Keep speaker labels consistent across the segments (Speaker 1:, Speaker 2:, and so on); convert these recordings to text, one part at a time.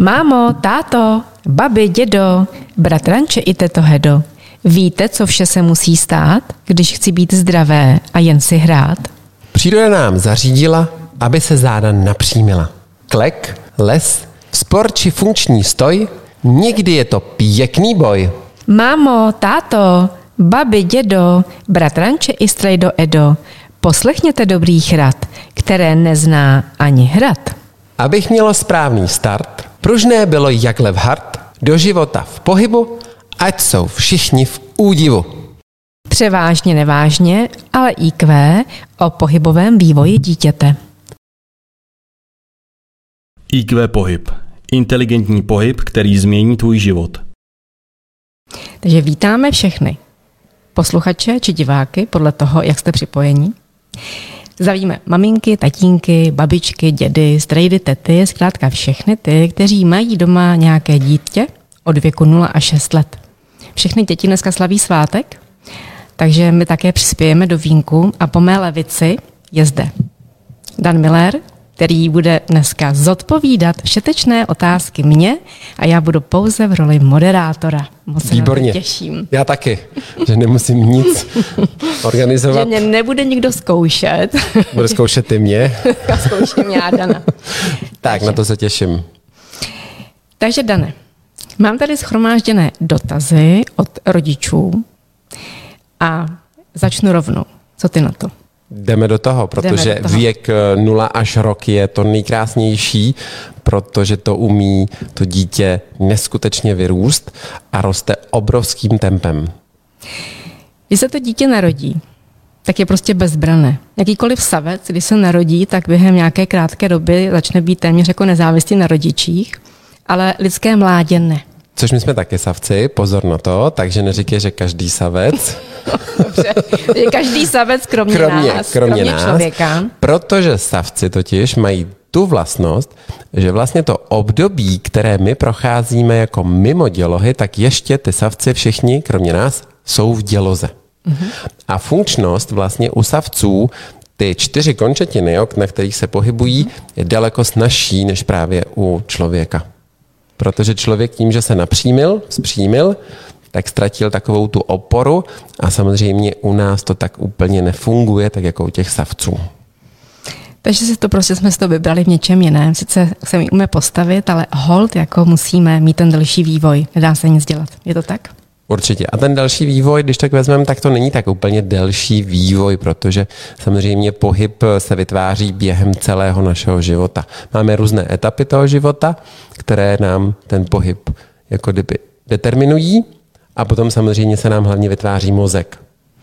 Speaker 1: Mámo, táto, babi, dědo, bratranče i teto Hedo, víte, co vše se musí stát, když chci být zdravé a jen si hrát?
Speaker 2: Příroda nám zařídila, aby se záda napřímila. Klek, les, sport či funkční stoj, někdy je to pěkný boj.
Speaker 1: Mámo, táto, babi, dědo, bratranče i strejdo Edo, poslechněte dobrých rad, které nezná ani hrad.
Speaker 2: Abych mělo správný start, pružné bylo jak lev hart, do života v pohybu, ať jsou všichni v údivu.
Speaker 1: Převážně nevážně, ale IQ o pohybovém vývoji dítěte.
Speaker 3: IQ pohyb. Inteligentní pohyb, který změní tvůj život.
Speaker 1: Takže vítáme všechny posluchače či diváky podle toho, jak jste připojení. Zdravíme maminky, tatínky, babičky, dědy, strejdy, tety, zkrátka všechny ty, kteří mají doma nějaké dítě od věku 0 až 6 let. Všechny děti dneska slaví svátek, takže my také přispějeme do vínku a po mé levici je zde Dan Miller, který bude dneska zodpovídat všetečné otázky mě a já budu pouze v roli moderátora. Moc se na to těším.
Speaker 2: Já taky, že nemusím nic organizovat.
Speaker 1: Že mě nebude nikdo zkoušet.
Speaker 2: Bude zkoušet ty mě.
Speaker 1: Já zkouším já, Dana.
Speaker 2: Tak, na to se těším.
Speaker 1: Takže, Dane, mám tady shromážděné dotazy od rodičů a začnu rovnou. Co ty na to?
Speaker 2: Jdeme do toho, protože věk 0 až rok je to nejkrásnější, protože to umí to dítě neskutečně vyrůst a roste obrovským tempem.
Speaker 1: Když se to dítě narodí, tak je prostě bezbranné. Jakýkoliv savec, když se narodí, tak během nějaké krátké doby začne být téměř jako nezávislý na rodičích, ale lidské mládě ne.
Speaker 2: Což my jsme taky savci, pozor na to, takže neříkej, že každý savec.
Speaker 1: Dobře, každý savec kromě nás, člověka.
Speaker 2: Protože savci totiž mají tu vlastnost, že vlastně to období, které my procházíme jako mimo dělohy, tak ještě ty savci všichni, kromě nás, jsou v děloze. Mm-hmm. A funkčnost vlastně u savců, ty 4 končetiny, na kterých se pohybují, je daleko snazší než právě u člověka. Protože člověk tím, že se zpřímil, tak ztratil takovou tu oporu a samozřejmě u nás to tak úplně nefunguje, tak jako u těch savců.
Speaker 1: Takže jsme si to vybrali v něčem jiném. Sice se mi umíme postavit, ale hold jako musíme mít ten další vývoj. Nedá se nic dělat. Je to tak?
Speaker 2: Určitě. A ten další vývoj, když tak vezmeme, tak to není tak úplně delší vývoj, protože samozřejmě pohyb se vytváří během celého našeho života. Máme různé etapy toho života, které nám ten pohyb jako kdyby determinují a potom samozřejmě se nám hlavně vytváří mozek.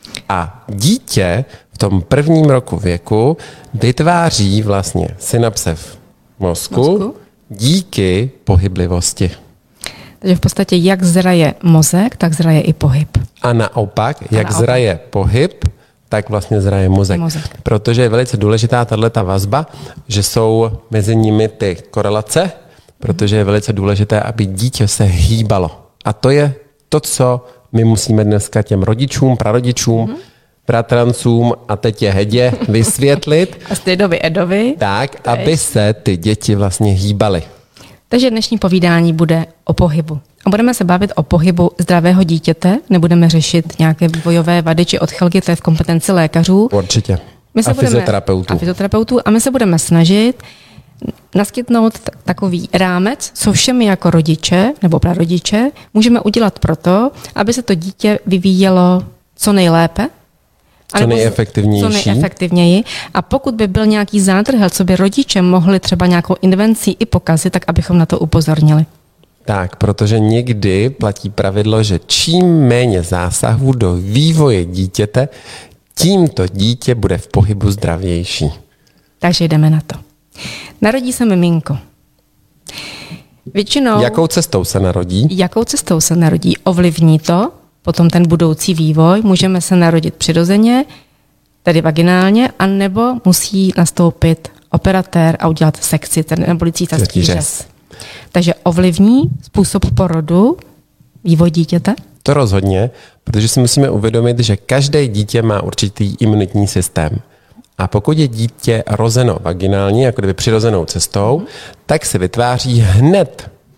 Speaker 2: A dítě v tom prvním roku věku vytváří vlastně synapse v mozku díky pohyblivosti.
Speaker 1: Takže v podstatě jak zraje mozek, tak zraje i pohyb.
Speaker 2: A naopak, jak zraje pohyb, tak vlastně zraje mozek. Protože je velice důležitá tato vazba, že jsou mezi nimi ty korelace, protože je velice důležité, aby dítě se hýbalo. A to je to, co my musíme dneska těm rodičům, prarodičům, bratrancům a tetě Hedě vysvětlit.
Speaker 1: A strejdovi Edovi.
Speaker 2: Tak, aby se ty děti vlastně hýbaly.
Speaker 1: Takže dnešní povídání bude o pohybu. A budeme se bavit o pohybu zdravého dítěte, nebudeme řešit nějaké vývojové vady či odchylky, to je v kompetenci lékařů.
Speaker 2: Určitě. A fyzioterapeutů. A my se budeme snažit naskytnout takový rámec, co všemi jako rodiče nebo prarodiče můžeme udělat proto, aby se to dítě vyvíjelo co nejlépe, co
Speaker 1: nejefektivněji. A pokud by byl nějaký zádrhel, co by rodiče mohli třeba nějakou invencí i pokazit, tak abychom na to upozornili.
Speaker 2: Tak, protože někdy platí pravidlo, že čím méně zásahů do vývoje dítěte, tím to dítě bude v pohybu zdravější.
Speaker 1: Takže jdeme na to. Narodí se miminko. Většinou...
Speaker 2: Jakou cestou se narodí?
Speaker 1: Ovlivní to potom ten budoucí vývoj. Můžeme se narodit přirozeně, tedy vaginálně, anebo musí nastoupit operatér a udělat sekci, ten neboli císařský řez. Takže ovlivní způsob porodu vývoj dítěte?
Speaker 2: To rozhodně, protože si musíme uvědomit, že každé dítě má určitý imunitní systém. A pokud je dítě rozeno vaginálně, jako kdyby přirozenou cestou, tak se vytváří hned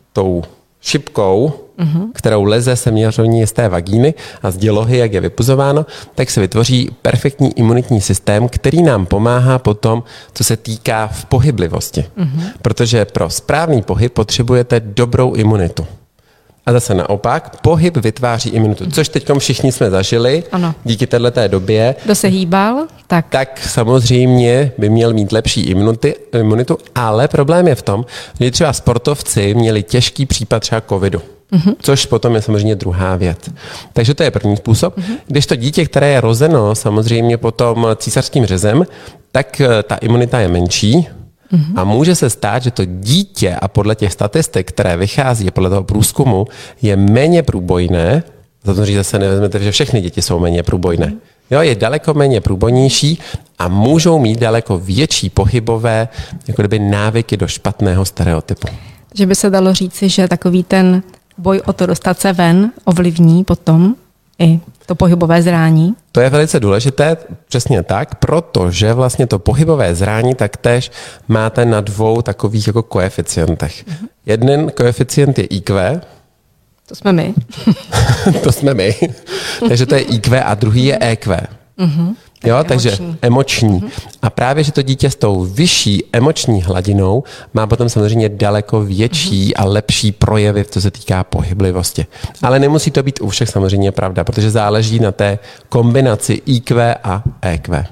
Speaker 2: tou šipkou, kterou leze seměřovně z té vagíny a z dělohy, jak je vypuzováno, tak se vytvoří perfektní imunitní systém, který nám pomáhá potom, co se týká v pohyblivosti. Protože pro správný pohyb potřebujete dobrou imunitu. A zase naopak, pohyb vytváří imunitu, což teď všichni jsme zažili díky této době.
Speaker 1: Kdo se hýbal,
Speaker 2: tak samozřejmě by měl mít lepší imunitu, ale problém je v tom, že třeba sportovci měli těžký případ třeba covidu. Což potom je samozřejmě druhá věc. Takže to je první způsob. Když to dítě, které je rozeno samozřejmě potom císařským řezem, tak ta imunita je menší a může se stát, že to dítě a podle těch statistik, které vychází podle toho průzkumu, je méně průbojné, protože zase nevezmete, že všechny děti jsou méně průbojné. Jo, je daleko méně průbojnější a můžou mít daleko větší pohybové jako kdyby návyky do špatného stereotypu.
Speaker 1: Že by se dalo říci, že takový ten boj o to dostat se ven ovlivní potom i to pohybové zrání?
Speaker 2: To je velice důležité, přesně tak, protože vlastně to pohybové zrání taktéž máte na dvou takových jako koeficientech. Jeden koeficient je IQ.
Speaker 1: To jsme my.
Speaker 2: To jsme my. Takže to je IQ a druhý je EQ. Jo, takže emoční. A právě, že to dítě s tou vyšší emoční hladinou má potom samozřejmě daleko větší a lepší projevy, co se týká pohyblivosti. Ale nemusí to být u všech samozřejmě pravda, protože záleží na té kombinaci IQ a EQ.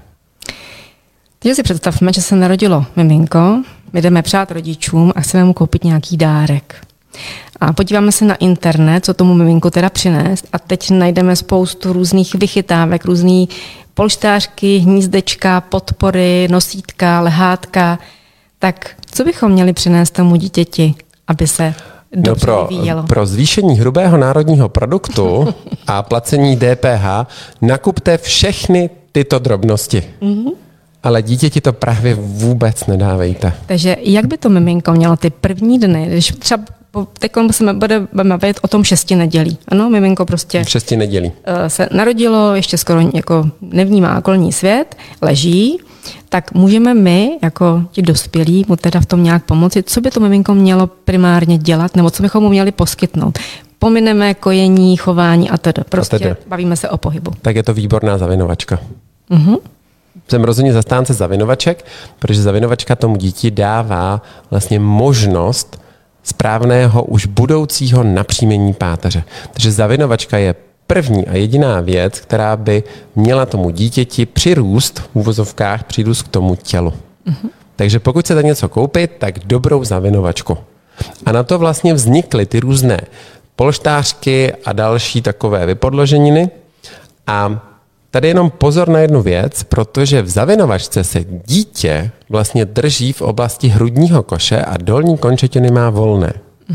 Speaker 1: Teď si představme, že se narodilo miminko, my jdeme přát rodičům a chceme mu koupit nějaký dárek. A podíváme se na internet, co tomu miminku teda přinést a teď najdeme spoustu různých vychytávek, různý polštářky, hnízdečka, podpory, nosítka, lehátka. Tak co bychom měli přinést tomu dítěti, aby se dobře vyvíjelo?
Speaker 2: Pro zvýšení hrubého národního produktu a placení DPH nakupte všechny tyto drobnosti. Ale dítěti to právě vůbec nedávejte.
Speaker 1: Takže jak by to miminko mělo ty první dny, když třeba teď se budeme bavit o tom 6 nedělí. Ano, miminko prostě
Speaker 2: 6 nedělí
Speaker 1: se narodilo, ještě skoro jako nevnímá okolní svět, leží, tak můžeme my, jako ti dospělí, mu teda v tom nějak pomoci. Co by to miminko mělo primárně dělat, nebo co bychom mu měli poskytnout? Pomineme kojení, chování a tedy. Prostě bavíme se o pohybu.
Speaker 2: Tak je to výborná zavinovačka. Jsem rozhodně zastánce zavinovaček, protože zavinovačka tomu dítí dává vlastně možnost správného už budoucího napříjmení páteře. Takže zavinovačka je první a jediná věc, která by měla tomu dítěti přirůst, v úvozovkách přirůst k tomu tělu. Takže pokud chcete něco koupit, tak dobrou zavinovačku. A na to vlastně vznikly ty různé polštářky a další takové vypodloženiny. A tady jenom pozor na jednu věc, protože v zavinovačce se dítě vlastně drží v oblasti hrudního koše a dolní končetiny má volné.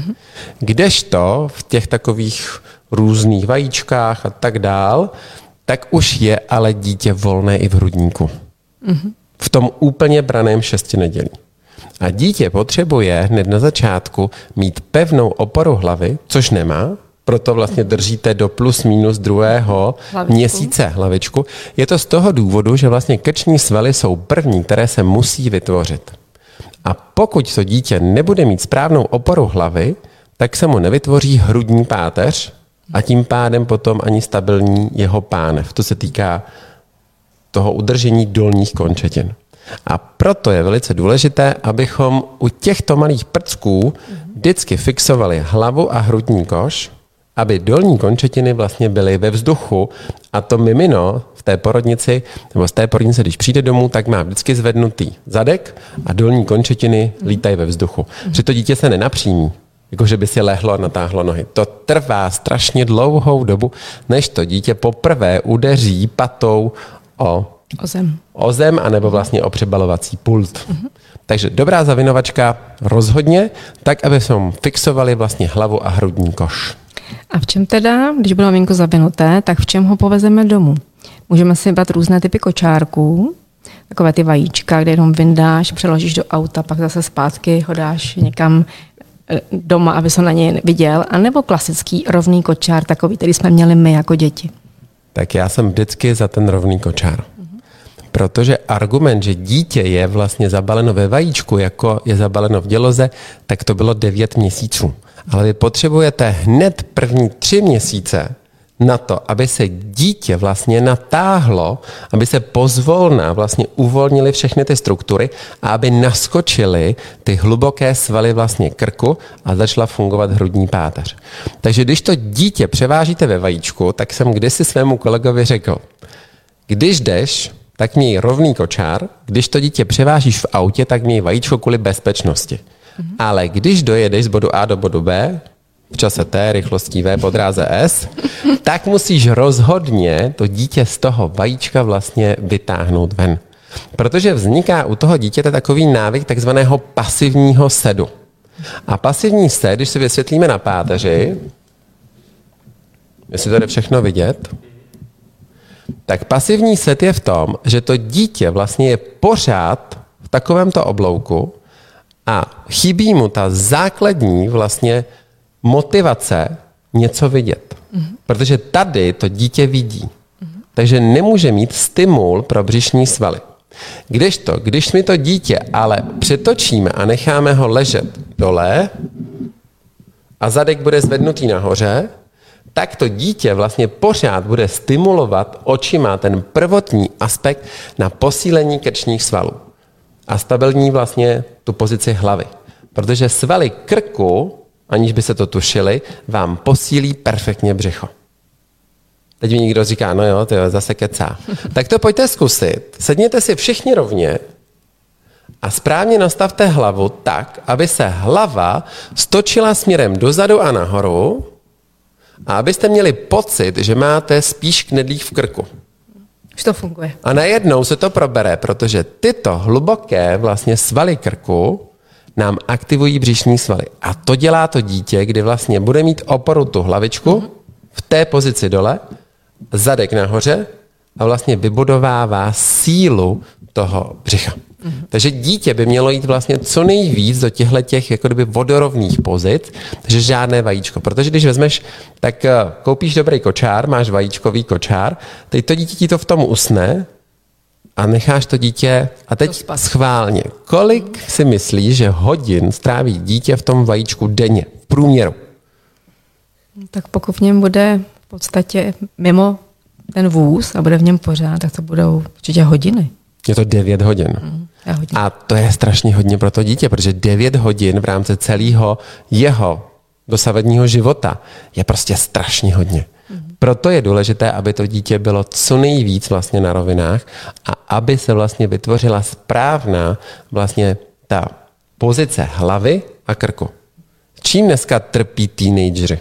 Speaker 2: Kdežto v těch takových různých vajíčkách a tak dál, tak už je ale dítě volné i v hrudníku. V tom úplně braném 6 nedělí. A dítě potřebuje hned na začátku mít pevnou oporu hlavy, což nemá, proto vlastně držíte do plus minus druhého měsíce hlavičku. Je to z toho důvodu, že vlastně krční svaly jsou první, které se musí vytvořit. A pokud to dítě nebude mít správnou oporu hlavy, tak se mu nevytvoří hrudní páteř a tím pádem potom ani stabilní jeho pánev. To se týká toho udržení dolních končetin. A proto je velice důležité, abychom u těchto malých prcků vždycky fixovali hlavu a hrudní koš, aby dolní končetiny vlastně byly ve vzduchu a to mimino v té porodnici, nebo z té porodnice, když přijde domů, tak má vždycky zvednutý zadek a dolní končetiny lítají ve vzduchu. Že to dítě se nenapřímí, jakože by si lehlo a natáhlo nohy. To trvá strašně dlouhou dobu, než to dítě poprvé udeří patou o zem, anebo vlastně o přebalovací pult. Takže dobrá zavinovačka rozhodně, tak, aby jsme fixovali vlastně hlavu a hrudní koš.
Speaker 1: A v čem teda, když bylo maminko zavinuté, tak v čem ho povezeme domů? Můžeme si brát různé typy kočárků, takové ty vajíčka, kde jenom vyndáš, přeložíš do auta, pak zase zpátky ho dáš někam doma, aby se na něj viděl, anebo klasický rovný kočár, takový, který jsme měli my jako děti.
Speaker 2: Tak já jsem vždycky za ten rovný kočár. protože argument, že dítě je vlastně zabaleno ve vajíčku, jako je zabaleno v děloze, tak to bylo 9 měsíců. Ale vy potřebujete hned první 3 měsíce na to, aby se dítě vlastně natáhlo, aby se pozvolna vlastně uvolnily všechny ty struktury a aby naskočily ty hluboké svaly vlastně krku a začala fungovat hrudní páteř. Takže když to dítě převážíte ve vajíčku, tak jsem kdysi svému kolegovi řekl, když jdeš, tak měj rovný kočár, když to dítě převážíš v autě, tak měj vajíčko kvůli bezpečnosti. Ale když dojedeš z bodu A do bodu B, v čase T, rychlostí V po dráze S, tak musíš rozhodně to dítě z toho vajíčka vlastně vytáhnout ven. Protože vzniká u toho dítěte takový návyk takzvaného pasivního sedu. A pasivní sed, když si vysvětlíme na páteři, jestli to jde všechno vidět, tak pasivní sed je v tom, že to dítě vlastně je pořád v takovémto oblouku a chybí mu ta základní vlastně motivace něco vidět. Protože tady to dítě vidí. Takže nemůže mít stimul pro břišní svaly. Když my to dítě ale přetočíme a necháme ho ležet dole a zadek bude zvednutý nahoře, tak to dítě vlastně pořád bude stimulovat očima ten prvotní aspekt na posílení krčních svalů a stabilní vlastně tu pozici hlavy. Protože svaly krku, aniž by se to tušili, vám posílí perfektně břicho. Teď mi někdo říká, no jo, to je zase kecá. Tak to pojďte zkusit. Sedněte si všichni rovně a správně nastavte hlavu tak, aby se hlava stočila směrem dozadu a nahoru a abyste měli pocit, že máte spíš knedlík v krku.
Speaker 1: Už to funguje.
Speaker 2: A najednou se to probere, protože tyto hluboké vlastně svaly krku nám aktivují břišní svaly. A to dělá to dítě, kdy vlastně bude mít oporu tu hlavičku v té pozici dole, zadek nahoře a vlastně vybudovává sílu toho břicha. Takže dítě by mělo jít vlastně co nejvíc do těchto jako kdyby vodorovných pozic, takže žádné vajíčko. Protože když vezmeš, tak koupíš dobrý kočár, máš vajíčkový kočár, teď to dítě ti to v tom usne a necháš to dítě, a teď schválně, kolik si myslíš, že hodin stráví dítě v tom vajíčku denně, v průměru?
Speaker 1: Tak pokud v něm bude v podstatě mimo ten vůz a bude v něm pořád, tak to budou určitě hodiny.
Speaker 2: Je to 9 hodin. A to je strašně hodně pro to dítě, protože 9 hodin v rámci celého jeho dosavadního života je prostě strašně hodně. Proto je důležité, aby to dítě bylo co nejvíc vlastně na rovinách a aby se vlastně vytvořila správná vlastně ta pozice hlavy a krku. Čím dneska trpí teenageři?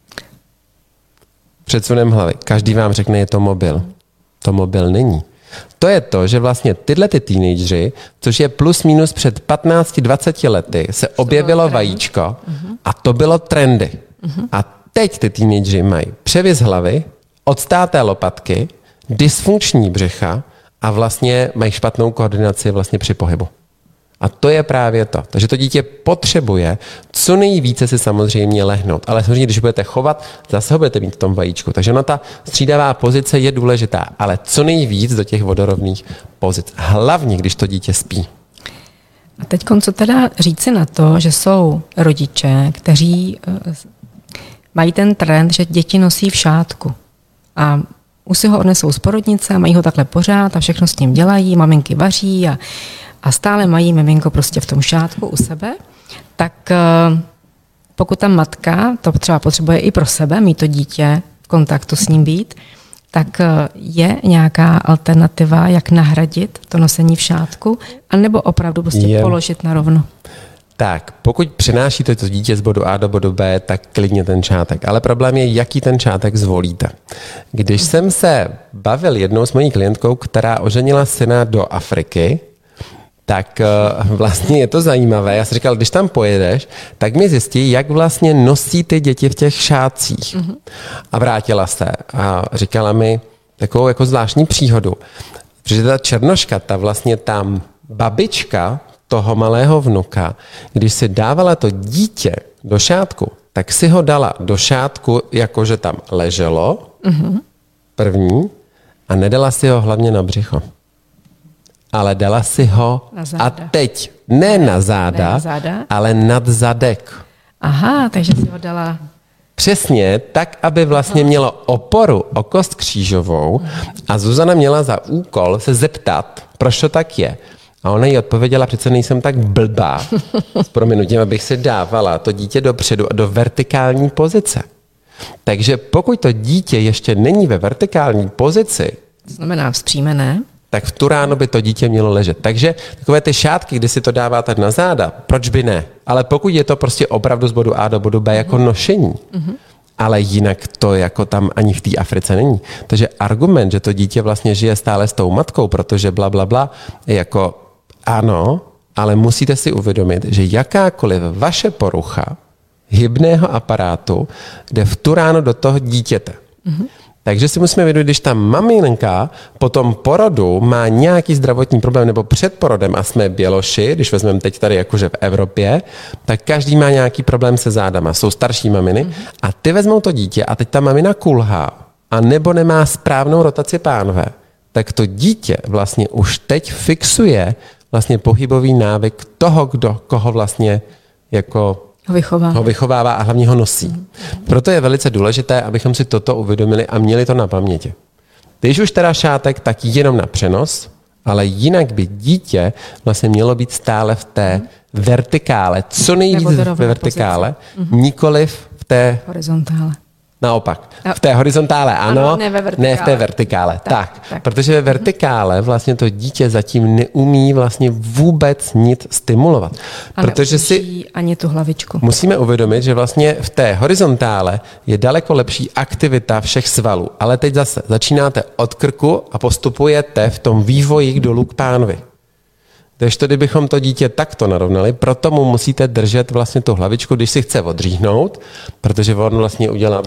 Speaker 2: Předsunem hlavy. Každý vám řekne, je to mobil. To mobil není. To je to, že vlastně tyhle ty teenageři, což je plus minus před 15-20 lety, se objevilo vajíčko a to bylo trendy. A teď ty teenageři mají převis hlavy, odstáté lopatky, dysfunkční břicha a vlastně mají špatnou koordinaci vlastně při pohybu. A to je právě to. Takže to dítě potřebuje co nejvíce si samozřejmě lehnout. Ale samozřejmě, když budete chovat, zase ho budete mít v tom vajíčku. Takže ona ta střídavá pozice je důležitá, ale co nejvíc do těch vodorovných pozic. Hlavně, když to dítě spí.
Speaker 1: A teď co teda říci na to, že jsou rodiče, kteří mají ten trend, že děti nosí v šátku. A už si ho odnesou z porodnice a mají ho takhle pořád a všechno s ním dělají, maminky vaří a stále mají miminko prostě v tom šátku u sebe, tak pokud ta matka to třeba potřebuje i pro sebe, mít to dítě v kontaktu s ním být, tak je nějaká alternativa, jak nahradit to nosení v šátku, anebo opravdu prostě položit na rovno?
Speaker 2: Tak, pokud přenášíte to dítě z bodu A do bodu B, tak klidně ten šátek. Ale problém je, jaký ten šátek zvolíte. Když jsem se bavil jednou s mojí klientkou, která oženila syna do Afriky, tak vlastně je to zajímavé. Já jsem říkal, když tam pojedeš, tak mi zjistí, jak vlastně nosí ty děti v těch šátcích. A vrátila se a říkala mi takovou jako zvláštní příhodu, že ta černoška, ta babička toho malého vnuka, když si dávala to dítě do šátku, tak si ho dala do šátku, jakože tam leželo, první, a nedala si ho hlavně na břicho. ale dala si ho a teď ne na záda, ale nad zadek.
Speaker 1: Aha, takže si ho dala...
Speaker 2: Přesně tak, aby vlastně mělo oporu o kost křížovou a Zuzana měla za úkol se zeptat, proč to tak je. A ona jí odpověděla, přece nejsem tak blbá, s prominutím, abych si dávala to dítě dopředu a do vertikální pozice. Takže pokud to dítě ještě není ve vertikální pozici,
Speaker 1: to znamená vzpřímené,
Speaker 2: tak v tu ráno by to dítě mělo ležet. Takže takové ty šátky, kdy si to dáváte na záda, proč by ne? Ale pokud je to prostě opravdu z bodu A do bodu B jako nošení, ale jinak to jako tam ani v té Africe není. Takže argument, že to dítě vlastně žije stále s tou matkou, protože bla, bla, bla, je jako ano, ale musíte si uvědomit, že jakákoliv vaše porucha hybného aparátu jde v tu ráno do toho dítěte. Takže si musíme vědět, když ta maminka po tom porodu má nějaký zdravotní problém nebo před porodem a jsme Běloši, když vezmeme teď tady jakože v Evropě, tak každý má nějaký problém se zádama. Jsou starší maminy a ty vezmou to dítě a teď ta mamina kulhá a nebo nemá správnou rotaci pánve, tak to dítě vlastně už teď fixuje vlastně pohybový návyk toho, koho vlastně jako ho vychovává a hlavně ho nosí. Proto je velice důležité, abychom si toto uvědomili a měli to na paměti. Když už teda šátek, tak jenom na přenos, ale jinak by dítě vlastně mělo být stále v té vertikále, co nejvíc ve vertikále, nikoliv v té
Speaker 1: horizontále.
Speaker 2: Naopak. V té horizontále ano, ne v té vertikále. Tak. Protože ve vertikále vlastně to dítě zatím neumí vlastně vůbec nic stimulovat.
Speaker 1: A
Speaker 2: protože si
Speaker 1: ani tu hlavičku.
Speaker 2: Musíme uvědomit, že vlastně v té horizontále je daleko lepší aktivita všech svalů. Ale teď zase začínáte od krku a postupujete v tom vývoji dolů k pánvi. Když to, kdybychom to dítě takto narovnali, proto mu musíte držet vlastně tu hlavičku, když si chce odříhnout, protože on vlastně udělá,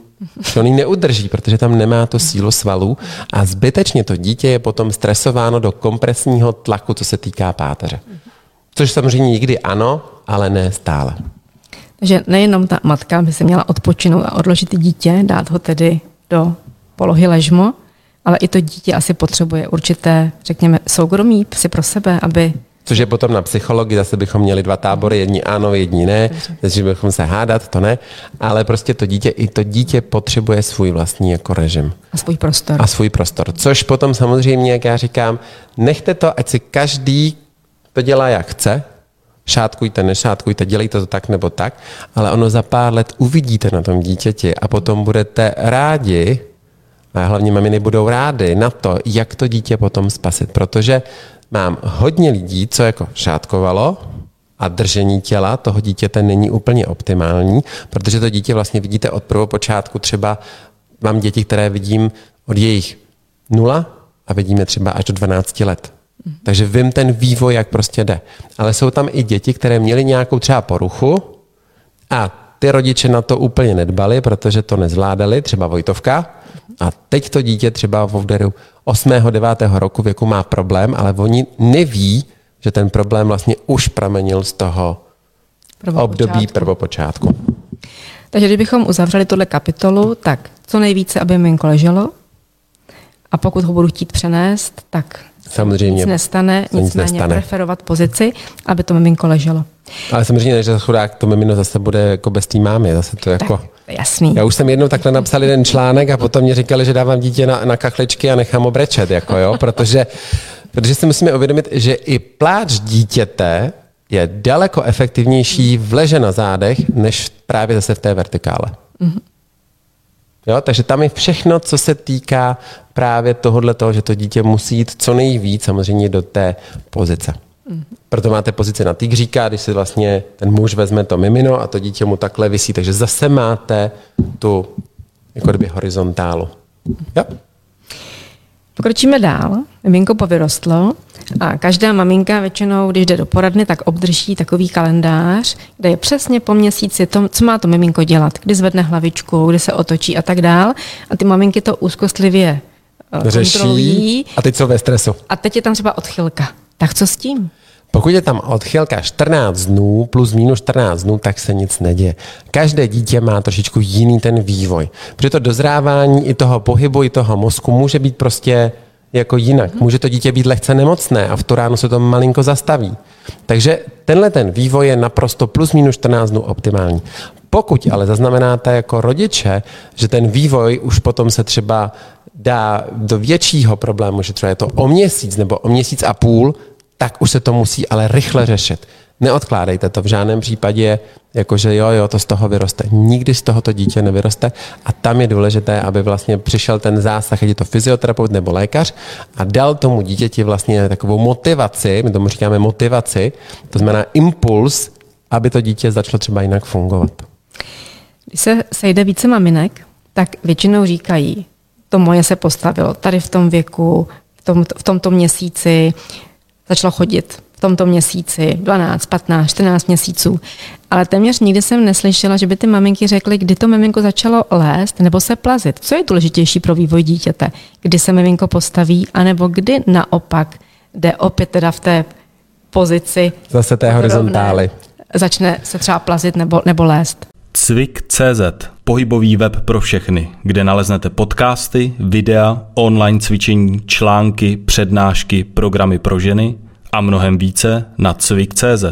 Speaker 2: to on ji neudrží, protože tam nemá tu sílu svalů a zbytečně to dítě je potom stresováno do kompresního tlaku, co se týká páteře. Což samozřejmě někdy ano, ale ne stále.
Speaker 1: Takže nejenom ta matka by se měla odpočinout a odložit dítě, dát ho tedy do polohy ležmo, ale i to dítě asi potřebuje určité, řekněme, soukromí si pro sebe, aby...
Speaker 2: Což je potom na psychologii, zase bychom měli dva tábory, jedni ano, jedni ne, takže bychom se hádat, to ne, ale prostě to dítě potřebuje svůj vlastní jako režim.
Speaker 1: A svůj prostor.
Speaker 2: Což potom samozřejmě, jak já říkám, nechte to, ať si každý to dělá jak chce, šátkujte, nešátkujte, dělejte to tak nebo tak, ale ono za pár let uvidíte na tom dítěti a potom budete rádi, a hlavně maminy budou rády na to, jak to dítě potom spasit, protože mám hodně lidí, co jako šátkovalo a držení těla toho dítěte není úplně optimální, protože to dítě vlastně vidíte od prvopočátku, třeba mám děti, které vidím od jejich 0 a vidíme třeba až do 12 let. Takže vím ten vývoj, jak prostě jde. Ale jsou tam i děti, které měly nějakou třeba poruchu a ty rodiče na to úplně nedbali, protože to nezvládali, třeba Vojtovka. A teď to dítě třeba v období 8. 9. roku věku má problém, ale oni neví, že ten problém vlastně už pramenil z toho období prvopočátku.
Speaker 1: Takže kdybychom uzavřeli tuhle kapitolu, tak co nejvíce, aby miminko leželo a pokud ho budu chtít přenést, tak
Speaker 2: samozřejmě
Speaker 1: nic nestane, nicméně preferovat pozici, aby to miminko leželo.
Speaker 2: Ale samozřejmě, že chudák to mimino zase bude jako bez té mámy, zase to jako...
Speaker 1: Jasný.
Speaker 2: Já už jsem jednou takhle napsal jeden článek a potom mě říkali, že dávám dítě na kachličky a nechám ho brečet, jako jo, protože si musíme uvědomit, že i pláč dítěte je daleko efektivnější v leže na zádech, než právě zase v té vertikále. Jo, takže tam je všechno, co se týká právě toho, že to dítě musí jít co nejvíc samozřejmě do té pozice. Proto máte pozici na tygříka, když si vlastně ten muž vezme to mimino a to dítě mu takhle visí, takže zase máte tu jako kdyby horizontálu. Jo?
Speaker 1: Pokročíme dál. Miminko povyrostlo a každá maminka většinou, když jde do poradny, tak obdrží takový kalendář, kde je přesně po měsíci to, co má to miminko dělat, kdy zvedne hlavičku, kdy se otočí a tak dál. A ty maminky to úzkostlivě kontrolují.
Speaker 2: A teď jsou ve stresu.
Speaker 1: A teď je tam třeba odchylka. Tak co s tím?
Speaker 2: Pokud je tam odchylka 14 dnů plus minus 14 dnů, tak se nic neděje. Každé dítě má trošičku jiný ten vývoj. Protože to dozrávání i toho pohybu, i toho mozku může být prostě jako jinak. Může to dítě být lehce nemocné a v tu ránu se to malinko zastaví. Takže ten vývoj je naprosto plus minus 14 dnů optimální. Pokud ale zaznamenáte jako rodiče, že ten vývoj už potom se třeba dá do většího problému, že třeba je to o měsíc nebo o měsíc a půl, tak už se to musí ale rychle řešit. Neodkládejte to v žádném případě, jakože jo, to z toho vyroste. Nikdy z toho to dítě nevyroste a tam je důležité, aby vlastně přišel ten zásah, ať je to fyzioterapeut nebo lékař a dal tomu dítěti vlastně takovou motivaci, my tomu říkáme motivaci, to znamená impuls, aby to dítě začalo třeba jinak fungovat.
Speaker 1: Když se sejde více maminek, tak většinou říkají, to moje se postavilo tady v tom věku, v tomto měsíci, začalo chodit v tomto měsíci 12, 15, 14 měsíců. Ale téměř nikdy jsem neslyšela, že by ty maminky řekly, kdy to miminko začalo lézt nebo se plazit. Co je důležitější pro vývoj dítěte? Kdy se miminko postaví, anebo kdy naopak jde opět teda v té pozici
Speaker 2: zase té horizontály.
Speaker 1: Začne se třeba plazit nebo lézt.
Speaker 3: Cvik.cz, pohybový web pro všechny, kde naleznete podcasty, videa, online cvičení, články, přednášky, programy pro ženy a mnohem více na cvik.cz.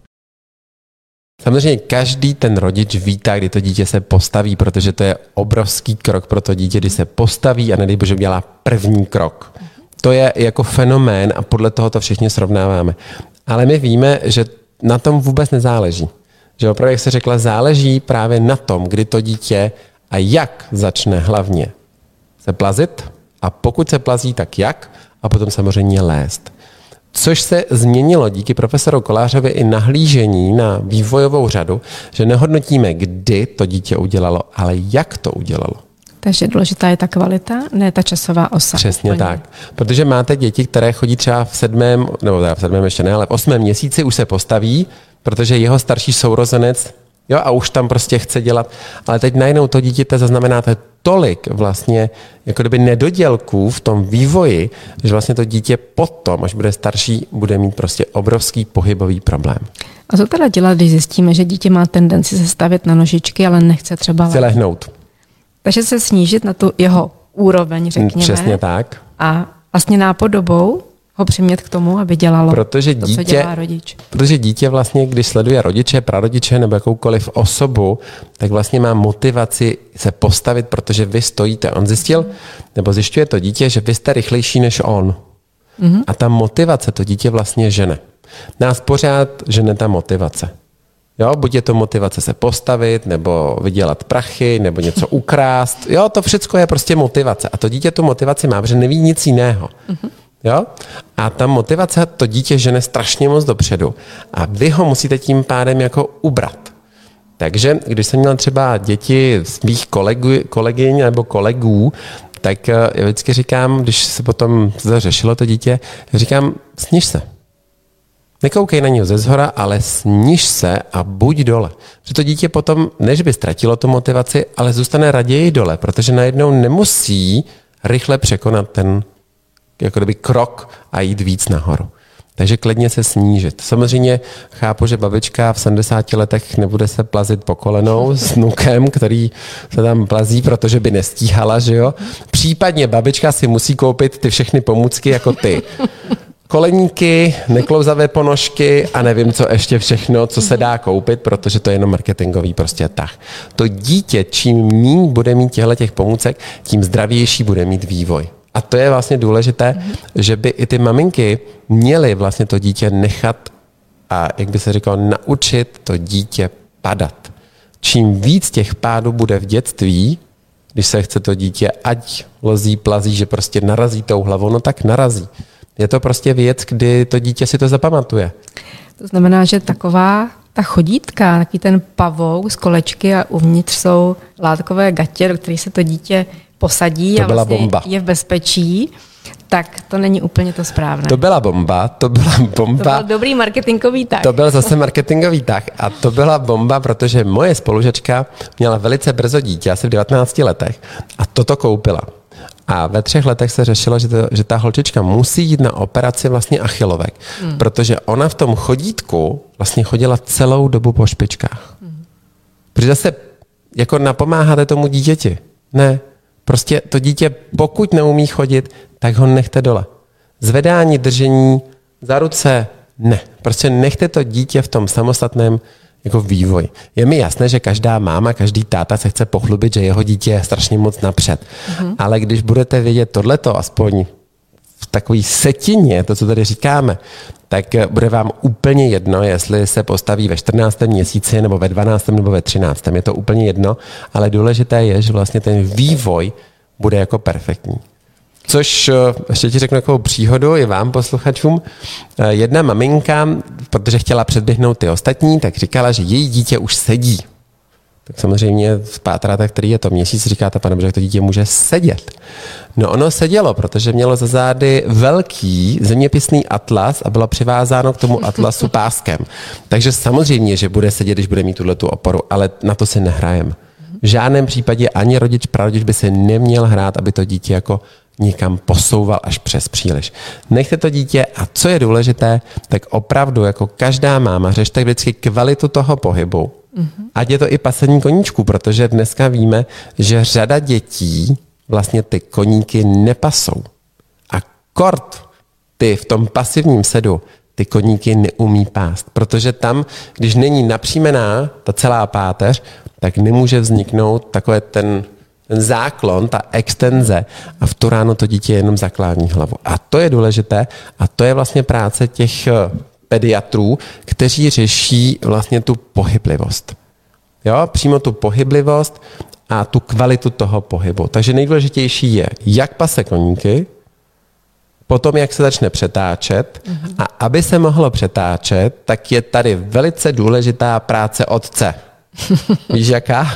Speaker 2: Samozřejmě každý ten rodič vítá, kdy to dítě se postaví, protože to je obrovský krok pro to dítě, kdy se postaví a nedej bože udělá první krok. To je jako fenomén a podle toho to všichni srovnáváme. Ale my víme, že na tom vůbec nezáleží. Že opravdu, jak se řekla, záleží právě na tom, kdy to dítě a jak začne hlavně se plazit a pokud se plazí, tak jak a potom samozřejmě lézt. Což se změnilo díky profesoru Kolářovi i nahlížení na vývojovou řadu, že nehodnotíme, kdy to dítě udělalo, ale jak to udělalo.
Speaker 1: Takže důležitá je ta kvalita, ne ta časová osa.
Speaker 2: Přesně tak. Protože máte děti, které chodí třeba v 7. ještě ne, ale v 8. měsíci už se postaví, protože jeho starší sourozenec, a už tam prostě chce dělat. Ale teď najednou to dítěte zaznamenáte tolik vlastně jako kdyby nedodělků v tom vývoji, že vlastně to dítě potom, až bude starší, bude mít prostě obrovský pohybový problém.
Speaker 1: A co teda dělat, když zjistíme, že dítě má tendenci se stavět na nožičky, ale nechce třeba
Speaker 2: chce lehnout.
Speaker 1: Takže se snížit na tu jeho úroveň, řekněme.
Speaker 2: Přesně tak.
Speaker 1: A vlastně nápodobou ho přimět k tomu, aby dělalo to, co dělá rodič.
Speaker 2: Protože dítě vlastně, když sleduje rodiče, prarodiče nebo jakoukoliv osobu, tak vlastně má motivaci se postavit, protože vy stojíte. On zjišťuje to dítě, že vy jste rychlejší než on. Mm-hmm. A ta motivace to dítě vlastně žene. Nás pořád žene ta motivace. Jo, buď je to motivace se postavit, nebo vydělat prachy, nebo něco ukrást. Jo, to všechno je prostě motivace. A to dítě tu motivaci má, protože neví nic jiného. Mm-hmm. Jo? A ta motivace to dítě žene strašně moc dopředu. A vy ho musíte tím pádem jako ubrat. Takže když jsem měl třeba děti svých kolegyň nebo kolegů, tak já vždycky říkám, když se potom řešilo to dítě, říkám, sniž se. Nekoukej na něj ze zhora, ale sniž se a buď dole. Protože to dítě potom, než by ztratilo tu motivaci, ale zůstane raději dole, protože najednou nemusí rychle překonat ten jako kdyby krok a jít víc nahoru. Takže klidně se snížit. Samozřejmě chápu, že babička v 70 letech nebude se plazit po kolenou s vnukem, který se tam plazí, protože by nestíhala, že jo? Případně babička si musí koupit ty všechny pomůcky jako ty. Koleníky, neklouzavé ponožky a nevím, co ještě všechno, co se dá koupit, protože to je jenom marketingový prostě tah. To dítě, čím míň bude mít těch pomůcek, tím zdravější bude mít vývoj. A to je vlastně důležité, že by i ty maminky měly vlastně to dítě nechat a, jak by se říkalo, naučit to dítě padat. Čím víc těch pádů bude v dětství, když se chce to dítě, ať lozí, plazí, že prostě narazí tou hlavou, no tak narazí. Je to prostě věc, kdy to dítě si to zapamatuje.
Speaker 1: To znamená, že taková ta chodítka, takový ten pavouk z kolečky a uvnitř jsou látkové gatě, do kterých se to dítě posadí
Speaker 2: to
Speaker 1: a vlastně je v bezpečí, tak to není úplně to správné.
Speaker 2: To byla bomba. To byl
Speaker 1: dobrý marketingový tah.
Speaker 2: To byl zase marketingový tah a to byla bomba, protože moje spolužačka měla velice brzo dítě, asi v 19 letech a toto koupila. A ve 3 letech se řešilo, že ta holčička musí jít na operaci vlastně achilovek, protože ona v tom chodítku vlastně chodila celou dobu po špičkách. Protože zase jako napomáháte tomu dítěti. Ne, Prostě to dítě, pokud neumí chodit, tak ho nechte dole. Zvedání, držení za ruce, ne. Prostě nechte to dítě v tom samostatném jako vývoj. Je mi jasné, že každá máma, každý táta se chce pochlubit, že jeho dítě je strašně moc napřed. Ale když budete vědět tohleto, aspoň v takové setině, to, co tady říkáme, tak bude vám úplně jedno, jestli se postaví ve 14. měsíci, nebo ve 12. nebo ve 13. Je to úplně jedno, ale důležité je, že vlastně ten vývoj bude jako perfektní. Což ještě ti řeknu takovou příhodu i vám, posluchačům. Jedna maminka, protože chtěla předběhnout ty ostatní, tak říkala, že její dítě už sedí. Tak samozřejmě zpátráte, který je to měsíc, říkáte, pane bože, jak to dítě může sedět. No ono sedělo, protože mělo za zády velký zeměpisný atlas a bylo přivázáno k tomu atlasu páskem. Takže samozřejmě, že bude sedět, když bude mít tuhletu oporu, ale na to si nehrajeme. V žádném případě ani rodič, prarodič by se neměl hrát, aby to dítě jako někam posouval až přes příliš. Nechte to dítě a co je důležité, tak opravdu jako každá máma řešte vždycky kvalitu toho pohybu. Ať je to i pasení koníčků, protože dneska víme, že řada dětí vlastně ty koníky nepasou. A kort ty v tom pasivním sedu ty koníky neumí pást, protože tam, když není napřímená ta celá páteř, tak nemůže vzniknout takové ten záklon, ta extenze a v tu ráno to dítě jenom zaklání hlavu. A to je důležité a to je vlastně práce těch pediatrů, kteří řeší vlastně tu pohyblivost. Jo, přímo tu pohyblivost a tu kvalitu toho pohybu. Takže nejdůležitější je, jak pase koníky, potom jak se začne přetáčet a aby se mohlo přetáčet, tak je tady velice důležitá práce otce. Víš jaká?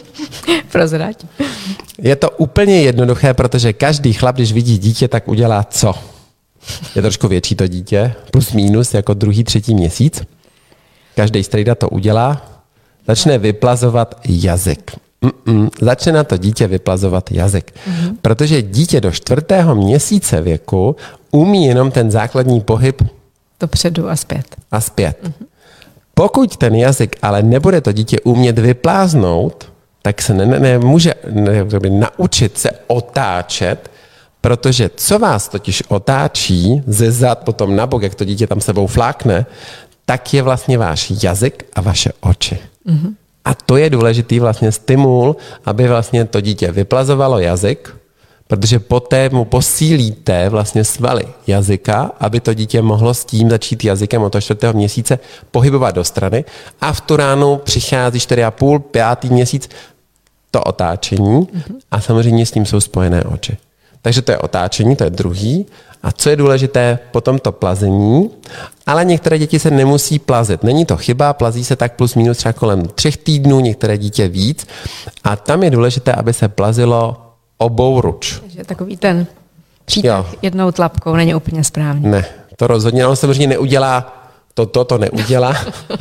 Speaker 1: Prozrať.
Speaker 2: Je to úplně jednoduché, protože každý chlap, když vidí dítě, tak udělá co? Je trošku větší to dítě, plus minus jako 2., 3. měsíc. Každý strejda to udělá, začne vyplazovat jazyk. Začne na to dítě vyplazovat jazyk. Protože dítě do 4. měsíce věku umí jenom ten základní pohyb
Speaker 1: dopředu a zpět.
Speaker 2: A zpět. Pokud ten jazyk ale nebude to dítě umět vypláznout, tak se nemůže naučit se otáčet, protože co vás totiž otáčí ze zad potom na bok, jak to dítě tam sebou flákne, tak je vlastně váš jazyk a vaše oči. A to je důležitý vlastně stimul, aby vlastně to dítě vyplazovalo jazyk, protože poté mu posílíte vlastně svaly jazyka, aby to dítě mohlo s tím začít jazykem od 4. měsíce pohybovat do strany a v tu ránu přichází 4,5, 5. měsíc to otáčení a samozřejmě s tím jsou spojené oči. Takže to je otáčení, to je druhý. A co je důležité, potom to plazení, ale některé děti se nemusí plazit. Není to chyba, plazí se tak plus minus třeba kolem 3 týdnů, některé dítě víc. A tam je důležité, aby se plazilo obou ruč.
Speaker 1: Takže takový ten přítah jednou tlapkou není úplně správný.
Speaker 2: Ne, to rozhodně, on samozřejmě neudělá to neudělá,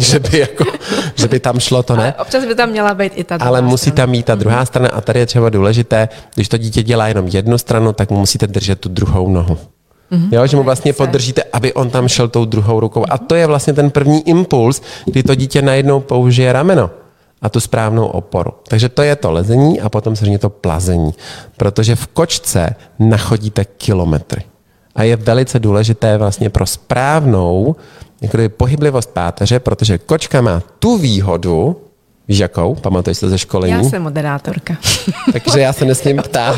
Speaker 2: že by tam šlo, to ne.
Speaker 1: Ale občas by tam měla být i ta druhá
Speaker 2: Ale musí
Speaker 1: strana.
Speaker 2: tam mít ta druhá strana a tady je třeba důležité, když to dítě dělá jenom jednu stranu, tak mu musíte držet tu druhou nohu. Jo, že mu vlastně podržíte, aby on tam šel tou druhou rukou. A to je vlastně ten první impuls, kdy to dítě najednou použije rameno a tu správnou oporu. Takže to je to lezení a potom samozřejmě to plazení. Protože v kočce nachodíte kilometry. A je velice důležité vlastně pro správnou pohyblivost páteře, protože kočka má tu výhodu, víš jakou? Pamatuješ se ze školení?
Speaker 1: Já jsem moderátorka.
Speaker 2: Takže já se nesmím ptát.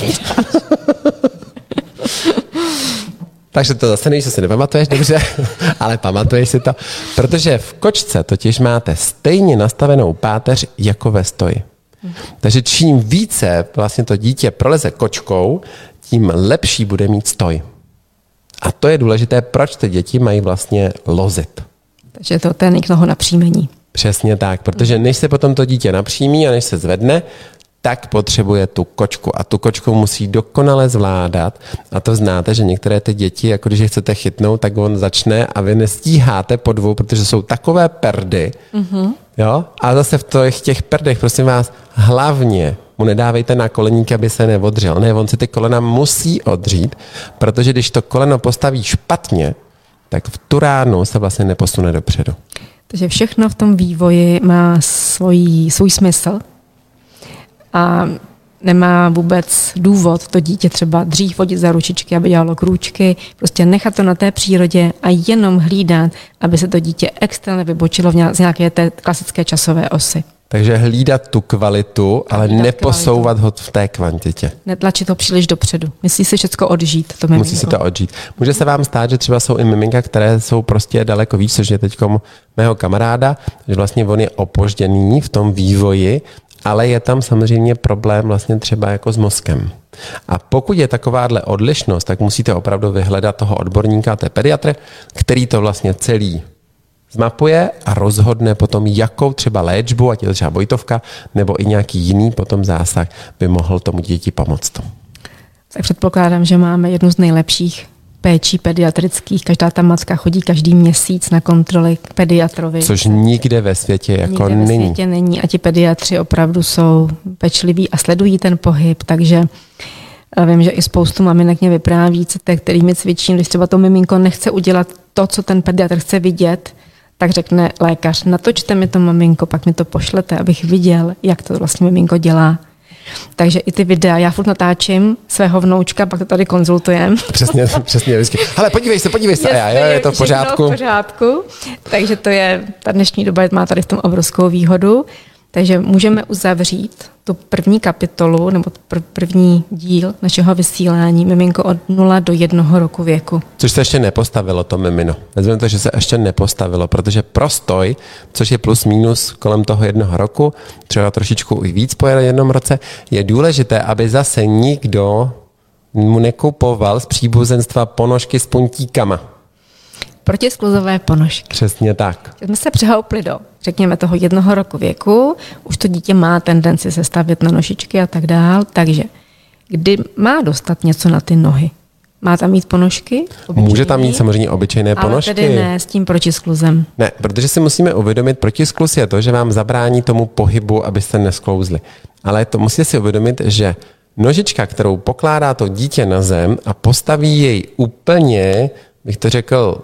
Speaker 2: Takže to zase nevíš, že si nepamatuješ dobře, ale pamatuješ si to. Protože v kočce totiž máte stejně nastavenou páteř jako ve stoji. Takže čím více vlastně to dítě proleze kočkou, tím lepší bude mít stoj. A to je důležité, proč ty děti mají vlastně lozit.
Speaker 1: Takže to ténik noho na příjmení.
Speaker 2: Přesně tak, protože než se potom to dítě napřímí a než se zvedne, tak potřebuje tu kočku a tu kočku musí dokonale zvládat a to znáte, že některé ty děti, jako když je chcete chytnout, tak on začne a vy nestíháte po dvou, protože jsou takové perdy, jo? A zase v těch perdech, prosím vás, hlavně mu nedávejte na koleníky, aby se neodřel. Ne, on si ty kolena musí odřít, protože když to koleno postaví špatně, tak v tu ránu se vlastně neposune dopředu.
Speaker 1: Takže všechno v tom vývoji má svůj smysl. A nemá vůbec důvod to dítě třeba dřív vodit za ručičky, aby dělalo krůčky, prostě nechat to na té přírodě a jenom hlídat, aby se to dítě extra nevybočilo z nějaké té klasické časové osy.
Speaker 2: Takže hlídat tu kvalitu, ale neposouvat ho v té kvantitě.
Speaker 1: Netlačit ho příliš dopředu. Myslí si všechno odžít. To
Speaker 2: musí si to odžít. Může se vám stát, že třeba jsou i miminka, které jsou prostě daleko víc, což je teďkom mého kamaráda, že vlastně on je opožděný v tom vývoji, ale je tam samozřejmě problém vlastně třeba jako s mozkem. A pokud je takováhle odlišnost, tak musíte opravdu vyhledat toho odborníka, té pediatry, který to vlastně celý zmapuje a rozhodne potom, jakou třeba léčbu, ať je to třeba Vojtovka, nebo i nějaký jiný potom zásah by mohl tomu děti pomoct.
Speaker 1: Tak předpokládám, že máme jednu z nejlepších péčí pediatrických. Každá ta matka chodí každý měsíc na kontroly k pediatrovi.
Speaker 2: Což nikde ve světě jako
Speaker 1: nikde
Speaker 2: není.
Speaker 1: Ve světě není a ti pediatři opravdu jsou pečliví a sledují ten pohyb, takže vím, že i spoustu maminek mě vypráví, kterými cvičím, když třeba to miminko nechce udělat to, co ten pediatr chce vidět, tak řekne lékař, natočte mi to maminko, pak mi to pošlete, abych viděl, jak to vlastně miminko dělá. Takže i ty videa, já furt natáčím svého vnoučka, pak to tady konzultujem.
Speaker 2: Přesně vždycky. Ale podívej se, a já, je to v pořádku.
Speaker 1: V pořádku. Takže to je, ta dnešní doba má tady v tom obrovskou výhodu. Takže můžeme uzavřít tu první kapitolu, nebo první díl našeho vysílání miminko od 0 do 1 roku věku.
Speaker 2: Což se ještě nepostavilo, to mimino. Vezmeme to, že se ještě nepostavilo, protože prostoj, což je plus minus kolem toho 1 roku, třeba trošičku i víc po 1 roce, je důležité, aby zase nikdo mu nekupoval z příbuzenstva ponožky s puntíkama.
Speaker 1: Protiskluzové ponožky.
Speaker 2: Přesně tak.
Speaker 1: Jsme se přehoupli do, řekněme, toho 1 roku věku, už to dítě má tendenci se stavět na nožičky a tak dál, takže kdy má dostat něco na ty nohy? Má tam mít ponožky?
Speaker 2: Obyčejný? Může tam mít samozřejmě obyčejné ponožky.
Speaker 1: Ale tedy ne s tím protiskluzem.
Speaker 2: Ne, protože si musíme uvědomit, protiskluz je to, že vám zabrání tomu pohybu, abyste nesklouzli. Ale to musíte si uvědomit, že nožička, kterou pokládá to dítě na zem a postaví jej úplně, bych to řekl,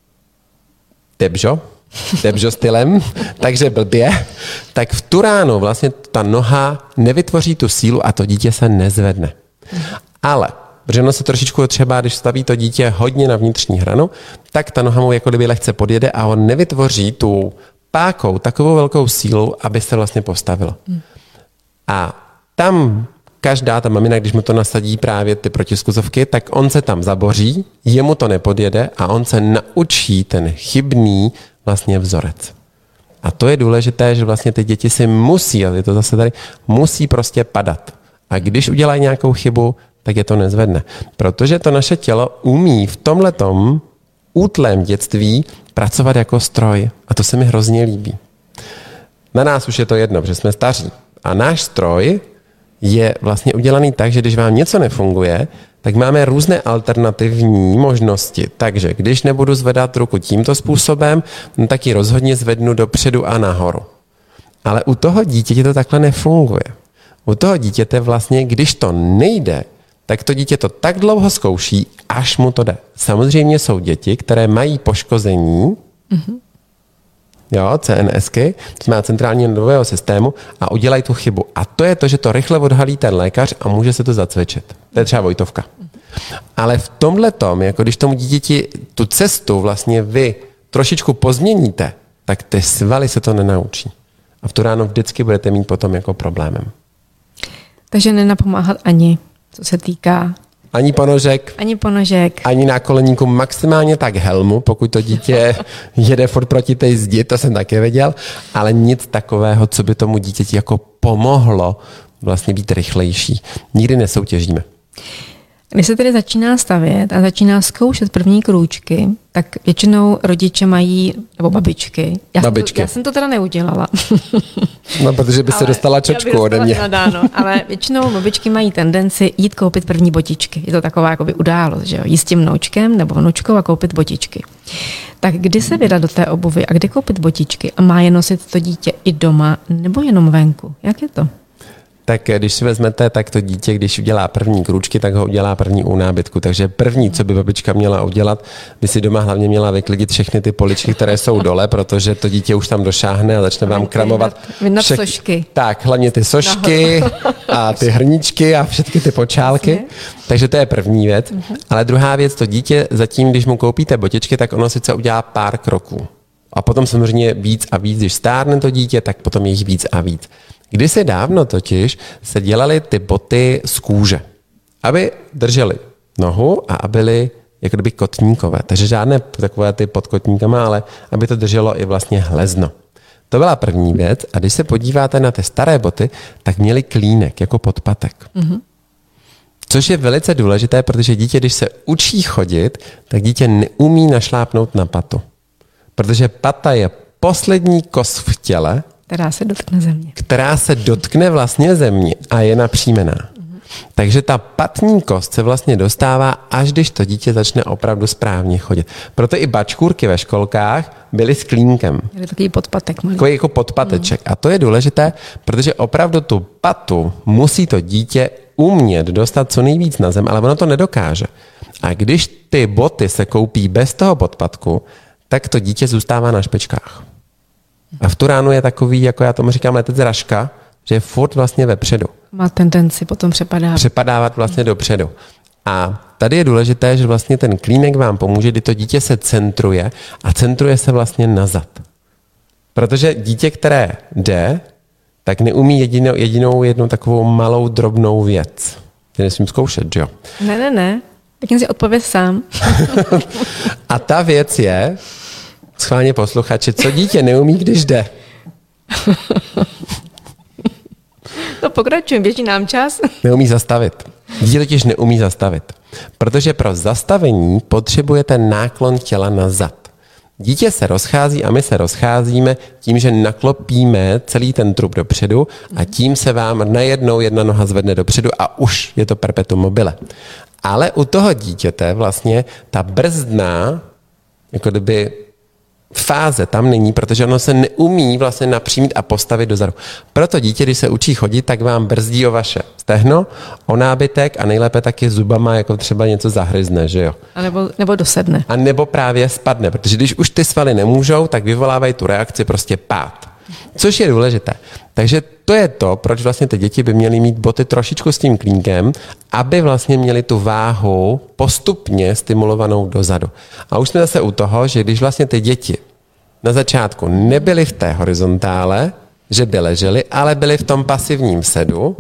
Speaker 2: debžo stylem, takže blbě, tak v tu ránu vlastně ta noha nevytvoří tu sílu a to dítě se nezvedne. Ale, protože ono se trošičku třeba, když staví to dítě hodně na vnitřní hranu, tak ta noha mu jako kdyby lehce podjede a on nevytvoří tu pákou takovou velkou sílu, aby se vlastně postavilo. A tam každá ta mamina, když mu to nasadí právě ty protiskluzovky, tak on se tam zaboří, jemu to nepodjede a on se naučí ten chybný vlastně vzorec. A to je důležité, že vlastně ty děti si musí, a je to zase tady, musí prostě padat. A když udělají nějakou chybu, tak je to nezvedne. Protože to naše tělo umí v tomhletom útlém dětství pracovat jako stroj. A to se mi hrozně líbí. Na nás už je to jedno, protože jsme staří. A náš stroj je vlastně udělaný tak, že když vám něco nefunguje, tak máme různé alternativní možnosti. Takže když nebudu zvedat ruku tímto způsobem, tak ji rozhodně zvednu dopředu a nahoru. Ale u toho dítěte to takhle nefunguje. U toho dítěte vlastně, když to nejde, tak to dítě to tak dlouho zkouší, až mu to jde. Samozřejmě jsou děti, které mají poškození, CNSky, to znamená centrálního nervového systému a udělají tu chybu. A to je to, že to rychle odhalí ten lékař a může se to zacvičit. To je třeba Vojtovka. Ale v tomhletom, jako když tomu dítěti tu cestu vlastně vy trošičku pozměníte, tak ty svaly se to nenaučí. A v tu ráno vždycky budete mít potom jako problémem.
Speaker 1: Takže nenapomáhat ani, co se týká
Speaker 2: ani ponožek, ani nákoleníku, maximálně tak helmu, pokud to dítě jede furt proti té zdi, to jsem také věděl, ale nic takového, co by tomu dítěti jako pomohlo vlastně být rychlejší. Nikdy nesoutěžíme.
Speaker 1: Když se tedy začíná stavět a začíná zkoušet první krůčky, tak většinou rodiče mají, nebo babičky. Já jsem to teda neudělala.
Speaker 2: No, protože by se dostala čočku ode mě.
Speaker 1: Nadáno, ale většinou babičky mají tendenci jít koupit první botičky. Je to taková jakoby událost, že jo? Jít s tím vnoučkem nebo vnučkou a koupit botičky. Tak kdy se vydat do té obuvy a kdy koupit botičky? A má je nosit to dítě i doma nebo jenom venku? Jak je to?
Speaker 2: tak když si vezmete, tak to dítě, když udělá první krůčky, tak ho udělá první u nábytku. Takže první, co by babička měla udělat, by si doma hlavně měla vyklidit všechny ty poličky, které jsou dole, protože to dítě už tam došáhne a začne vám kramovat.
Speaker 1: Vyndat sošky.
Speaker 2: Tak, hlavně ty sošky a ty hrníčky a všechny ty počálky. Takže to je první věc. Ale druhá věc, to dítě zatím, když mu koupíte botičky, tak ono sice udělá pár kroků. A potom samozřejmě víc a víc, když stárne to dítě, tak potom je jich víc a víc. Kdysi dávno totiž se dělaly ty boty z kůže, aby držely nohu a aby byly jako kdyby kotníkové. Takže žádné takové ty pod kotníkama, ale aby to drželo i vlastně hlezno. To byla první věc. A když se podíváte na ty staré boty, tak měly klínek jako podpatek. Mm-hmm. Což je velice důležité, protože dítě, když se učí chodit, tak dítě neumí našlápnout na patu. Protože pata je poslední kost v těle, která se dotkne vlastně země a je napřímená. Takže ta patní kost se vlastně dostává, až když to dítě začne opravdu správně chodit. Proto i bačkůrky ve školkách byly s klínkem.
Speaker 1: Byly takový podpatek.
Speaker 2: Takový jako podpateček. A to je důležité, protože opravdu tu patu musí to dítě umět dostat co nejvíc na zem, ale ono to nedokáže. A když ty boty se koupí bez toho podpatku, tak to dítě zůstává na špičkách. A v tu ránu je takový, jako já tomu říkám, letec raška, že je furt vlastně vepředu.
Speaker 1: Má tendenci potom
Speaker 2: přepadávat vlastně dopředu. A tady je důležité, že vlastně ten klínek vám pomůže, kdy to dítě se centruje a centruje se vlastně nazad. Protože dítě, které jde, tak neumí jedinou jednu takovou malou drobnou věc. Ty nesmím zkoušet, jo?
Speaker 1: Ne. Tak jen si odpověz sám.
Speaker 2: A ta věc je, schválně posluchači, co dítě neumí, když jde.
Speaker 1: To pokračujeme, běží nám čas.
Speaker 2: Neumí zastavit. Dítě totiž neumí zastavit. Protože pro zastavení potřebujete náklon těla nazad. Dítě se rozchází a my se rozcházíme tím, že naklopíme celý ten trup dopředu a tím se vám najednou jedna noha zvedne dopředu a už je to perpetuum mobile. Ale u toho dítěte vlastně ta brzdná jako kdyby fáze tam není, protože ono se neumí vlastně napřímit a postavit dozadu. Proto dítě, když se učí chodit, tak vám brzdí o vaše stehno, o nábytek a nejlépe taky zubama, jako třeba něco zahryzne, že jo?
Speaker 1: A nebo dosedne.
Speaker 2: A nebo právě spadne, protože když už ty svaly nemůžou, tak vyvolávají tu reakci prostě pád. Což je důležité. Takže to je to, proč vlastně ty děti by měly mít boty trošičku s tím klínkem, aby vlastně měly tu váhu postupně stimulovanou dozadu. A už jsme zase u toho, že když vlastně ty děti na začátku nebyly v té horizontále, že by ležely, ale byly v tom pasivním sedu,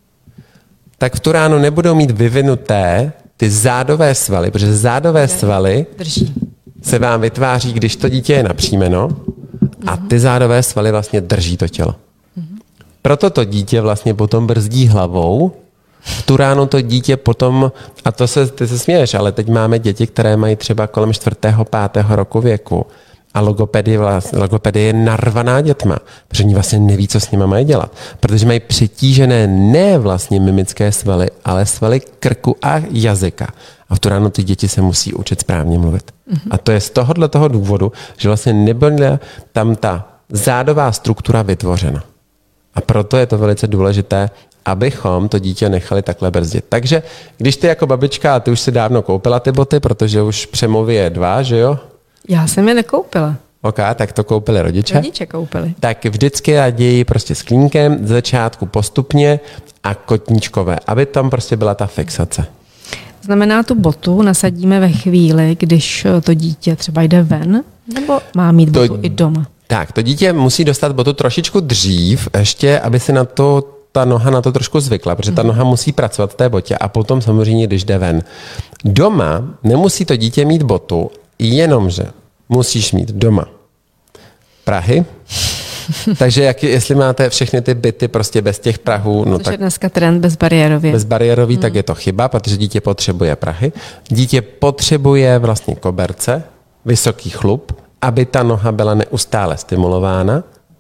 Speaker 2: tak v tu ránu nebudou mít vyvinuté ty zádové svaly, protože zádové svaly se vám vytváří, když to dítě je napřímeno, a ty zádové svaly vlastně drží to tělo. Proto to dítě vlastně potom brzdí hlavou. V tu ránu to dítě potom, a ty se směješ, ale teď máme děti, které mají třeba kolem 4., 5. roku věku. A logopedie je narvaná dětma, protože oni vlastně neví, co s nimi mají dělat. Protože mají přetížené ne vlastně mimické svaly, ale svaly krku a jazyka. A v tu ránu ty děti se musí učit správně mluvit. A to je z toho důvodu, že vlastně nebyla tam ta zádová struktura vytvořena. A proto je to velice důležité, abychom to dítě nechali takhle brzdit. Takže když ty jako babička, a ty už si dávno koupila ty boty, protože už přemovy je 2, že jo?
Speaker 1: Já jsem je nekoupila.
Speaker 2: Ok, tak to koupili rodiče.
Speaker 1: Rodiče koupili.
Speaker 2: Tak vždycky raději prostě s klínkem, z začátku postupně a kotníčkové, aby tam prostě byla ta fixace.
Speaker 1: Znamená, tu botu nasadíme ve chvíli, když to dítě třeba jde ven, nebo má mít botu i doma?
Speaker 2: Tak, to dítě musí dostat botu trošičku dřív, ještě, aby si ta noha na to trošku zvykla, protože ta noha musí pracovat v té botě a potom samozřejmě, když jde ven. Doma nemusí to dítě mít botu, jenomže musíš mít doma prahy. Takže jestli máte všechny ty byty prostě bez těch prahů, no tak
Speaker 1: dneska trend
Speaker 2: bezbariérový, tak je to chyba, protože dítě potřebuje prahy. Dítě potřebuje vlastně koberce, vysoký chlup, aby ta noha byla neustále stimulována.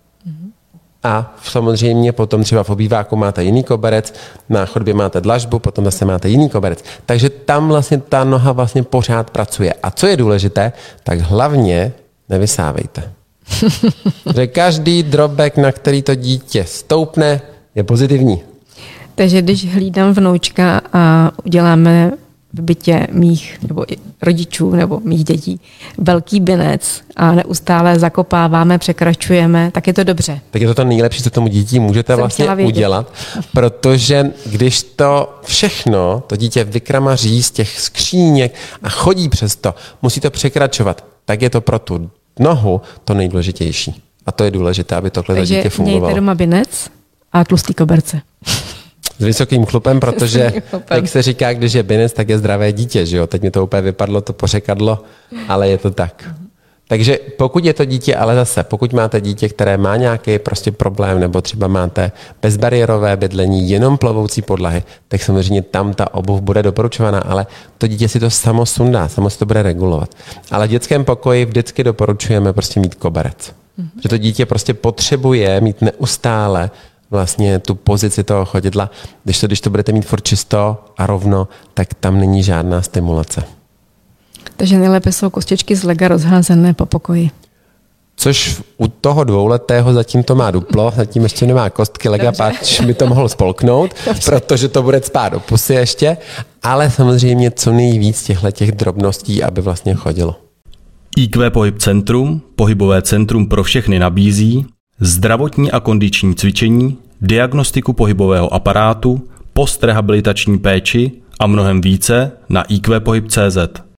Speaker 2: A samozřejmě potom třeba v obýváku máte jiný koberec, na chodbě máte dlažbu, potom zase máte jiný koberec. Takže tam vlastně ta noha vlastně pořád pracuje. A co je důležité, tak hlavně nevysávejte. Že každý drobek, na který to dítě stoupne, je pozitivní.
Speaker 1: Takže když hlídám vnoučka a uděláme v bytě mých nebo rodičů nebo mých dětí velký binec a neustále zakopáváme, překračujeme, tak je to dobře.
Speaker 2: Tak je to nejlepší, co tomu dítí můžete vlastně udělat, protože když to všechno, to dítě vykramaří z těch skříněk a chodí přes to, musí to překračovat, tak je to pro tu nohu to nejdůležitější. A to je důležité, aby tohle dítě fungovalo.
Speaker 1: Takže mějte doma binec a tlustý koberce.
Speaker 2: S vysokým chlupem, protože, jak se říká, když je binec, tak je zdravé dítě, že jo? Teď mi to úplně vypadlo, to pořekadlo, ale je to tak. Takže pokud je to dítě, ale zase, pokud máte dítě, které má nějaký prostě problém, nebo třeba máte bezbariérové bydlení, jenom plovoucí podlahy, tak samozřejmě tam ta obuv bude doporučovaná, ale to dítě si to samo sundá, samo si to bude regulovat. Ale v dětském pokoji vždycky doporučujeme prostě mít koberec. Že to dítě prostě potřebuje mít neustále vlastně tu pozici toho chodidla. Když to budete mít furt čisto a rovno, tak tam není žádná stimulace.
Speaker 1: Takže nejlépe jsou kostičky z lega rozházené po pokoji.
Speaker 2: Což u toho 2letého zatím to má duplo, zatím ještě nemá kostky lega, páč by to mohl spolknout, protože to bude cpát do pusy ještě, ale samozřejmě co nejvíc těch drobností, aby vlastně chodilo.
Speaker 3: IQ Pohyb Centrum, pohybové centrum pro všechny nabízí zdravotní a kondiční cvičení, diagnostiku pohybového aparátu, postrehabilitační péči a mnohem více na iqpohyb.cz.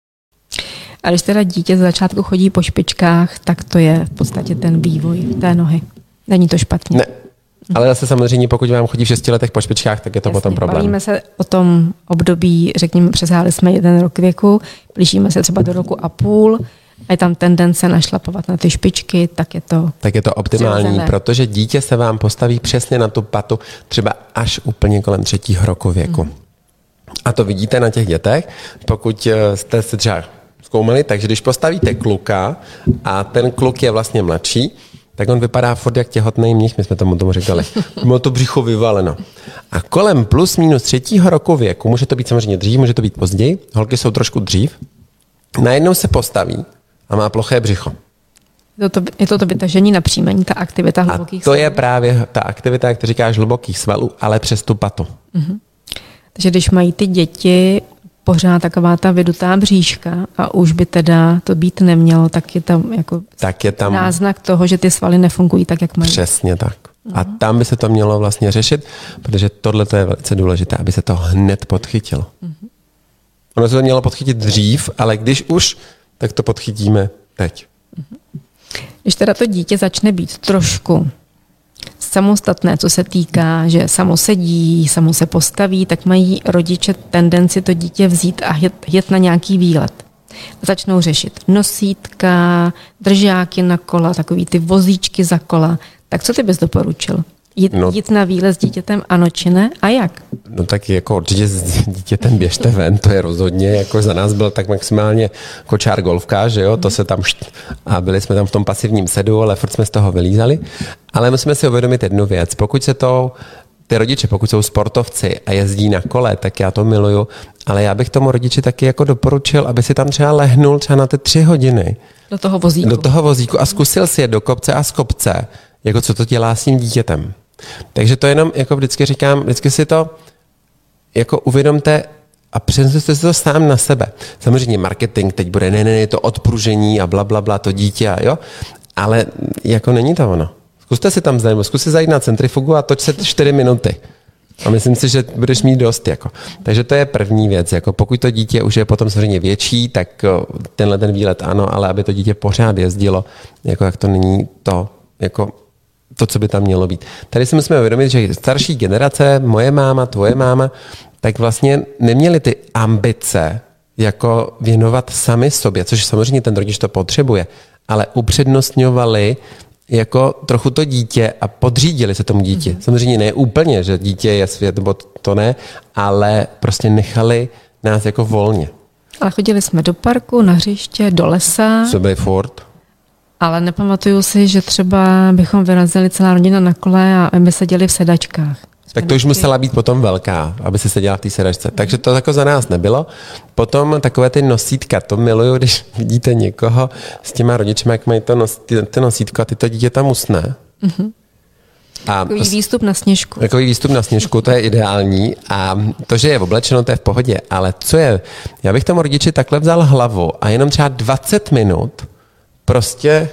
Speaker 1: A když teda dítě z začátku chodí po špičkách, tak to je v podstatě ten vývoj té nohy. Není to špatně.
Speaker 2: Ne, ale zase samozřejmě, pokud vám chodí v 6 letech po špičkách, tak je to potom problém.
Speaker 1: Bavíme se o tom období, řekněme, přesáhli jsme 1 rok věku, blížíme se třeba do roku a půl, a je tam tendence našlapovat na ty špičky, tak je to
Speaker 2: optimální,
Speaker 1: přirozené.
Speaker 2: Protože dítě se vám postaví přesně na tu patu třeba až úplně kolem 3. roku věku. A to vidíte na těch dětech, pokud jste si třeba zkoumali, takže když postavíte kluka a ten kluk je vlastně mladší, tak on vypadá furt jak těhotný mnich, my jsme tomu říkali. Má to břicho vyvaleno. A kolem plus minus 3. roku věku, může to být samozřejmě dřív, může to být později, holky jsou trošku dřív, najednou se postaví a má ploché břicho.
Speaker 1: Je to vytažení na příjmení, ta aktivita hlubokých
Speaker 2: svalů. A to je právě ta aktivita, jak to říkáš, hlubokých svalů, ale přes tu patu.
Speaker 1: Takže když mají ty děti pořád taková ta vydutá bříška a už by teda to být nemělo, tak je tam náznak toho, že ty svaly nefungují tak, jak mají.
Speaker 2: Přesně tak. A tam by se to mělo vlastně řešit, protože tohle je velice důležité, aby se to hned podchytilo. Ono se to mělo podchytit dřív, ale když už, tak to podchytíme teď.
Speaker 1: Když teda to dítě začne být trošku samostatné, co se týká, že samo sedí, samo se postaví, tak mají rodiče tendenci to dítě vzít a jet na nějaký výlet. A začnou řešit nosítka, držáky na kola, takový ty vozíčky za kola. Tak co ty bys doporučil? Jít na výlet s dítětem, ano či ne? A jak?
Speaker 2: No tak jako určitě s dítětem běžte ven, to je rozhodně, jako za nás byl tak maximálně kočár golfka, že jo, to se tam a byli jsme tam v tom pasivním sedu, ale furt jsme z toho vylízali. Ale musíme si uvědomit jednu věc, pokud ty rodiče, pokud jsou sportovci a jezdí na kole, tak já to miluju, ale já bych tomu rodiči taky jako doporučil, aby si tam třeba lehnul třeba na ty 3 hodiny.
Speaker 1: Do toho vozíku
Speaker 2: a zkusil si je do kopce a z kopce, jako co to dělá s tím dítětem. Takže to jenom, jako vždycky říkám, vždycky si to jako uvědomte a přenesete si to sám na sebe. Samozřejmě marketing teď bude, ne, to odpružení a blablabla, to dítě a jo, ale jako není to ono. Zkuste si tam zajít, zkuste zajít na centrifugu a toč se 4 minuty. A myslím si, že budeš mít dost. Jako. Takže to je první věc. Jako pokud to dítě už je potom samozřejmě větší, tak ten výlet ano, ale aby to dítě pořád jezdilo, jako jak to není to, jako to, co by tam mělo být. Tady si musíme uvědomit, že starší generace, moje máma, tvoje máma, tak vlastně neměli ty ambice jako věnovat sami sobě, což samozřejmě ten rodič to potřebuje, ale upřednostňovali jako trochu to dítě a podřídili se tomu dítě. Samozřejmě ne úplně, že dítě je svět, nebo to ne, ale prostě nechali nás jako volně.
Speaker 1: Ale chodili jsme do parku, na hřiště, do lesa.
Speaker 2: Co by furt.
Speaker 1: Ale nepamatuju si, že třeba bychom vyrazili celá rodina na kole a my seděli v sedačkách.
Speaker 2: Tak to už musela být potom velká, aby se seděla v té sedačce. Takže to jako za nás nebylo. Potom takové ty nosítka, to miluju, když vidíte někoho s těma rodičima, jak mají ty nosítko a ty to dítě tam usne.
Speaker 1: Takový výstup na Sněžku.
Speaker 2: Takový výstup na Sněžku, to je ideální. A to, že je oblečeno, to je v pohodě. Ale co je, já bych tomu rodiči takhle vzal hlavu a jenom třeba 20 minut prostě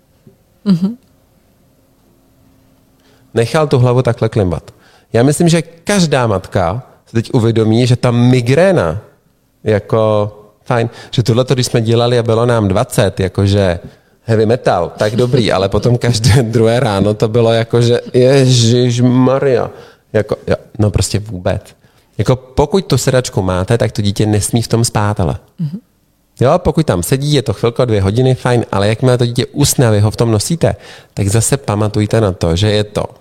Speaker 2: nechal tu hlavu takhle klimbat. Já myslím, že každá matka se teď uvědomí, že ta migréna, jako fajn, že tohleto, když jsme dělali a bylo nám 20, jakože heavy metal, tak dobrý, ale potom každé druhé ráno to bylo jako, že ježišmarja, jako, no prostě vůbec. Jako pokud tu sedačku máte, tak to dítě nesmí v tom spát, ale. Jo, pokud tam sedí, je to chvilko 2 hodiny, fajn, ale jakmile to dítě usne, vy ho v tom nosíte, tak zase pamatujte na to, že je to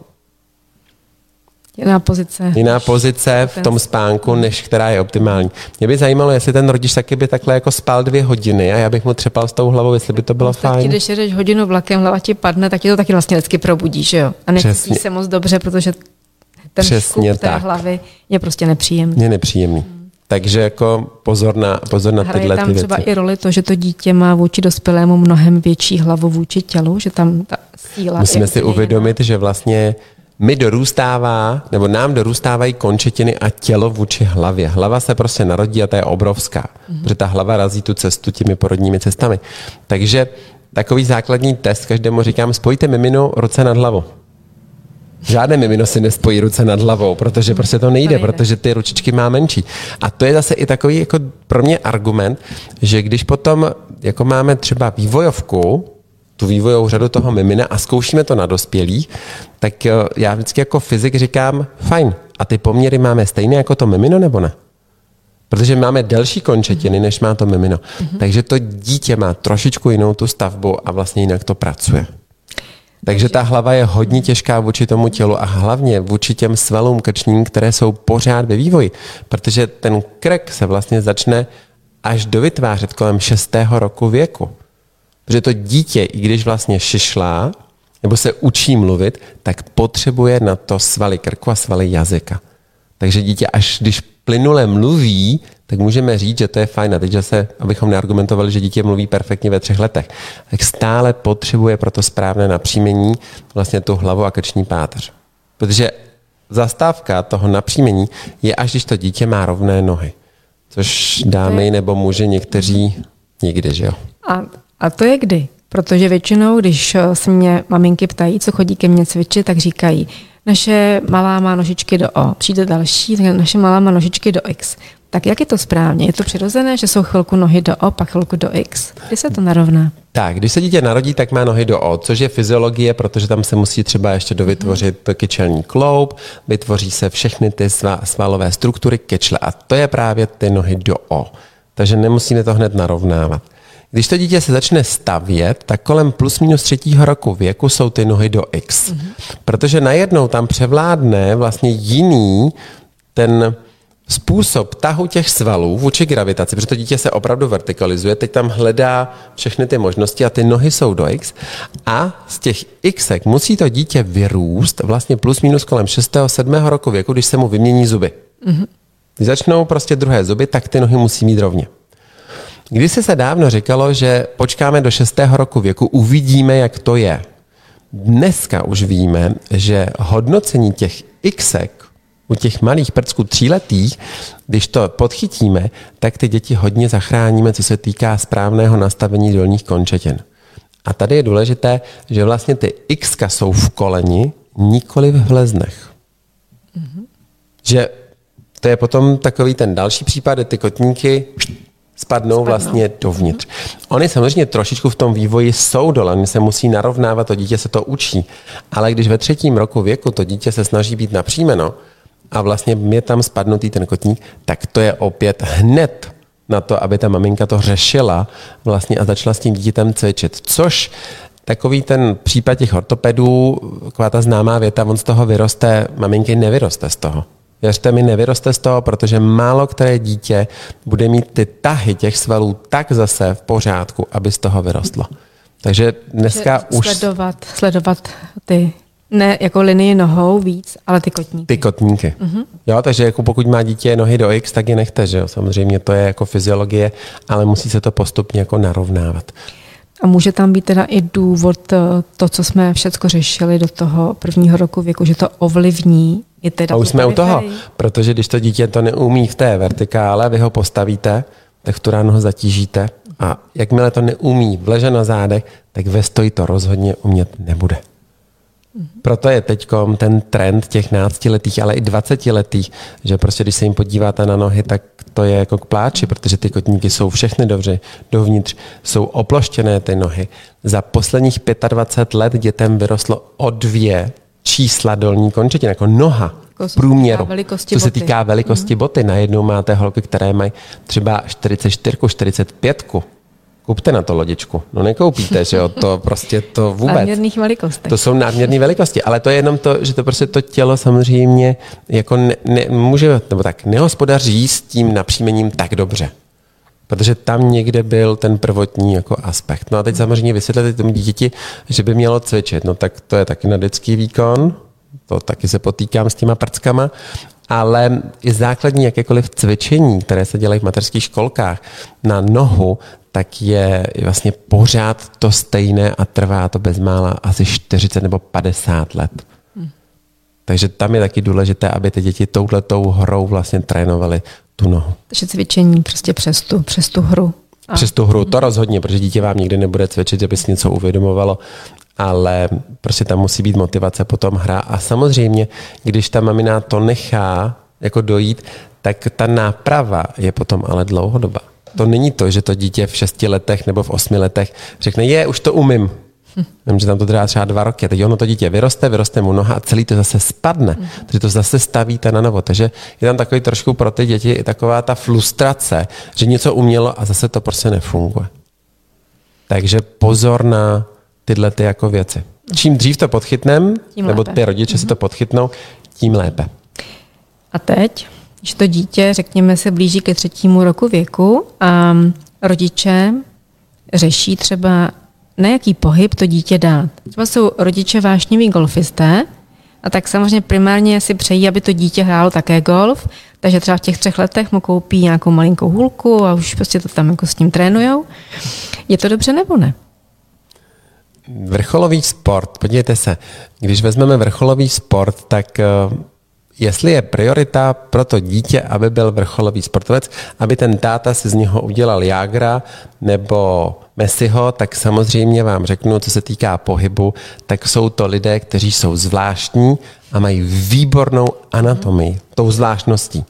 Speaker 2: jiná pozice v tom spánku, než která je optimální. Mě by zajímalo, jestli ten rodič taky by takhle jako spal 2 hodiny a já bych mu třepal s tou hlavou, jestli by to bylo fajn.
Speaker 1: Když jedeš hodinu vlakem, hlava ti padne, tak ti to taky vlastně vždycky probudí, že jo? A necítíš se moc dobře, protože ten škup té hlavy je prostě nepříjemný.
Speaker 2: Je nepříjemný. Takže jako pozor na tyhle ty věci.
Speaker 1: Hraje tam třeba i roli to, že to dítě má vůči dospělému mnohem větší hlavu vůči tělu, že tam ta síla.
Speaker 2: Musíme si uvědomit, že vlastně nám dorůstávají končetiny a tělo vůči hlavě. Hlava se prostě narodí a ta je obrovská, protože ta hlava razí tu cestu těmi porodními cestami. Takže takový základní test, každému říkám, spojte mimino ruce nad hlavu. Žádné mimino si nespojí ruce nad hlavou, protože prostě to nejde, protože ty ručičky má menší. A to je zase i takový jako pro mě argument, že když potom jako máme třeba vývojovku, tu vývojovou řadu toho mimina a zkoušíme to na dospělých, tak já vždycky jako fyzik říkám, fajn, a ty poměry máme stejné jako to mimino, nebo ne? Protože máme delší končetiny, než má to mimino. Takže to dítě má trošičku jinou tu stavbu a vlastně jinak to pracuje. Takže ta hlava je hodně těžká vůči tomu tělu a hlavně vůči těm svalům krčním, které jsou pořád ve vývoji. Protože ten krk se vlastně začne až dovytvářet kolem 6. roku věku. Protože to dítě, i když vlastně šišlá, nebo se učí mluvit, tak potřebuje na to svaly krku a svaly jazyka. Takže dítě, až když plynule mluví, tak můžeme říct, že to je fajn. A teď zase, abychom neargumentovali, že dítě mluví perfektně ve 3 letech, tak stále potřebuje pro to správné napříjmení vlastně tu hlavu a krční páteř. Protože zastávka toho napříjmení je, až když to dítě má rovné nohy. Což dámy nebo muži někteří nikdy, že jo?
Speaker 1: A to je kdy? Protože většinou, když se mě maminky ptají, co chodí ke mně cvičit, tak říkají, naše malá má nožičky do O. Přijde další, tak naše malá má nožičky do X. Tak jak je to správně? Je to přirozené, že jsou chvilku nohy do O, pak chvilku do X? Kdy se to narovná?
Speaker 2: Tak, když se dítě narodí, tak má nohy do O, což je fyziologie, protože tam se musí třeba ještě dovytvořit kyčelní kloub, vytvoří se všechny ty svalové struktury kyčle a to je právě ty nohy do O. Takže nemusíme to hned narovnávat. Když to dítě se začne stavět, tak kolem plus minus 3. roku věku jsou ty nohy do X. Protože najednou tam převládne vlastně jiný ten způsob tahu těch svalů vůči gravitaci, protože to dítě se opravdu vertikalizuje, teď tam hledá všechny ty možnosti a ty nohy jsou do X a z těch Xek musí to dítě vyrůst vlastně plus minus kolem 6. 7. roku věku, když se mu vymění zuby. Když začnou prostě druhé zuby, tak ty nohy musí mít rovně. Když se dávno říkalo, že počkáme do 6. roku věku, uvidíme, jak to je. Dneska už víme, že hodnocení těch Xek u těch malých prcků 3letých, když to podchytíme, tak ty děti hodně zachráníme, co se týká správného nastavení dolních končetin. A tady je důležité, že vlastně ty Xka jsou v koleni, nikoli v hleznech. Že to je potom takový ten další případ, kde ty kotníky spadnou vlastně dovnitř. Oni samozřejmě trošičku v tom vývoji jsou dole, oni se musí narovnávat, to dítě se to učí. Ale když ve 3. roku věku to dítě se snaží být napřímeno a vlastně je tam spadnutý ten kotník, tak to je opět hned na to, aby ta maminka to řešila vlastně a začala s tím dítětem cvičit. Což takový ten případ těch ortopedů, taková ta známá věta, on z toho vyroste, maminky nevyroste z toho. Věřte mi, nevyroste z toho, protože málo které dítě bude mít ty tahy těch svalů tak zase v pořádku, aby z toho vyrostlo. Takže dneska už...
Speaker 1: Sledovat ty, ne jako linii nohou víc, ale ty kotníky.
Speaker 2: Ty kotníky. Jo, takže jako pokud má dítě nohy do X, tak je nechte, že jo. Samozřejmě to je jako fyziologie, ale musí se to postupně jako narovnávat.
Speaker 1: A může tam být teda i důvod to, co jsme všecko řešili do toho 1. roku věku, že to ovlivní i teda.
Speaker 2: A už jsme u toho, protože když to dítě to neumí v té vertikále, vy ho postavíte, tak v tu ránu ho zatížíte a jakmile to neumí vleže na zádech, tak ve stoji to rozhodně umět nebude. Proto je teďkom ten trend těch 12letých, ale i 20letých, že prostě když se jim podíváte na nohy, tak to je jako k pláči, protože ty kotníky jsou všechny dobře dovnitř, jsou oploštěné ty nohy. Za posledních 25 let dětem vyrostlo o 2 čísla dolní končetin, jako noha v průměru. Co se týká velikosti boty, najednou máte holky, které mají třeba 44, 45. Kupte na to lodičku. No nekoupíte, že jo, to prostě to vůbec.
Speaker 1: Nadměrných velikostech.
Speaker 2: To jsou nadměrné velikosti, ale to je jenom to, že to prostě to tělo samozřejmě jako může, nebo tak, nehospodaří s tím napřímením tak dobře. Protože tam někde byl ten prvotní jako aspekt. No a teď samozřejmě vysvětlete tomu dítěti, že by mělo cvičit. No tak to je taky nadický výkon, to taky se potýkám s těma prckama, ale i základní jakékoliv cvičení, které se dělají v mateřských školkách na nohu, tak je vlastně pořád to stejné a trvá to bezmála asi 40 nebo 50 let. Takže tam je taky důležité, aby ty děti touhletou hrou vlastně trénovaly tu nohu.
Speaker 1: Takže cvičení prostě přes tu hru.
Speaker 2: Přes tu hru, to rozhodně, protože dítě vám nikdy nebude cvičit, aby si něco uvědomovalo, ale prostě tam musí být motivace potom hra. A samozřejmě, když ta mamina to nechá jako dojít, tak ta náprava je potom ale dlouhodobá. To není to, že to dítě v 6 letech nebo v 8 letech řekne, už to umím. Vím, že tam to trvá třeba 2 roky. Teď ono to dítě vyroste mu noha a celý to zase spadne. Takže to zase stavíte na novo. Takže je tam takový trošku pro ty děti i taková ta frustrace, že něco umělo a zase to prostě nefunguje. Takže pozor na tyhle ty jako věci. Čím dřív to podchytneme, nebo ty rodiče si to podchytnou, tím lépe.
Speaker 1: A teď, když to dítě, řekněme, se blíží ke 3. roku věku a rodiče řeší třeba, na jaký pohyb to dítě dát. Třeba jsou rodiče vášniví golfisté a tak samozřejmě primárně si přejí, aby to dítě hrálo také golf, takže třeba v těch 3 letech mu koupí nějakou malinkou hůlku a už prostě to tam jako s ním trénujou. Je to dobře nebo ne?
Speaker 2: Vrcholový sport, podívejte se, když vezmeme vrcholový sport, tak jestli je priorita pro to dítě, aby byl vrcholový sportovec, aby ten táta si z něho udělal Jágra nebo Messiho, tak samozřejmě vám řeknu, co se týká pohybu, tak jsou to lidé, kteří jsou zvláštní a mají výbornou anatomii, tou zvláštností.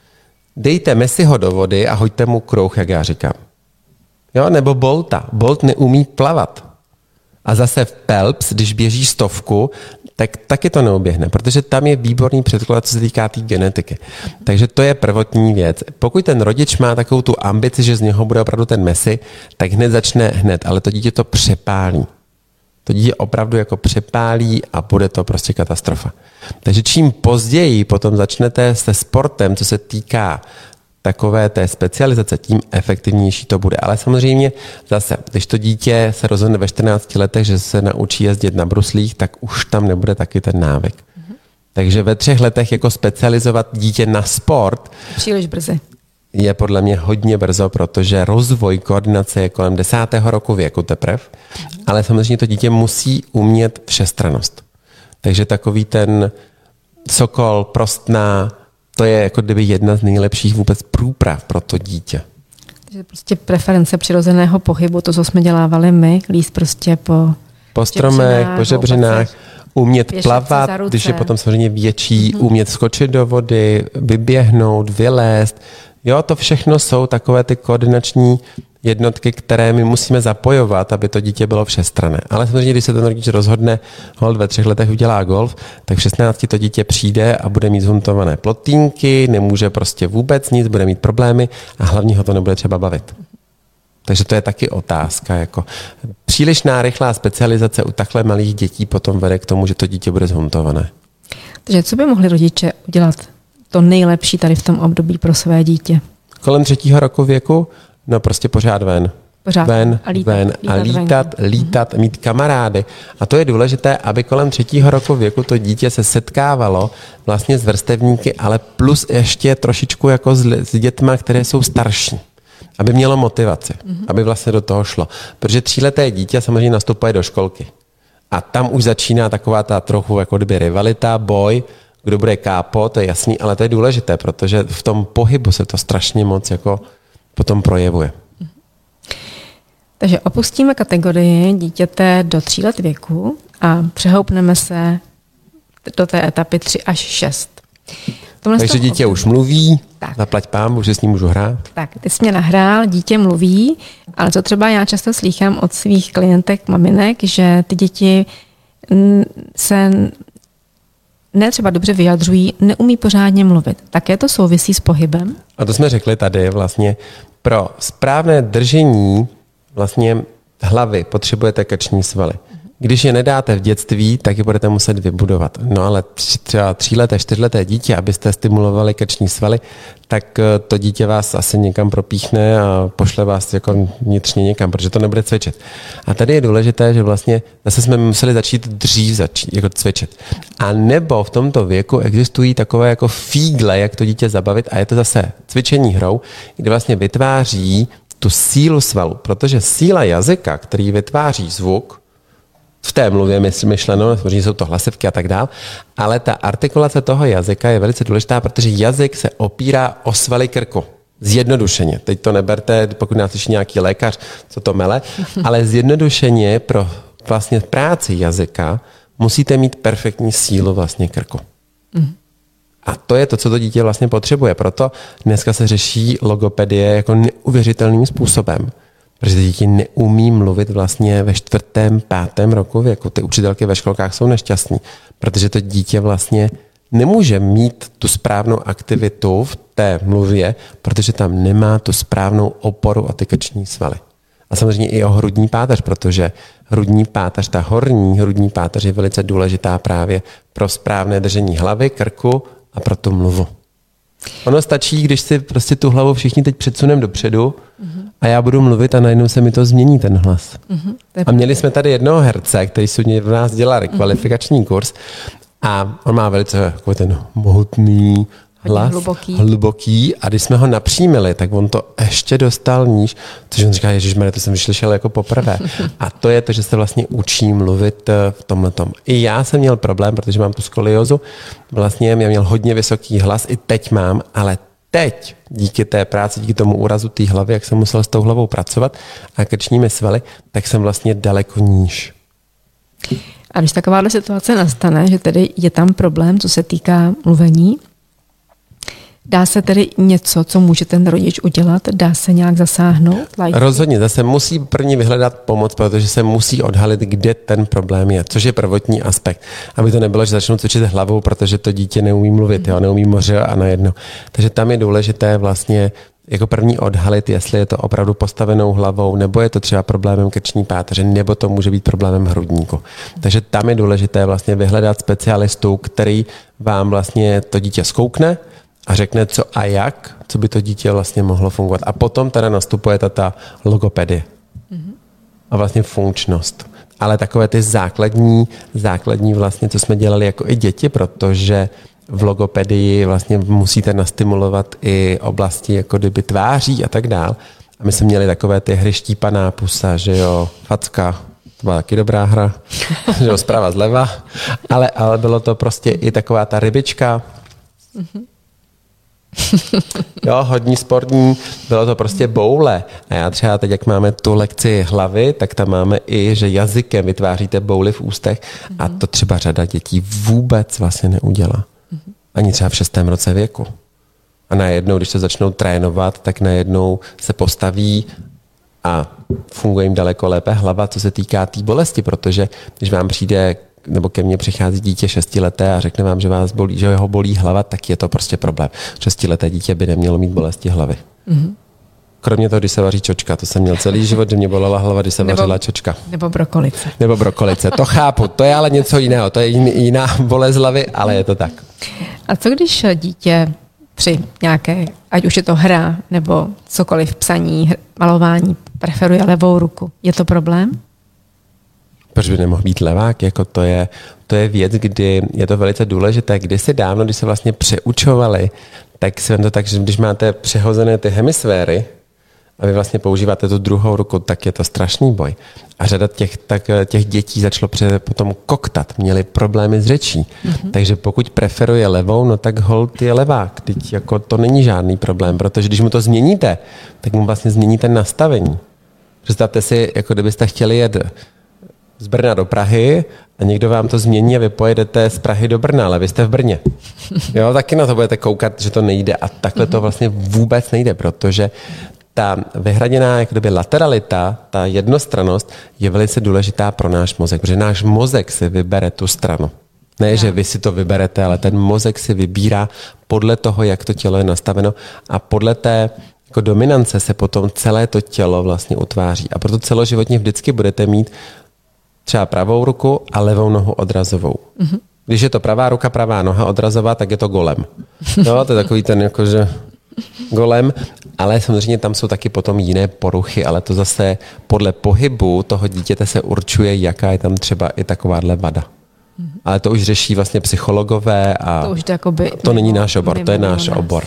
Speaker 2: Dejte Messiho do vody a hoďte mu krouh, jak já říkám. Jo, nebo Bolta. Bolt neumí plavat. A zase v Phelps, když běží 100, tak taky to neuběhne, protože tam je výborný předpoklad, co se týká té genetiky. Takže to je prvotní věc. Pokud ten rodič má takovou tu ambici, že z něho bude opravdu ten Messi, tak začne hned, ale to dítě to přepálí. To dítě opravdu jako přepálí a bude to prostě katastrofa. Takže čím později potom začnete se sportem, co se týká takové té specializace, tím efektivnější to bude. Ale samozřejmě zase, když to dítě se rozhodne ve 14 letech, že se naučí jezdit na bruslích, tak už tam nebude taky ten návyk. Takže ve 3 letech jako specializovat dítě na sport
Speaker 1: příliš brzy.
Speaker 2: Je podle mě hodně brzo, protože rozvoj koordinace je kolem 10. roku věku teprve, ale samozřejmě to dítě musí umět všestrannost. Takže takový ten sokol, prostná, to je jako kdyby jedna z nejlepších vůbec průprav pro to dítě.
Speaker 1: Takže prostě preference přirozeného pohybu, to, co jsme dělávali my, líst prostě po
Speaker 2: stromech, po žebřinách, umět plavat, když je potom samozřejmě větší, umět skočit do vody, vyběhnout, vylézt. Jo, to všechno jsou takové ty koordinační jednotky, které my musíme zapojovat, aby to dítě bylo všestranné. Ale samozřejmě, když se ten rodič rozhodne, holt ve 3 letech udělá golf, tak v 16 to dítě přijde a bude mít zhuntované plotínky, nemůže prostě vůbec nic, bude mít problémy a hlavně ho to nebude třeba bavit. Takže to je taky otázka. Jako přílišná rychlá specializace u takhle malých dětí potom vede k tomu, že to dítě bude zhuntované.
Speaker 1: Takže co by mohli rodiče udělat to nejlepší tady v tom období pro své dítě?
Speaker 2: Kolem 3. roku věku, no prostě pořád ven. Lítat, mít kamarády. A to je důležité, aby kolem 3. roku věku to dítě se setkávalo vlastně s vrstevníky, ale plus ještě trošičku jako s dětma, které jsou starší. aby mělo motivaci, aby vlastně do toho šlo. Protože 3leté dítě samozřejmě nastupuje do školky. A tam už začíná taková ta trochu jako kdyby rivalita, boj, kdo bude kápo, to je jasný, ale to je důležité, protože v tom pohybu se to strašně moc jako potom projevuje.
Speaker 1: Takže opustíme kategorii dítěte do 3 let věku a přehoupneme se do té etapy 3 až 6.
Speaker 2: Takže dítě už mluví, zaplať pánbůh, že s ním můžu hrát.
Speaker 1: Tak, ty jsi mě nahrál, dítě mluví, ale co třeba já často slýchám od svých klientek, maminek, že ty děti se ne třeba dobře vyjadřují, neumí pořádně mluvit. Také to souvisí s pohybem?
Speaker 2: A to jsme řekli tady vlastně. Pro správné držení vlastně hlavy potřebujete krční svaly. Když je nedáte v dětství, tak je budete muset vybudovat. No ale třeba 3leté, 4leté dítě, abyste stimulovali krční svaly, tak to dítě vás asi někam propíchne a pošle vás jako vnitřně někam, protože to nebude cvičit. A tady je důležité, že vlastně zase jsme museli začít dřív jako cvičit. A nebo v tomto věku existují takové jako fígle, jak to dítě zabavit, a je to zase cvičení hrou, kde vlastně vytváří tu sílu svalu, protože síla jazyka, který vytváří zvuk, v té mluvě myšleno, samozřejmě jsou to hlasivky a tak dál, ale ta artikulace toho jazyka je velice důležitá, protože jazyk se opírá o svaly krku. Zjednodušeně. Teď to neberte, pokud nás slyší nějaký lékař, co to mele, ale zjednodušeně pro vlastně práci jazyka musíte mít perfektní sílu vlastně krku. A to je to, co to dítě vlastně potřebuje. Proto dneska se řeší logopedie jako neuvěřitelným způsobem. Protože děti neumí mluvit vlastně ve 4., 5. roku věku. Ty učitelky ve školkách jsou nešťastní, protože to dítě vlastně nemůže mít tu správnou aktivitu v té mluvě, protože tam nemá tu správnou oporu o ty krční svaly. A samozřejmě i o hrudní páteř, protože hrudní páteř, ta horní hrudní páteř je velice důležitá právě pro správné držení hlavy, krku a pro tu mluvu. Ono stačí, když si prostě tu hlavu všichni teď předsuneme dopředu a já budu mluvit a najednou se mi to změní ten hlas. A měli jsme tady jednoho herce, který si v nás dělal rekvalifikační kurz a on má velice jako ten mohutný hlas, hluboký, a když jsme ho napřímili, tak on to ještě dostal níž, což on říká, ježišmarja, to jsem slyšel jako poprvé. A to je to, že se vlastně učí mluvit v tomhletom. I já jsem měl problém, protože mám tu skoliozu, vlastně já měl hodně vysoký hlas, i teď mám, ale teď díky té práci, díky tomu úrazu té hlavy, jak jsem musel s tou hlavou pracovat a krčními svaly, tak jsem vlastně daleko níž.
Speaker 1: A když takováhle situace nastane, že tedy je tam problém, co se týká mluvení, dá se tedy něco, co může ten rodič udělat? Dá se nějak zasáhnout?
Speaker 2: Rozhodně, zase musí první vyhledat pomoc, protože se musí odhalit, kde ten problém je, což je prvotní aspekt. Aby to nebylo, že začnou cvičit hlavou, protože to dítě neumí mluvit, neumí moře a najednou. Takže tam je důležité vlastně jako první odhalit, jestli je to opravdu postavenou hlavou, nebo je to třeba problémem krční páteře, nebo to může být problémem hrudníku. Takže tam je důležité vlastně vyhledat specialistu, který vám vlastně to dítě zkoukne a řekne, co a jak, co by to dítě vlastně mohlo fungovat. A potom teda nastupuje ta logopedie. A vlastně funkčnost. Ale takové ty základní vlastně, co jsme dělali jako i děti, protože v logopedii vlastně musíte nastimulovat i oblasti jako kdyby tváří a tak dál. A my jsme měli takové ty hry štípaná pusa, že jo, facka, to byla taky dobrá hra, že jo, zprava zleva, ale bylo to prostě i taková ta rybička, jo, hodně sportní, bylo to prostě boule. A já třeba teď, jak máme tu lekci hlavy, tak tam máme i, že jazykem vytváříte bouly v ústech a to třeba řada dětí vůbec vlastně neudělá. Ani třeba v 6. roce věku. A najednou, když se začnou trénovat, tak najednou se postaví a funguje jim daleko lépe hlava, co se týká té bolesti, protože když vám přijde, nebo ke mně přichází dítě 6leté a řekne vám, že vás bolí, že ho bolí hlava, tak je to prostě problém. 6leté dítě by nemělo mít bolesti hlavy. Kromě toho, když se vaří čočka, to jsem měl celý život, že mě bolela hlava, když se vařila čočka.
Speaker 1: Nebo brokolice.
Speaker 2: To chápu, to je ale něco jiného, to je jiná bolest hlavy, ale je to tak.
Speaker 1: A co když dítě při nějaké, ať už je to hra, nebo cokoliv, psaní, malování, preferuje levou ruku? Je to problém?
Speaker 2: Proč by nemohl být levák? Jako to je věc, kdy je to velice důležité. Kdysi dávno, když se vlastně přeučovali, tak se to tak, že když máte přehozené ty hemisféry a vy vlastně používáte tu druhou ruku, tak je to strašný boj. A řada těch dětí začalo potom koktat, měli problémy s řečí. Takže pokud preferuje levou, no tak holt je levák. Teď jako to není žádný problém, protože když mu to změníte, tak mu vlastně změníte nastavení. Představte si, jako kdybyste chtěli jet z Brna do Prahy a někdo vám to změní a vy pojedete z Prahy do Brna, ale vy jste v Brně. Jo, taky na to budete koukat, že to nejde a takhle to vlastně vůbec nejde, protože ta vyhraněná jak kdyby lateralita, ta jednostrannost je velice důležitá pro náš mozek, protože náš mozek si vybere tu stranu. Ne, že vy si to vyberete, ale ten mozek si vybírá podle toho, jak to tělo je nastaveno a podle té jako dominance se potom celé to tělo vlastně utváří. A proto celoživotně vždycky budete mít třeba pravou ruku a levou nohu odrazovou. Když je to pravá ruka, pravá noha odrazová, tak je to golem. No, to je takový ten jakože golem, ale samozřejmě tam jsou taky potom jiné poruchy, ale to zase podle pohybu toho dítěte se určuje, jaká je tam třeba i takováhle vada. Ale to už řeší vlastně psychologové a to není náš obor, to je náš obor.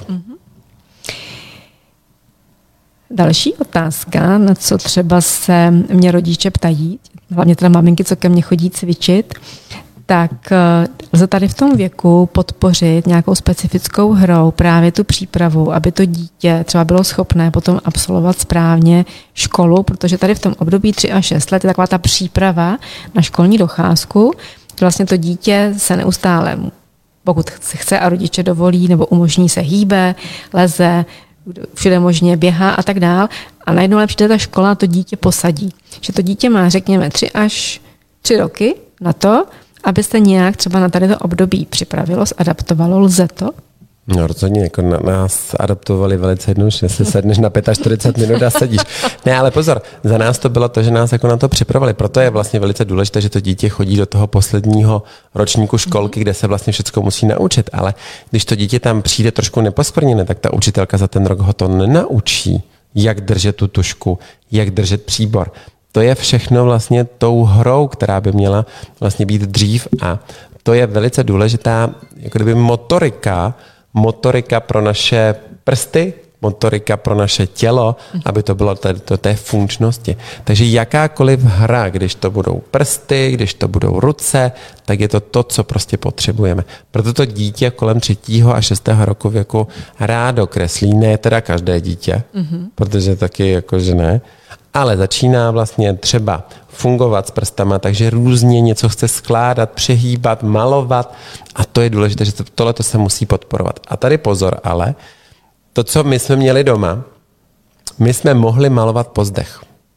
Speaker 1: Další otázka, na co třeba se mě rodiče ptají, hlavně teda maminky, co ke mně chodí cvičit, tak lze tady v tom věku podpořit nějakou specifickou hrou právě tu přípravu, aby to dítě třeba bylo schopné potom absolvovat správně školu, protože tady v tom období 3 až 6 let je taková ta příprava na školní docházku, vlastně to dítě se neustále, pokud se chce a rodiče dovolí nebo umožní, se hýbe, leze, všude možně běhá a tak dál. A najednou ale přijde ta škola a to dítě posadí. Že to dítě má, řekněme, 3 až 3 roky na to, aby se nějak třeba na tady to období připravilo, zadaptovalo. Lze to?
Speaker 2: No rozhodně, jako nás adaptovali velice jednoduše, si sedneš na 45 minut a sedíš. Ne, ale pozor, za nás to bylo to, že nás jako na to připravili. Proto je vlastně velice důležité, že to dítě chodí do toho posledního ročníku školky, kde se vlastně všechno musí naučit. Ale když to dítě tam přijde trošku neposkvrněné, tak ta učitelka za ten rok ho to nenaučí, jak držet tu tužku, jak držet příbor. To je všechno vlastně tou hrou, která by měla vlastně být dřív a to je velice důležitá jako kdyby motorika pro naše prsty, motorika pro naše tělo, aby to bylo do té funkčnosti. Takže jakákoliv hra, když to budou prsty, když to budou ruce, tak je to, co prostě potřebujeme. Proto to dítě kolem 3. a 6. roku věku rádo kreslí, ne teda každé dítě, protože taky jakože ne, ale začíná vlastně třeba fungovat s prstama, takže různě něco chce skládat, přehýbat, malovat a to je důležité, že tohleto se musí podporovat. A tady pozor, ale to, co my jsme měli doma, my jsme mohli malovat po zdech.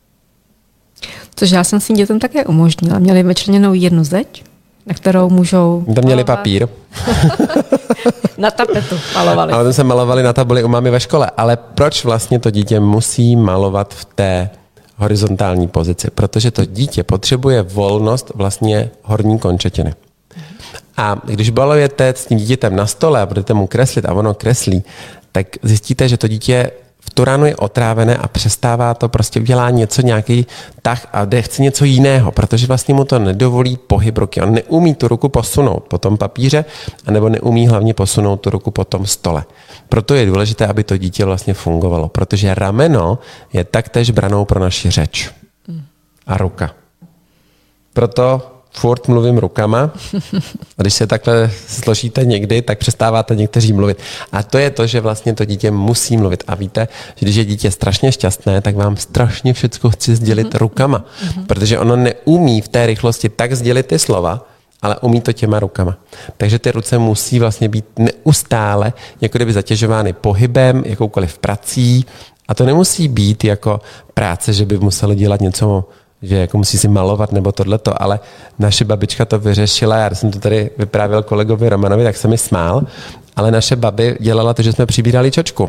Speaker 1: Což já jsem svým dětem také umožnila. Měli vyčleněnou jednu zeď, na kterou můžou
Speaker 2: tam měli papír.
Speaker 1: Na tapetu malovali.
Speaker 2: A potom se malovali na tabuli u mámy ve škole. Ale proč vlastně to dítě musí malovat v té horizontální pozici? Protože to dítě potřebuje volnost vlastně horní končetiny. A když balujete s tím dítětem na stole a budete mu kreslit a ono kreslí, tak zjistíte, že to dítě v tu ránu je otrávené a přestává to, prostě udělá něco, nějaký tah a chce něco jiného, protože vlastně mu to nedovolí pohyb ruky. On neumí tu ruku posunout po tom papíře, anebo neumí hlavně posunout tu ruku po tom stole. Proto je důležité, aby to dítě vlastně fungovalo, protože rameno je taktéž branou pro naši řeč a ruka. Proto furt mluvím rukama a když se takhle složíte někdy, tak přestáváte někteří mluvit. A to je to, že vlastně to dítě musí mluvit. A víte, že když je dítě strašně šťastné, tak vám strašně všechno chci sdělit rukama. Protože ono neumí v té rychlosti tak sdělit ty slova, ale umí to těma rukama. Takže ty ruce musí vlastně být neustále jako kdyby zatěžovány pohybem, jakoukoliv prací. A to nemusí být jako práce, že by museli dělat něco, že jako musí si malovat nebo tohleto, ale naše babička to vyřešila, já jsem to tady vyprávěl kolegovi Romanovi, tak se mi smál, ale naše babi dělala to, že jsme přibírali čočku.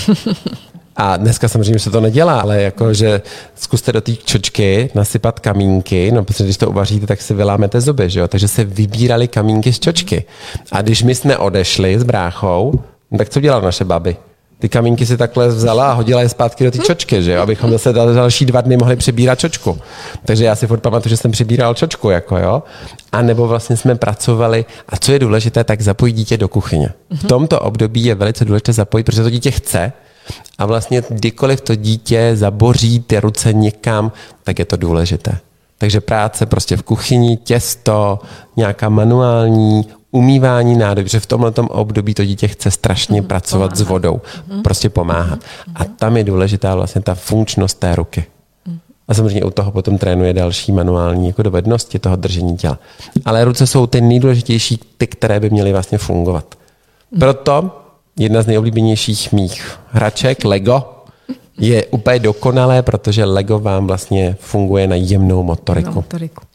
Speaker 2: A dneska samozřejmě se to nedělá, ale jako, že zkuste do té čočky nasypat kamínky, no protože když to uvaříte, tak si vylámete zuby, že jo? Takže se vybírali kamínky z čočky. A když my jsme odešli s bráchou, no tak co dělala naše babi? Ty kamínky si takhle vzala a hodila je zpátky do té čočky, že jo? Abychom zase další 2 dny mohli přebírat čočku. Takže já si furt pamatuju, že jsem přebíral čočku, jako jo. A nebo vlastně jsme pracovali, a co je důležité, tak zapojit dítě do kuchyně. V tomto období je velice důležité zapojit, protože to dítě chce, A vlastně kdykoliv to dítě zaboří ty ruce někam, tak je to důležité. Takže práce prostě v kuchyni, těsto, nějaká manuální, umývání nádobí, že v tomhletom období to dítě chce strašně pracovat s vodou, prostě pomáhat. A tam je důležitá vlastně ta funkčnost té ruky. A samozřejmě u toho potom trénuje další manuální jako dovednosti toho držení těla. Ale ruce jsou ty nejdůležitější, ty, které by měly vlastně fungovat. Proto jedna z nejoblíbenějších mých hraček, Lego, je úplně dokonalé, protože Lego vám vlastně funguje na jemnou motoriku.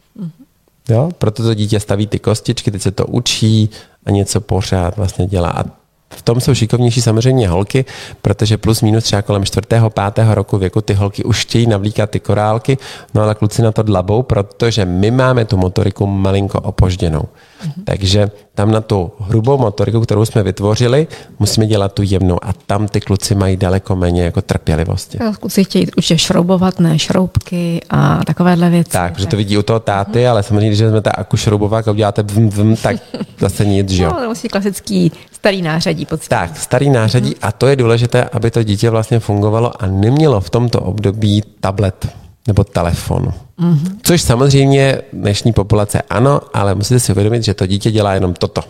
Speaker 2: Jo? Proto to dítě staví ty kostičky, teď se to učí a něco pořád vlastně dělá. A v tom jsou šikovnější samozřejmě holky, protože plus minus třeba kolem 4. 5. roku věku ty holky už chtějí navlíkat ty korálky, no ale kluci na to dlabou, protože my máme tu motoriku malinko opožděnou. Takže tam na tu hrubou motoriku, kterou jsme vytvořili, musíme dělat tu jemnou a tam ty kluci mají daleko méně jako trpělivosti.
Speaker 1: Kluci chtějí určitě šroubovat, ne šroubky a takovéhle věci.
Speaker 2: Tak, že to vidí u toho táty, ale samozřejmě, když vezmete akušroubovák a uděláte vm, tak zase nic, že jo.
Speaker 1: No, to musí klasický starý nářadí.
Speaker 2: Tak, starý nářadí a to je důležité, aby to dítě vlastně fungovalo a nemělo v tomto období tablet nebo telefon. Což samozřejmě dnešní populace ano, ale musíte si uvědomit, že to dítě dělá jenom toto.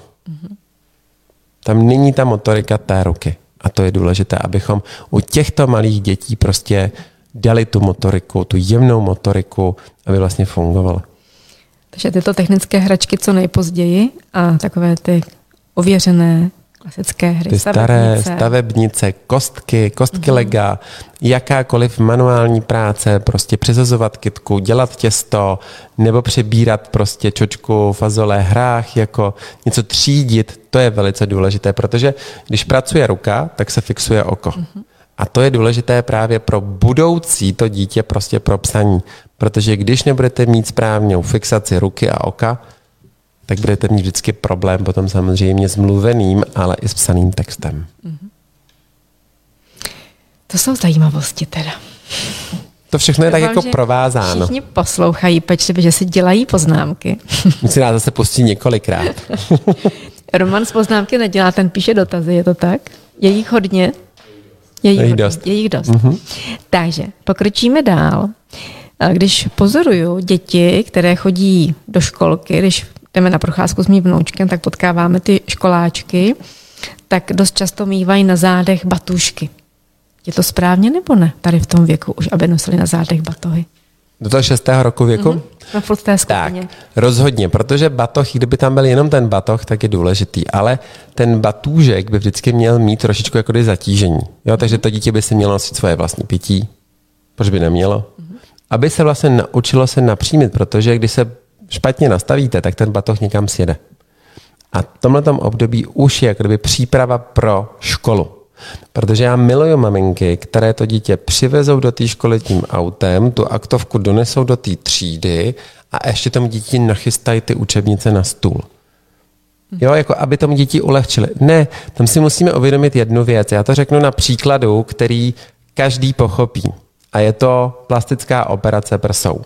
Speaker 2: Tam není ta motorika té ruky. A to je důležité, abychom u těchto malých dětí prostě dali tu motoriku, tu jemnou motoriku, aby vlastně fungovalo.
Speaker 1: Takže tyto technické hračky co nejpozději a takové ty ověřené klasické hry.
Speaker 2: Ty staré stavebnice, kostky lega, jakákoliv manuální práce, prostě přezazovat kytku, dělat těsto, nebo přebírat prostě čočku, fazole, hrách, jako něco třídit, to je velice důležité, protože když pracuje ruka, tak se fixuje oko. A to je důležité právě pro budoucí to dítě prostě pro psaní, protože když nebudete mít správnou fixaci ruky a oka, tak budete mít vždycky problém potom samozřejmě s mluveným, ale i s psaným textem.
Speaker 1: To jsou zajímavosti teda.
Speaker 2: To všechno je tak jako provázáno.
Speaker 1: Všichni poslouchají pečlivě, že si dělají poznámky.
Speaker 2: Musí nás zase pustit několikrát.
Speaker 1: Roman z poznámky nedělá, ten píše dotazy, je to tak? Je jich hodně? Je jich dost. Takže pokročíme dál. Když pozoruju děti, které chodí do školky, když jdeme na procházku s mým vnoučkem, tak potkáváme ty školáčky, tak dost často mívají na zádech batušky. Je to správně nebo ne? Tady v tom věku už, aby nosili na zádech batohy.
Speaker 2: Do toho 6. roku věku?
Speaker 1: Na furt té skupině.
Speaker 2: Tak, rozhodně, protože batoh, kdyby tam byl jenom ten batoh, tak je důležitý, ale ten batůžek by vždycky měl mít trošičku jako zatížení. Jo, takže to dítě by si mělo nosit svoje vlastní pití. Proč by nemělo? Aby se vlastně naučilo se napřímit, protože když se špatně nastavíte, tak ten batoh někam sjede. A v tomhletom období už je jako kdyby příprava pro školu. Protože já miluju maminky, které to dítě přivezou do té školy tím autem, tu aktovku donesou do té třídy a ještě tomu dítě nachystají ty učebnice na stůl. Jo, jako aby tomu děti ulehčili. Ne, tam si musíme uvědomit jednu věc. Já to řeknu na příkladu, který každý pochopí. A je to plastická operace prsou.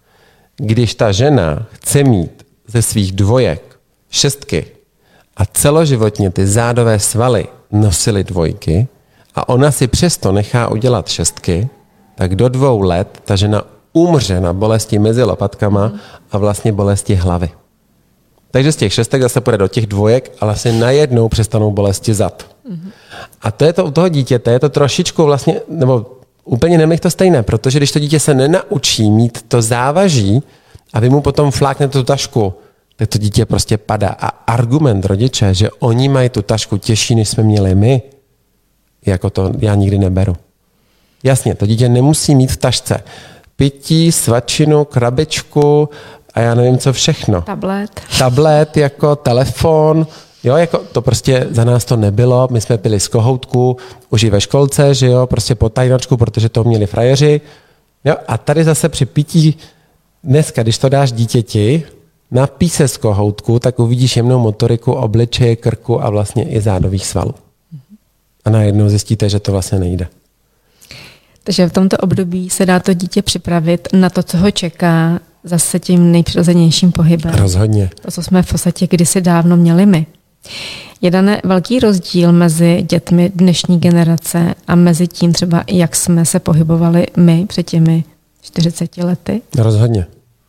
Speaker 2: Když ta žena chce mít ze svých dvojek 6 a celoživotně ty zádové svaly nosily 2 a ona si přesto nechá udělat 6, tak do 2 let ta žena umře na bolesti mezi lopatkama a vlastně bolesti hlavy. Takže z těch 6 zase půjde do těch 2 a vlastně najednou přestanou bolesti zad. A to je to u toho dítěte, je to trošičku vlastně, nebo úplně nemlich to stejné, protože když to dítě se nenaučí mít to závaží a vy mu potom fláknete tu tašku, tak to dítě prostě padá. A argument rodiče, že oni mají tu tašku těžší, než jsme měli my, jako to já nikdy neberu. Jasně, to dítě nemusí mít v tašce pití, svačinu, krabičku a já nevím, co všechno. Tablet, jako telefon, jo, jako to prostě za nás to nebylo, my jsme pili z kohoutku, už i ve školce, že jo, prostě po tajnočku, protože to měli frajeři. Jo, a tady zase při pití, dneska, když to dáš dítěti, napij se z kohoutku, tak uvidíš jemnou motoriku obličeje, krku a vlastně i zádových svalů. A najednou zjistíte, že to vlastně nejde.
Speaker 1: Takže v tomto období se dá to dítě připravit na to, co ho čeká, zase tím nejpřirozenějším pohybem.
Speaker 2: Rozhodně.
Speaker 1: To, co jsme v podstatě kdysi dávno měli my. Je daný velký rozdíl mezi dětmi dnešní generace a mezi tím třeba, jak jsme se pohybovali my před těmi 40 lety?
Speaker 2: Rozhodně.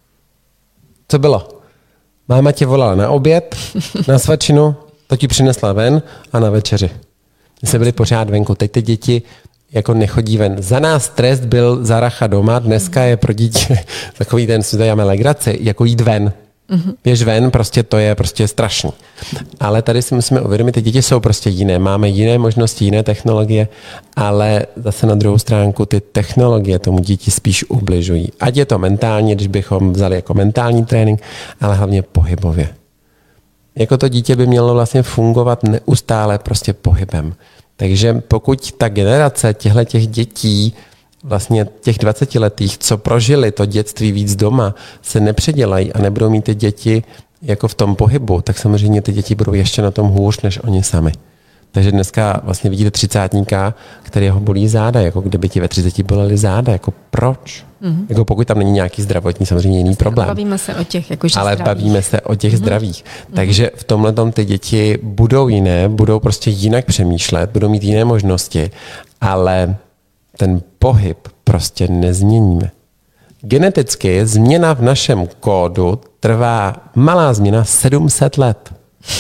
Speaker 2: Co bylo? Máma tě volala na oběd, na svačinu, to ti přinesla ven a na večeři. My jsme byli pořád venku. Teď ty děti jako nechodí ven. Za nás trest byl záracha doma, dneska je pro dítě takový ten, si dáme legraci, jako jít ven. Běž ven, prostě to je prostě strašný. Ale tady si musíme uvědomit, ty děti jsou prostě jiné. Máme jiné možnosti, jiné technologie, ale zase na druhou stránku ty technologie tomu dítě spíš ubližují. Ať je to mentálně, když bychom vzali jako mentální trénink, ale hlavně pohybově. Jako to dítě by mělo vlastně fungovat neustále prostě pohybem. Takže pokud ta generace těch dětí, vlastně těch 20letých, co prožili to dětství víc doma, se nepředělají a nebudou mít ty děti jako v tom pohybu, tak samozřejmě ty děti budou ještě na tom hůř, než oni sami. Takže dneska vlastně vidíte 30-tníka, který ho bolí záda, jako kdyby ti ve 30 bolely záda. Jako proč? Jako pokud tam není nějaký zdravotní, samozřejmě jiný problém.
Speaker 1: Bavíme se o těch jakože
Speaker 2: ale
Speaker 1: zdravých.
Speaker 2: Bavíme se o těch zdravých. Takže v tomhletom ty děti budou jiné, budou prostě jinak přemýšlet, budou mít jiné možnosti, ale ten pohyb prostě nezměníme. Geneticky změna v našem kódu trvá malá změna 700 let.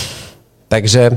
Speaker 2: Takže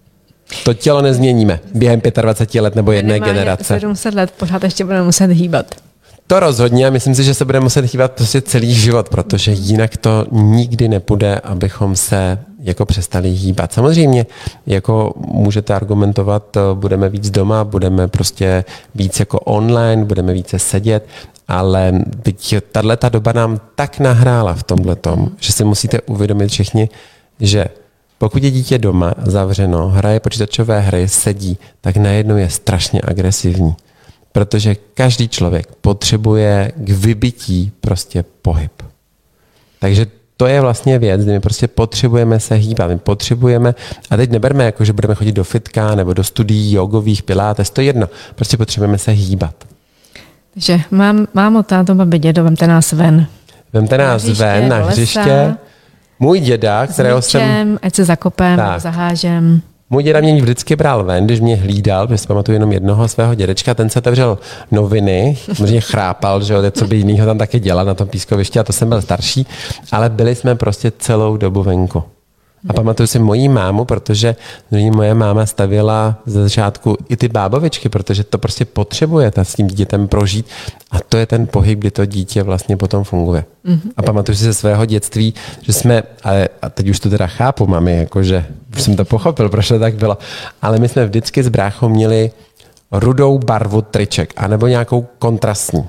Speaker 2: to tělo nezměníme během 25 let nebo jedné generace.
Speaker 1: 700 let pořád ještě budeme muset hýbat.
Speaker 2: To rozhodně a myslím si, že se budeme muset hýbat prostě celý život, protože jinak to nikdy nepůjde, abychom se jako přestali hýbat. Samozřejmě jako můžete argumentovat, budeme víc doma, budeme prostě víc jako online, budeme více sedět, ale teď tato doba nám tak nahrála v tomhletom, že si musíte uvědomit všichni, že pokud je dítě doma zavřeno, hraje počítačové hry, sedí, tak najednou je strašně agresivní. Protože každý člověk potřebuje k vybití prostě pohyb. Takže to je vlastně věc, kdy my prostě potřebujeme se hýbat. My potřebujeme, a teď neberme jako, že budeme chodit do fitka nebo do studií jogových, pilates, to je jedno. Prostě potřebujeme se hýbat.
Speaker 1: Takže mámo, táto, babi, dědo, vemte nás ven.
Speaker 2: Vemte nás ven na hřiště. Můj děda, kterého jsem...
Speaker 1: Ať se zakopem, zahážem.
Speaker 2: Můj děda mě vždycky bral ven, když mě hlídal, protože si pamatuju jenom jednoho svého dědečka, ten se otevřel noviny, samozřejmě chrápal, že co by jinýho tam taky dělal na tom pískovišti a to jsem byl starší, ale byli jsme prostě celou dobu venku. A pamatuju si moji mámu, protože moje máma stavěla ze začátku i ty bábovičky, protože to prostě potřebuje s tím dítětem prožít a to je ten pohyb, kdy to dítě vlastně potom funguje. A pamatuju si ze svého dětství, že jsme, a teď už to teda chápu, mami, jakože už jsem to pochopil, proč to tak bylo, ale my jsme vždycky s bráchou měli rudou barvu triček, anebo nějakou kontrastní.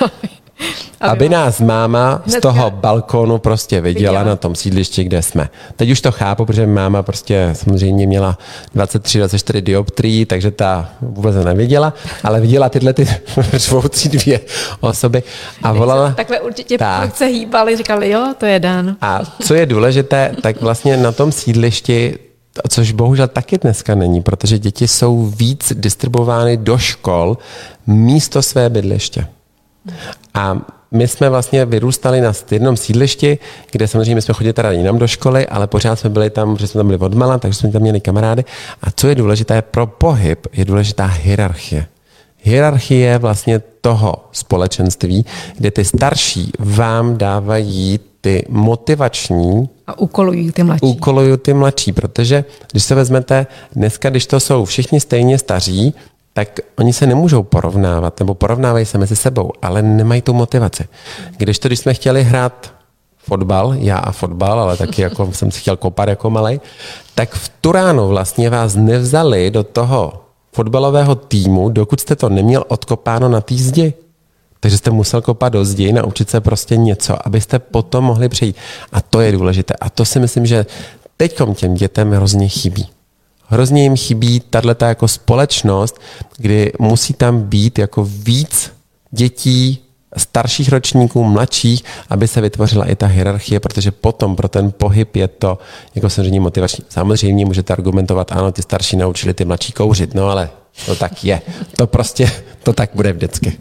Speaker 2: Aby nás máma z toho balkónu prostě viděla na tom sídlišti, kde jsme. Teď už to chápu, protože máma prostě samozřejmě měla 23-24 dioptrií, takže ta vůbec neviděla, ale viděla tyhle ty řvoucí dvě osoby a volala...
Speaker 1: Takhle určitě se hýbali, říkali, jo, to je Dan.
Speaker 2: A co je důležité, tak vlastně na tom sídlišti, což bohužel taky dneska není, protože děti jsou víc distribuovány do škol místo své bydliště. A my jsme vlastně vyrůstali na jednom sídlišti, kde samozřejmě my jsme chodili teda jinam do školy, ale pořád jsme byli tam, protože jsme tam byli odmala, takže jsme tam měli kamarády. A co je důležité pro pohyb, je důležitá hierarchie. Hierarchie vlastně toho společenství, kde ty starší vám dávají ty motivační
Speaker 1: a úkolují ty mladší.
Speaker 2: Protože když se vezmete, dneska, když to jsou všichni stejně staří, tak oni se nemůžou porovnávat, nebo porovnávají se mezi sebou, ale nemají tu motivaci. Když jsme chtěli hrát fotbal, já a fotbal, ale taky jako jsem si chtěl kopat jako malej, tak v tu ránu vlastně vás nevzali do toho fotbalového týmu, dokud jste to neměl odkopáno na té zdi. Takže jste musel kopat do zdi, naučit se prostě něco, abyste potom mohli přejít. A to je důležité. A to si myslím, že teďkom těm dětem hrozně chybí. Hrozně jim chybí tato jako společnost, kdy musí tam být jako víc dětí, starších ročníků, mladších, aby se vytvořila i ta hierarchie, protože potom pro ten pohyb je to jako samozřejmě motivační. Samozřejmě můžete argumentovat, ano, ty starší naučili ty mladší kouřit, no ale to tak je. To tak bude vždycky.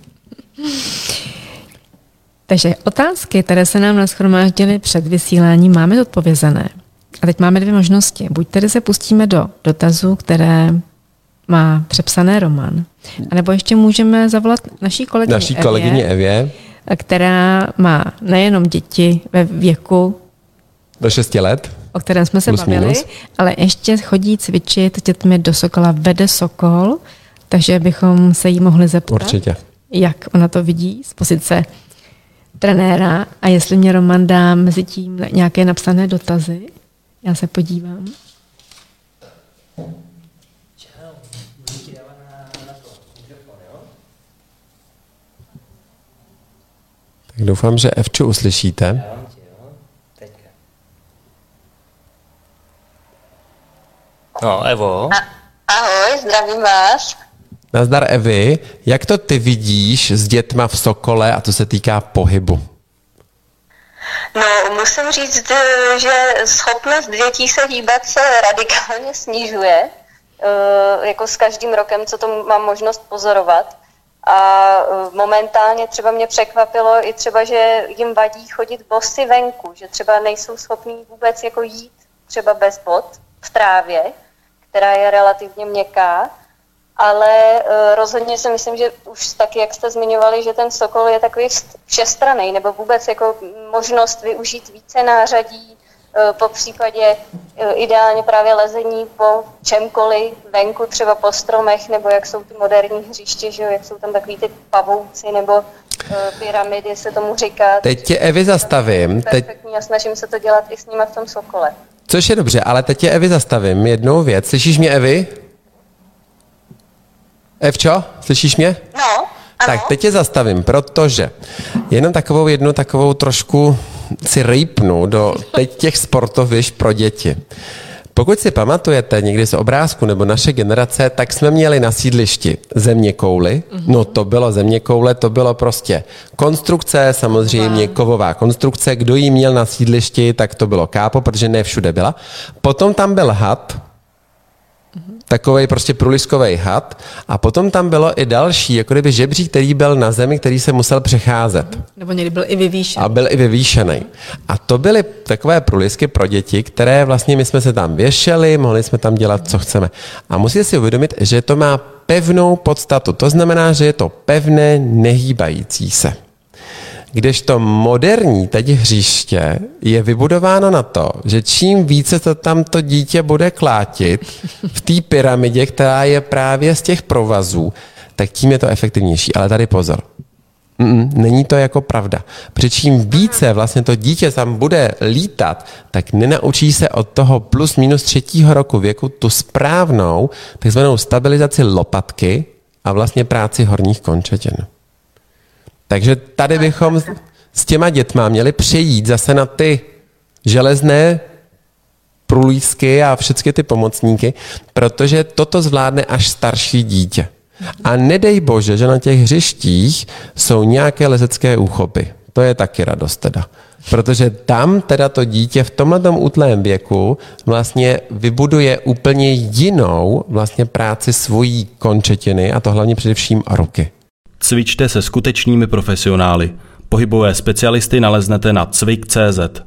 Speaker 1: Takže otázky, které se nám nashromáždily před vysíláním, máme zodpovězené. A teď máme dvě možnosti. Buď tedy se pustíme do dotazů, které má přepsané Roman, anebo ještě můžeme zavolat naší kolegyni
Speaker 2: Evě,
Speaker 1: která má nejenom děti ve věku
Speaker 2: do 6 let,
Speaker 1: o kterém jsme se bavili, ale ještě chodí cvičit s dětmi do Sokola, vede Sokol, takže bychom se jí mohli zeptat,
Speaker 2: určitě,
Speaker 1: jak ona to vidí z pozice trenéra a jestli mě Roman dá mezi tím nějaké napsané dotazy. Já se podívám.
Speaker 2: Tak doufám, že Evču uslyšíte.
Speaker 4: No, Evo.
Speaker 5: Ahoj, zdravím vás.
Speaker 2: Nazdar Evi, jak to ty vidíš s dětma v Sokole a to se týká pohybu?
Speaker 5: No, musím říct, že schopnost dětí se hýbat se radikálně snižuje, jako s každým rokem, co to mám možnost pozorovat. A momentálně třeba mě překvapilo i třeba, že jim vadí chodit bosy venku, že třeba nejsou schopní vůbec jako jít třeba bez bot v trávě, která je relativně měkká, ale rozhodně si myslím, že už taky, jak jste zmiňovali, že ten Sokol je takový všestranný, nebo vůbec jako možnost využít více nářadí, po případě ideálně právě lezení po čemkoliv venku, třeba po stromech, nebo jak jsou ty moderní hřiště, že jo, jak jsou tam takový ty pavouci, nebo pyramidy se tomu říká.
Speaker 2: Teď tě Evi zastavím.
Speaker 5: Perfektní a snažím se to dělat i s nimi v tom Sokole.
Speaker 2: Což je dobře, ale teď tě Evi zastavím. Jednou věc. Slyšíš mě, Evi? Evčo, slyšíš mě?
Speaker 5: No, ano.
Speaker 2: Tak teď tě zastavím, protože jenom jednu takovou trošku si rejpnu do teď těch sportovišť pro děti. Pokud si pamatujete někdy z obrázku nebo naše generace, tak jsme měli na sídlišti zeměkouly. No to bylo zeměkoule, to bylo prostě konstrukce, samozřejmě kovová konstrukce. Kdo ji měl na sídlišti, tak to bylo kápo, protože ne všude byla. Potom tam byl had, takovej prostě průliskovej had a potom tam bylo i další, jako kdyby žebřík, který byl na zemi, který se musel přecházet.
Speaker 1: Nebo někdy byl i vyvýšený.
Speaker 2: A byl i vyvýšený. A to byly takové průlisky pro děti, které vlastně my jsme se tam věšeli, mohli jsme tam dělat, co chceme. A musíte si uvědomit, že to má pevnou podstatu. To znamená, že je to pevné, nehýbající se. Kdežto moderní teď hřiště je vybudováno na to, že čím více to tam to dítě bude klátit v té pyramidě, která je právě z těch provazů, tak tím je to efektivnější. Ale tady pozor. Není to jako pravda. Protože čím více vlastně to dítě tam bude lítat, tak nenaučí se od toho plus minus 3. roku věku tu správnou takzvanou stabilizaci lopatky a vlastně práci horních končetin. Takže tady bychom s těma dětma měli přejít zase na ty železné průlísky a všechny ty pomocníky, protože toto zvládne až starší dítě. A nedej bože, že na těch hřištích jsou nějaké lezecké úchopy. To je taky radost teda. Protože tam teda to dítě v tomhletom útlém věku vlastně vybuduje úplně jinou vlastně práci svojí končetiny a to hlavně především ruky.
Speaker 3: Cvičte se skutečnými profesionály. Pohybové specialisty naleznete na cvik.cz.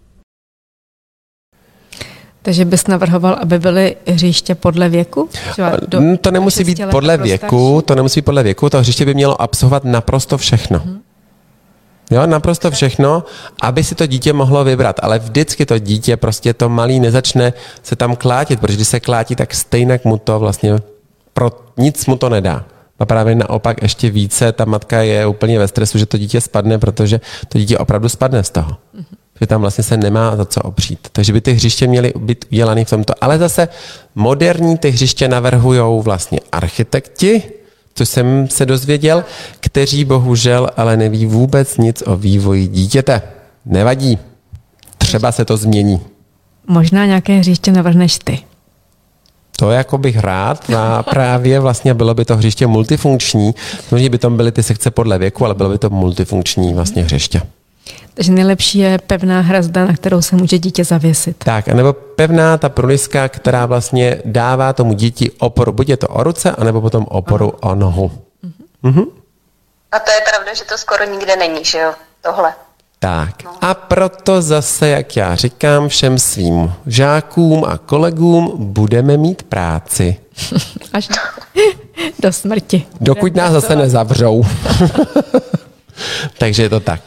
Speaker 1: Takže bys navrhoval, aby byly hřiště podle věku?
Speaker 2: To nemusí být podle věku, to hřiště by mělo absolvovat naprosto všechno. Jo, naprosto všechno, aby si to dítě mohlo vybrat, ale vždycky to dítě, prostě to malý nezačne se tam klátit, protože když se klátí, tak stejnak mu to vlastně nic mu to nedá. A právě naopak ještě více, ta matka je úplně ve stresu, že to dítě spadne, protože to dítě opravdu spadne z toho. Že tam vlastně se nemá za co opřít. Takže by ty hřiště měly být udělané v tomto. Ale zase moderní ty hřiště navrhujou vlastně architekti, což jsem se dozvěděl, kteří bohužel ale neví vůbec nic o vývoji dítěte. Nevadí. Třeba se to změní.
Speaker 1: Možná nějaké hřiště navrhneš ty.
Speaker 2: To jako bych rád a právě vlastně bylo by to hřiště multifunkční. Možná by tam byly ty sekce podle věku, ale bylo by to multifunkční vlastně hřiště.
Speaker 1: Takže nejlepší je pevná hrazda, na kterou se může dítě zavěsit.
Speaker 2: Tak, anebo pevná ta průliska, která vlastně dává tomu díti oporu. Buď je to o ruce, anebo potom oporu o nohu.
Speaker 5: A to je pravda, že to skoro nikde není, že jo? Tohle.
Speaker 2: Tak a proto zase, jak já říkám všem svým žákům a kolegům, budeme mít práci.
Speaker 1: Až do smrti.
Speaker 2: Dokud nás zase nezavřou. Takže je to tak.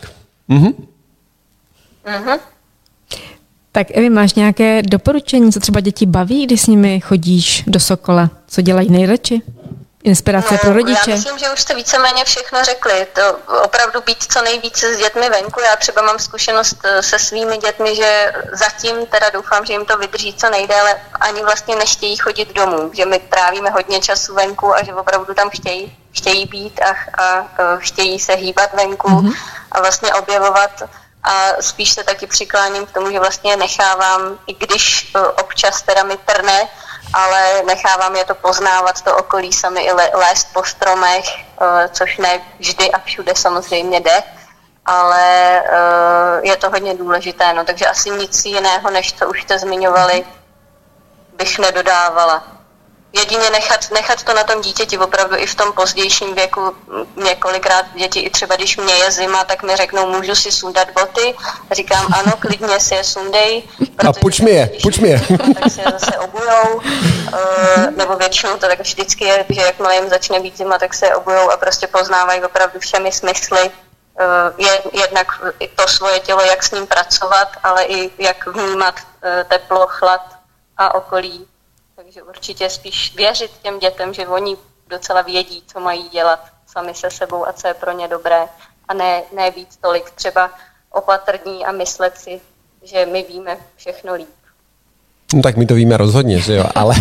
Speaker 1: Tak Evi, máš nějaké doporučení, co třeba děti baví, když s nimi chodíš do Sokola? Co dělají nejradši? Inspirace pro rodiče?
Speaker 5: Já myslím, že už jste víceméně všechno řekli. To opravdu být co nejvíce s dětmi venku. Já třeba mám zkušenost se svými dětmi, že zatím teda doufám, že jim to vydrží co nejdéle, ani vlastně nechtějí chodit domů. Že my trávíme hodně času venku a že opravdu tam chtějí být a chtějí se hýbat venku a vlastně objevovat. A spíš se taky přikláním k tomu, že vlastně nechávám, i když občas teda mi trne, ale nechávám je to poznávat, to okolí sami i lézt po stromech, což ne vždy a všude samozřejmě jde, ale je to hodně důležité, no, takže asi nic jiného, než co už jste zmiňovali, bych nedodávala. Jedině nechat to na tom dítěti, opravdu i v tom pozdějším věku, několikrát děti, i třeba když mě je zima, tak mi řeknou, můžu si sundat boty, říkám ano, klidně si je sundej.
Speaker 2: A puč mi je.
Speaker 5: Tak si je zase obujou, nebo většinou to tak vždycky je, že jakmile jim začne být zima, tak se je obujou a prostě poznávají opravdu všemi smysly, jednak to svoje tělo, jak s ním pracovat, ale i jak vnímat teplo, chlad a okolí. Takže určitě spíš věřit těm dětem, že oni docela vědí, co mají dělat sami se sebou a co je pro ně dobré. A ne být tolik třeba opatrní a myslet si, že my víme všechno líp.
Speaker 2: No tak my to víme rozhodně, že jo, ale,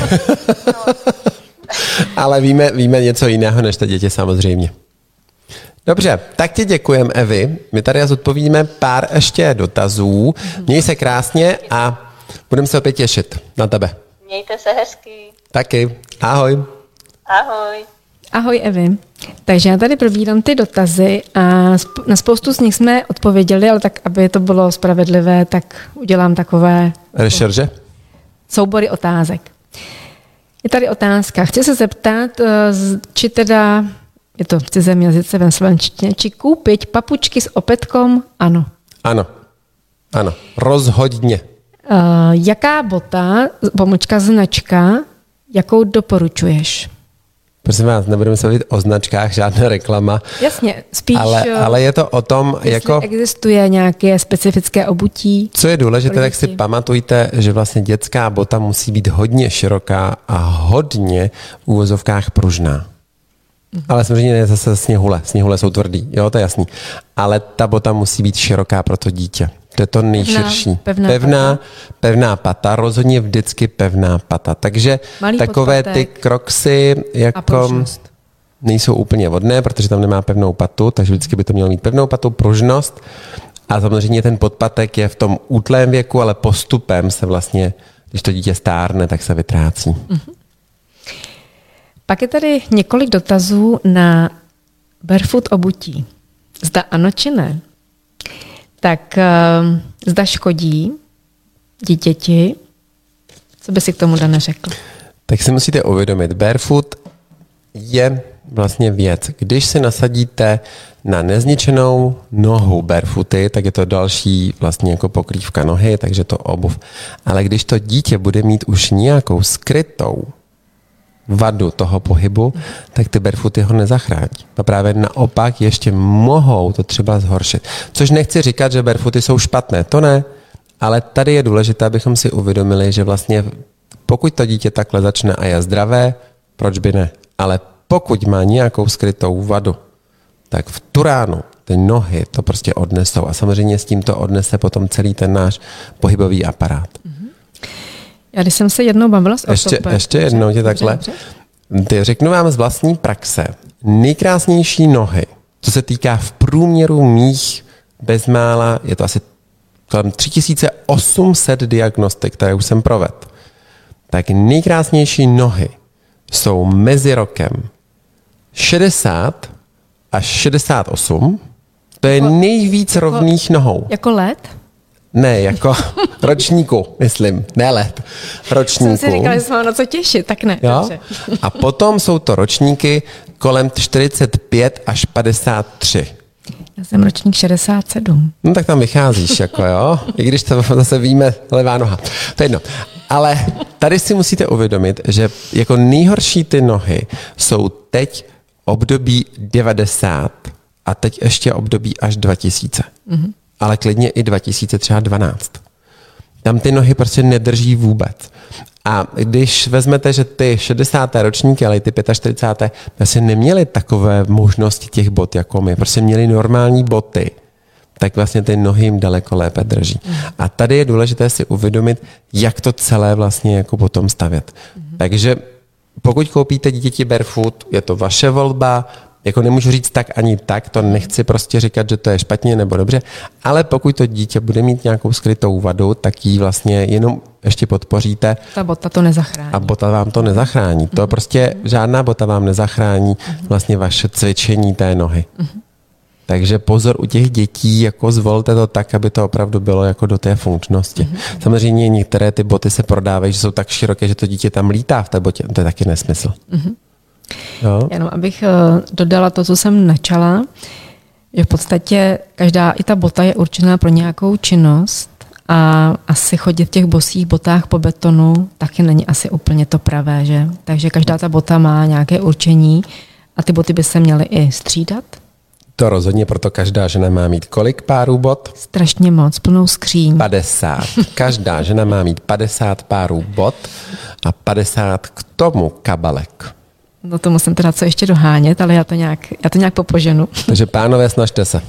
Speaker 2: ale víme něco jiného než ty děti samozřejmě. Dobře, tak ti děkujem, Evi. My tady zodpovíme pár ještě dotazů. Měj se krásně a budeme se opět těšit na tebe.
Speaker 5: Mějte se hezky.
Speaker 2: Taky. Ahoj.
Speaker 5: Ahoj.
Speaker 1: Ahoj, Evi. Takže já tady probírám ty dotazy a na spoustu z nich jsme odpověděli, ale tak, aby to bylo spravedlivé, tak udělám takové
Speaker 2: rešerže.
Speaker 1: Soubory otázek. Je tady otázka. Chci se zeptat, či teda, je to v cizím jazyce ve slovenštině, či koupit papučky s opětkom? Ano.
Speaker 2: Ano. Rozhodně.
Speaker 1: Jaká bota, pomlčka značka, jakou doporučuješ?
Speaker 2: Prosím vás, nebudeme se bavit o značkách, žádná reklama.
Speaker 1: Jasně, spíš...
Speaker 2: Ale je to o tom, jako...
Speaker 1: existuje nějaké specifické obutí.
Speaker 2: Co je důležité, tak si pamatujte, že vlastně dětská bota musí být hodně široká a hodně v úvozovkách pružná. Ale samozřejmě je zase sněhule. Sněhule jsou tvrdý, jo, to je jasný. Ale ta bota musí být široká pro to dítě. To je to nejširší. Pevná pata, rozhodně vždycky pevná pata. Takže malý takové podpatek, ty kroksy jako nejsou úplně vodné, protože tam nemá pevnou patu, takže vždycky by to mělo mít pevnou patu, pružnost. A samozřejmě ten podpatek je v tom útlém věku, ale postupem se vlastně, když to dítě stárne, tak se vytrácí.
Speaker 1: Mm-hmm. Pak je tady několik dotazů na barefoot obutí. Zda ano či ne. Tak zda škodí dítěti? Co by si k tomu Dana řekl?
Speaker 2: Tak si musíte uvědomit, barefoot je vlastně věc. Když si nasadíte na nezničenou nohu barefooty, tak je to další vlastně jako pokrývka nohy, takže to obuv. Ale když to dítě bude mít už nějakou skrytou vadu toho pohybu, tak ty barefooty ho nezachrání. A právě naopak ještě mohou to třeba zhoršit. Což nechci říkat, že barefooty jsou špatné, to ne, ale tady je důležité, abychom si uvědomili, že vlastně pokud to dítě takhle začne a je zdravé, proč by ne? Ale pokud má nějakou skrytou vadu, tak v tu ránu ty nohy to prostě odnesou a samozřejmě s tím to odnese potom celý ten náš pohybový aparát.
Speaker 1: Já když jsem se jednou bavila s ortopedem.
Speaker 2: Ještě jednou tě takhle. Řeknu vám z vlastní praxe. Nejkrásnější nohy, co se týká v průměru mých bezmála, je to asi 3800 diagnostik, které už jsem provedl. Tak nejkrásnější nohy jsou mezi rokem 60 až 68. To je nejvíc rovných nohou.
Speaker 1: Jako let?
Speaker 2: Ne, jako ročníku, myslím. Ne let. Ročníku.
Speaker 1: Jsem si říkala, že jsem mám na co těšit, tak ne.
Speaker 2: Jo? A potom jsou to ročníky kolem 45 až 53.
Speaker 1: Já jsem ročník 67.
Speaker 2: No tak tam vycházíš, jako jo. I když to zase víme, levá noha. To je jedno. Ale tady si musíte uvědomit, že jako nejhorší ty nohy jsou teď období 90 a teď ještě období až 2000. Ale klidně i 2012. Tam ty nohy prostě nedrží vůbec. A když vezmete, že ty 60. ročníky, ale i ty 45. vlastně neměli takové možnosti těch bot jako my, prostě měli normální boty, tak vlastně ty nohy jim daleko lépe drží. A tady je důležité si uvědomit, jak to celé vlastně jako potom stavět. Takže pokud koupíte děti barefoot, je to vaše volba, jako nemůžu říct tak ani tak, to nechci prostě říkat, že to je špatně nebo dobře, ale pokud to dítě bude mít nějakou skrytou vadu, tak ji vlastně jenom ještě podpoříte.
Speaker 1: Ta bota to nezachrání.
Speaker 2: A bota vám to nezachrání. To prostě žádná bota vám nezachrání vlastně vaše cvičení té nohy. Takže pozor u těch dětí, jako zvolte to tak, aby to opravdu bylo jako do té funkčnosti. Samozřejmě některé ty boty se prodávají, že jsou tak široké, že to dítě tam lítá v té botě. To je taky nesmysl. Jo?
Speaker 1: Jenom abych dodala to, co jsem načala, že v podstatě každá, i ta bota je určená pro nějakou činnost a asi chodit v těch bosých botách po betonu taky není asi úplně to pravé, že? Takže každá ta bota má nějaké určení a ty boty by se měly i střídat.
Speaker 2: To rozhodně, proto každá žena má mít kolik párů bot?
Speaker 1: Strašně moc, plnou skříň.
Speaker 2: 50. Každá žena má mít 50 párů bot a 50 k tomu kabelek.
Speaker 1: No to musím teda co ještě dohánět, ale já to nějak popoženu.
Speaker 2: Takže pánové, snažte se.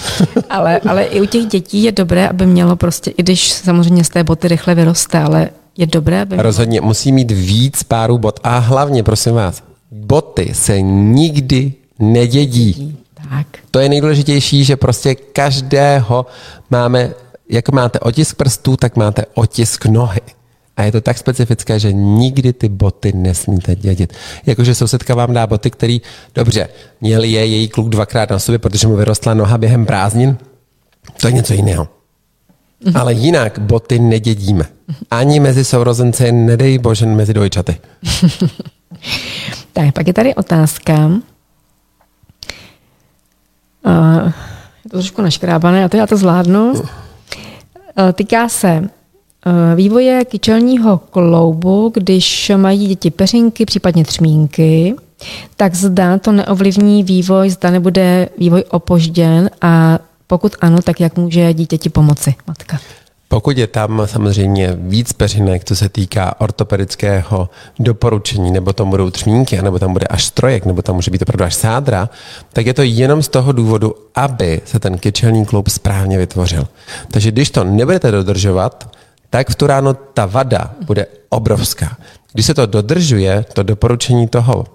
Speaker 1: ale i u těch dětí je dobré, aby mělo prostě, i když samozřejmě z té boty rychle vyroste, ale je dobré, aby
Speaker 2: rozhodně musí mít víc párů bot. A hlavně, prosím vás, boty se nikdy nedědí.
Speaker 1: Tak.
Speaker 2: To je nejdůležitější, že prostě každého máme, jako máte otisk prstů, tak máte otisk nohy. A je to tak specifické, že nikdy ty boty nesmíte dědit. Jakože sousedka vám dá boty, který, dobře, měl je její kluk 2krát na sobě, protože mu vyrostla noha během prázdnin. To je něco jiného. Ale jinak boty nedědíme. Ani mezi sourozenci, nedej bože, mezi dvojčaty.
Speaker 1: Tak, pak je tady otázka. Je to trošku naškrábané, a já to zvládnu. Týká se vývoje kyčelního kloubu, když mají děti peřinky, případně třmínky, tak zda to neovlivní vývoj, zda nebude vývoj opožděn a pokud ano, tak jak může dítěti pomoci matka?
Speaker 2: Pokud je tam samozřejmě víc peřinek, co se týká ortopedického doporučení, nebo tam budou třmínky, nebo tam bude až strojek, nebo tam může být opravdu až sádra, tak je to jenom z toho důvodu, aby se ten kyčelní kloub správně vytvořil. Takže když to nebudete dodržovat, tak v tu ráno ta vada bude obrovská. Když se to dodržuje, to doporučení toho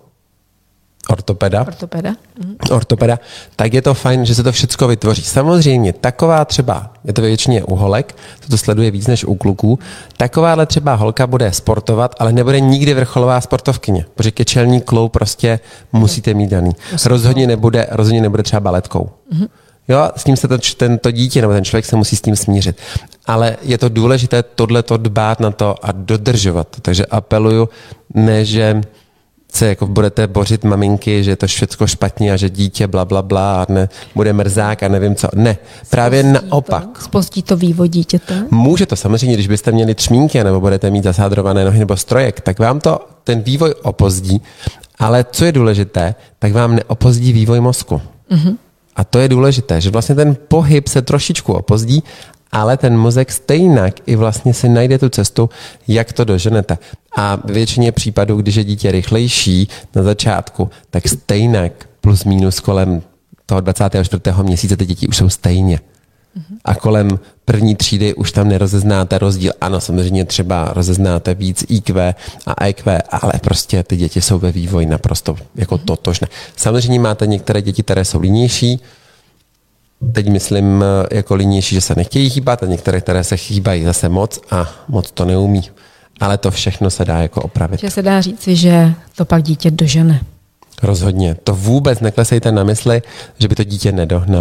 Speaker 2: ortopeda, tak je to fajn, že se to všecko vytvoří. Samozřejmě taková třeba, je to většině u holek, to sleduje víc než u kluků, takováhle třeba holka bude sportovat, ale nebude nikdy vrcholová sportovkyně, protože kyčelní kloub prostě musíte mít daný. Rozhodně nebude třeba baletkou. Jo, s tím se tento dítě nebo ten člověk se musí s tím smířit. Ale je to důležité tohleto dbát na to a dodržovat to. Takže apeluju, ne, že se jako budete bořit maminky, že je to všechno špatně a že dítě blablabla a ne, bude mrzák a nevím co. Ne, právě naopak.
Speaker 1: Spozdí to vývoj dítěte?
Speaker 2: Může to samozřejmě, když byste měli třmínky nebo budete mít zasádrované nohy nebo strojek, tak vám to ten vývoj opozdí, ale co je důležité, tak vám neopozdí vývoj mozku. A to je důležité, že vlastně ten pohyb se trošičku opozdí, ale ten mozek stejnak i vlastně si najde tu cestu, jak to doženete. A v většině případů, když je dítě rychlejší na začátku, tak stejnak plus minus kolem toho 24. měsíce ty děti už jsou stejně. A kolem první třídy už tam nerozeznáte rozdíl. Ano, samozřejmě třeba rozeznáte víc IQ a IQ, ale prostě ty děti jsou ve vývoji naprosto jako totožné. Samozřejmě máte některé děti, které jsou línější, teď myslím jako línější, že se nechtějí hýbat a některé, které se hýbají zase moc a moc to neumí. Ale to všechno se dá jako opravit.
Speaker 1: Že se dá říci, že to pak dítě dožene.
Speaker 2: Rozhodně. To vůbec neklesejte na mysli, že by to dítě nedohnalo.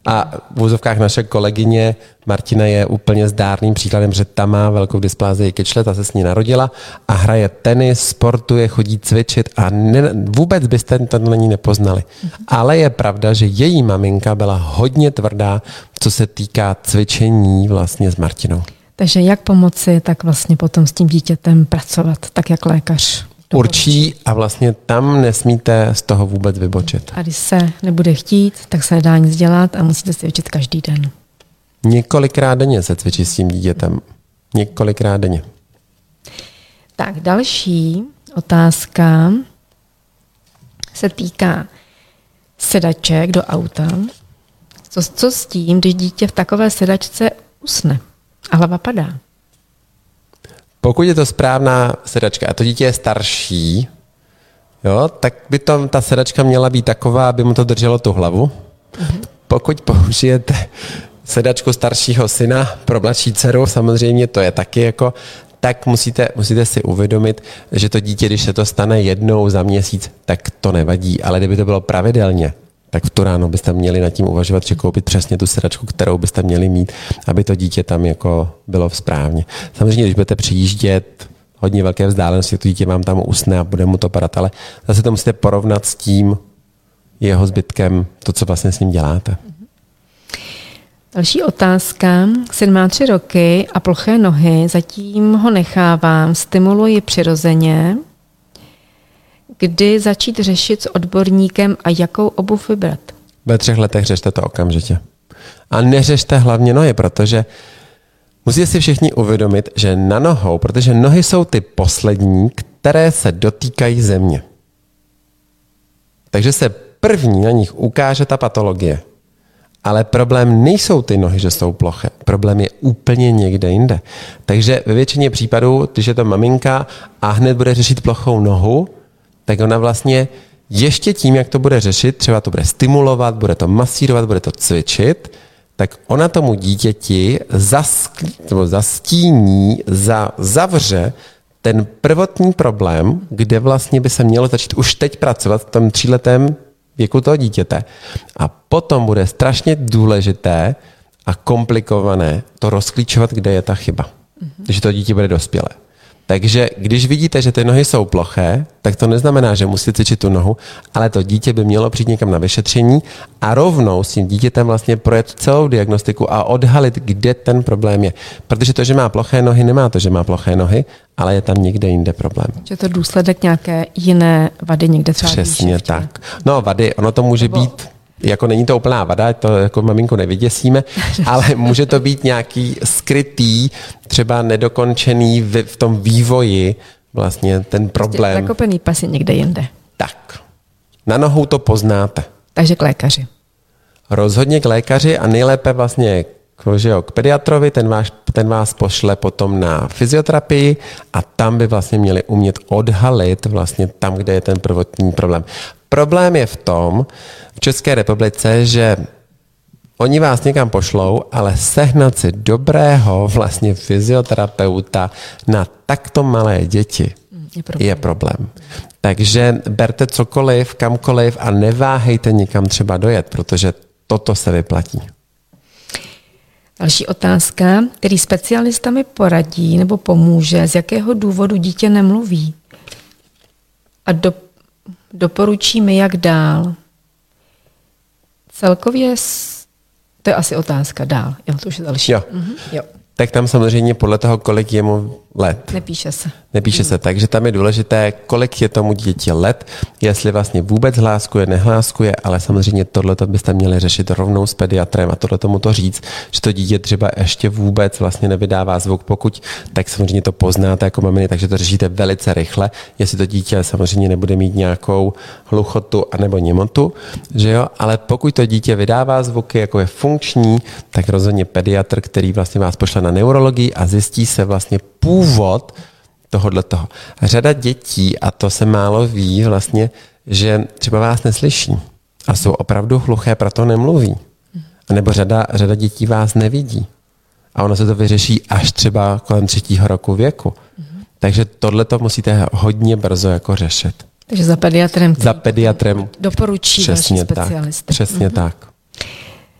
Speaker 2: A v úzovkách naše kolegyně Martina je úplně zdárným příkladem, že ta má velkou dysplázii kyčle, ta se s ní narodila a hraje tenis, sportuje, chodí cvičit a vůbec byste to na ní nepoznali. Ale je pravda, že její maminka byla hodně tvrdá, co se týká cvičení vlastně s Martinou.
Speaker 1: Takže jak pomoci, tak vlastně potom s tím dítětem pracovat, tak jak lékař
Speaker 2: určí a vlastně tam nesmíte z toho vůbec vybočit.
Speaker 1: A když se nebude chtít, tak se nedá nic dělat a musíte cvičit každý den.
Speaker 2: Několikrát denně se cvičí s tím dítětem. Několikrát denně.
Speaker 1: Tak další otázka se týká sedaček do auta. Co s tím, když dítě v takové sedačce usne a hlava padá?
Speaker 2: Pokud je to správná sedačka a to dítě je starší, jo, tak by ta sedačka měla být taková, aby mu to drželo tu hlavu. Pokud použijete sedačku staršího syna pro mladší dceru, samozřejmě to je taky jako, tak musíte si uvědomit, že to dítě, když se to stane jednou za měsíc, tak to nevadí, ale kdyby to bylo pravidelně, tak v tu ráno byste měli nad tím uvažovat, že koupit přesně tu sedačku, kterou byste měli mít, aby to dítě tam jako bylo správně. Samozřejmě, když budete přijíždět hodně velké vzdálenosti, to dítě vám tam usne a bude mu to padat, ale zase to musíte porovnat s tím jeho zbytkem, to, co vlastně s ním děláte.
Speaker 1: Další otázka. Syn má 3 roky a ploché nohy, zatím ho nechávám, stimuluji přirozeně. Kdy začít řešit s odborníkem a jakou obuv vybrat?
Speaker 2: Ve 3 letech řešte to okamžitě. A neřešte hlavně nohy, protože musíte si všichni uvědomit, že na nohou, protože nohy jsou ty poslední, které se dotýkají země. Takže se první na nich ukáže ta patologie. Ale problém nejsou ty nohy, že jsou ploché. Problém je úplně někde jinde. Takže ve většině případů, když je to maminka a hned bude řešit plochou nohu, tak ona vlastně ještě tím, jak to bude řešit, třeba to bude stimulovat, bude to masírovat, bude to cvičit, tak ona tomu dítěti zastíní, zavře ten prvotní problém, kde vlastně by se mělo začít už teď pracovat v tom 3letém věku toho dítěte. A potom bude strašně důležité a komplikované to rozklíčovat, kde je ta chyba. Když to dítě bude dospělé. Takže když vidíte, že ty nohy jsou ploché, tak to neznamená, že musíte cvičit tu nohu, ale to dítě by mělo přijít někam na vyšetření a rovnou s tím dítětem vlastně projet celou diagnostiku a odhalit, kde ten problém je. Protože to, že má ploché nohy, nemá to, že má ploché nohy, ale je tam někde jinde problém.
Speaker 1: Že to důsledek nějaké jiné vady někde třeba.
Speaker 2: Přesně tak. No vady, ono to může být, jako není to úplná vada, to jako maminku nevyděsíme, ale může to být nějaký skrytý, třeba nedokončený v tom vývoji vlastně ten problém.
Speaker 1: Zakopený pas je někde jinde.
Speaker 2: Tak. Na nohou to poznáte.
Speaker 1: Takže k lékaři.
Speaker 2: Rozhodně k lékaři a nejlépe vlastně k pediatrovi, ten vás pošle potom na fyzioterapii a tam by vlastně měli umět odhalit vlastně tam, kde je ten prvotní problém. Problém je v tom, v České republice, že oni vás někam pošlou, ale sehnat si dobrého vlastně fyzioterapeuta na takto malé děti je problém. Takže berte cokoliv, kamkoliv a neváhejte nikam třeba dojet, protože toto se vyplatí.
Speaker 1: Další otázka, který specialista mi poradí nebo pomůže, z jakého důvodu dítě nemluví a doporučí mi, jak dál. Celkově, to je asi otázka dál. Jo, to už je další.
Speaker 2: Jo.
Speaker 1: Jo.
Speaker 2: Tak tam samozřejmě podle toho, kolik je mu let.
Speaker 1: Nepíše se.
Speaker 2: Takže tam je důležité, kolik je tomu dítě let, jestli vlastně vůbec hláskuje, nehláskuje, ale samozřejmě tohleto byste měli řešit rovnou s pediatrem a tohle tomu to říct, že to dítě třeba ještě vůbec vlastně nevydává zvuk, pokud, tak samozřejmě to poznáte jako maminy, takže to řešíte velice rychle, jestli to dítě samozřejmě nebude mít nějakou hluchotu anebo němotu, že jo, ale pokud to dítě vydává zvuky, jako je funkční, tak rozhodně pediatr, který vlastně vás pošle na neurologii a zjistí se vlastně původ tohoto. Řada dětí, a to se málo ví vlastně, že třeba vás neslyší a jsou opravdu hluché, proto nemluví. A nebo řada dětí vás nevidí. A ono se to vyřeší až třeba kolem 3. roku věku. Takže tohleto musíte hodně brzo jako řešit.
Speaker 1: Takže za pediatrem doporučí
Speaker 2: přesně
Speaker 1: specialisty.
Speaker 2: Tak, přesně tak.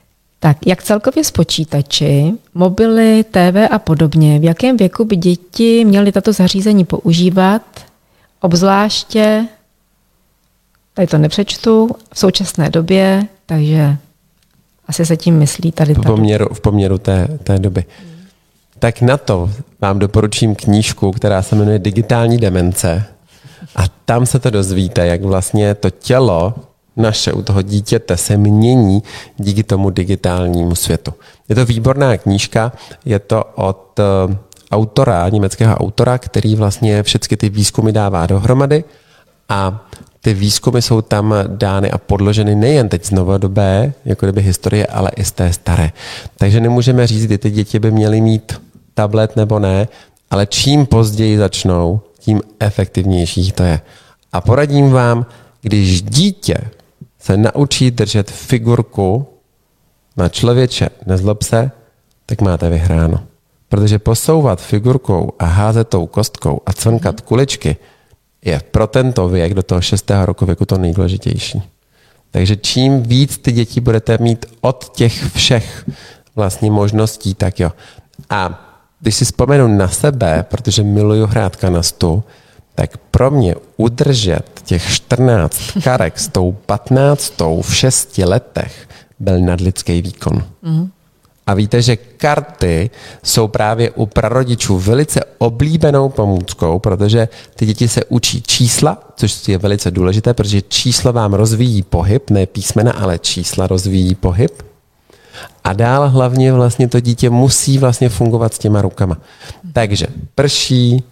Speaker 1: Tak, jak celkově s počítači, mobily, TV a podobně, v jakém věku by děti měly tato zařízení používat, obzvláště, tady to nepřečtu, v současné době, takže asi se tím myslí tady.
Speaker 2: V poměru té doby. Tak na to vám doporučím knížku, která se jmenuje Digitální demence a tam se to dozvíte, jak vlastně to tělo naše u toho dítěte se mění díky tomu digitálnímu světu. Je to výborná knížka, je to od autora, německého autora, který vlastně všechny ty výzkumy dává dohromady a ty výzkumy jsou tam dány a podloženy nejen teď z novodobé, jako kdyby historie, ale i z té staré. Takže nemůžeme říct, kdy ty děti by měly mít tablet nebo ne, ale čím později začnou, tím efektivnější to je. A poradím vám, když dítě se naučí držet figurku na člověče, nezlob se, tak máte vyhráno. Protože posouvat figurkou a házet tou kostkou a cvrnkat kuličky je pro tento věk, do toho 6. roku věku, to nejdůležitější. Takže čím víc ty děti budete mít od těch všech vlastně možností, tak jo. A když si vzpomenu na sebe, protože miluju hrát kanastu, tak pro mě udržet těch 14 karek s tou 15 v 6 letech byl nadlidský výkon. A víte, že karty jsou právě u prarodičů velice oblíbenou pomůckou, protože ty děti se učí čísla, což je velice důležité, protože číslo vám rozvíjí pohyb, ne písmena, ale čísla rozvíjí pohyb. A dál hlavně vlastně to dítě musí vlastně fungovat s těma rukama. Takže prší,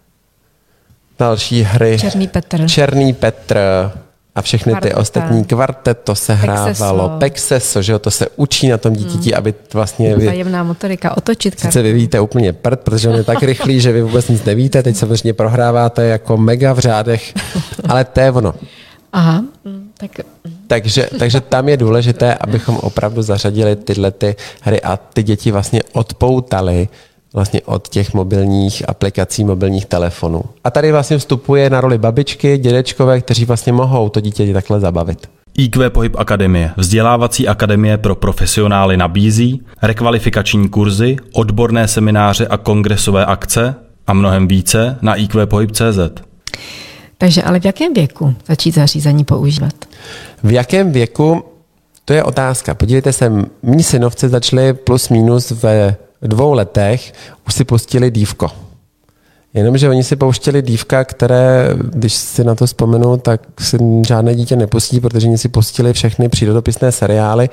Speaker 2: další hry, Černý Petr a všechny ty ostatní, Kvartet, to se hrávalo, Pexeso, že jo, to se učí na tom dítěti, aby vlastně
Speaker 1: vzájemná motorika, otočit kartu.
Speaker 2: Sice vy víte úplně prd, protože on je tak rychlý, že vy vůbec nic nevíte, teď samozřejmě prohráváte jako mega v řádech, ale to je ono.
Speaker 1: Aha, tak...
Speaker 2: Takže tam je důležité, abychom opravdu zařadili tyhle ty hry a ty děti vlastně odpoutali vlastně od těch mobilních aplikací, mobilních telefonů. A tady vlastně vstupuje na roli babičky, dědečkové, kteří vlastně mohou to dítě takhle zabavit.
Speaker 3: IQ Pohyb Akademie, vzdělávací akademie pro profesionály, nabízí rekvalifikační kurzy, odborné semináře a kongresové akce a mnohem více na iqpohyb.cz.
Speaker 1: Takže ale v jakém věku začít zařízení používat?
Speaker 2: V jakém věku? To je otázka. Podívejte se, mí synovci začali plus minus ve 2 letech, už si pustili dívko. Jenomže oni si pouštěli dívka, které, když si na to vzpomenu, tak si žádné dítě nepustí, protože oni si pustili všechny přírodopisné seriály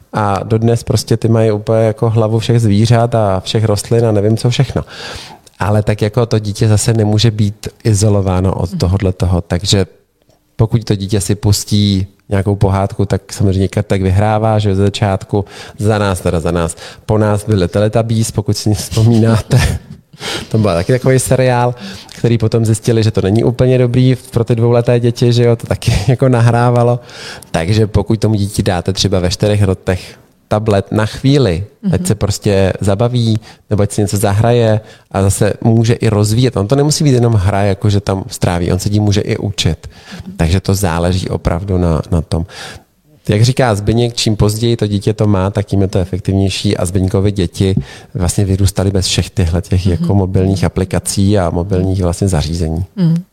Speaker 2: a dodnes prostě ty mají úplně jako hlavu všech zvířat a všech rostlin a nevím co všechno. Ale tak jako to dítě zase nemůže být izolováno od tohoto, takže pokud to dítě si pustí nějakou pohádku, tak samozřejmě tak vyhrává, že ze začátku za nás. Po nás byly Teletubbies, pokud si vzpomínáte. To byl taky takový seriál, který potom zjistili, že to není úplně dobrý pro ty 2leté děti, že jo, to taky jako nahrávalo. Takže pokud tomu dítě dáte třeba ve 4 letech tablet na chvíli, ať se prostě zabaví, nebo ať si něco zahraje a zase může i rozvíjet. On to nemusí být jenom hra, jako že tam stráví, on se tím může i učit. Takže to záleží opravdu na tom. Jak říká Zbyněk, čím později to dítě to má, tak tím je to efektivnější a Zbyňkovi děti vlastně vyrůstaly bez všech těch jako mobilních aplikací a mobilních vlastně zařízení.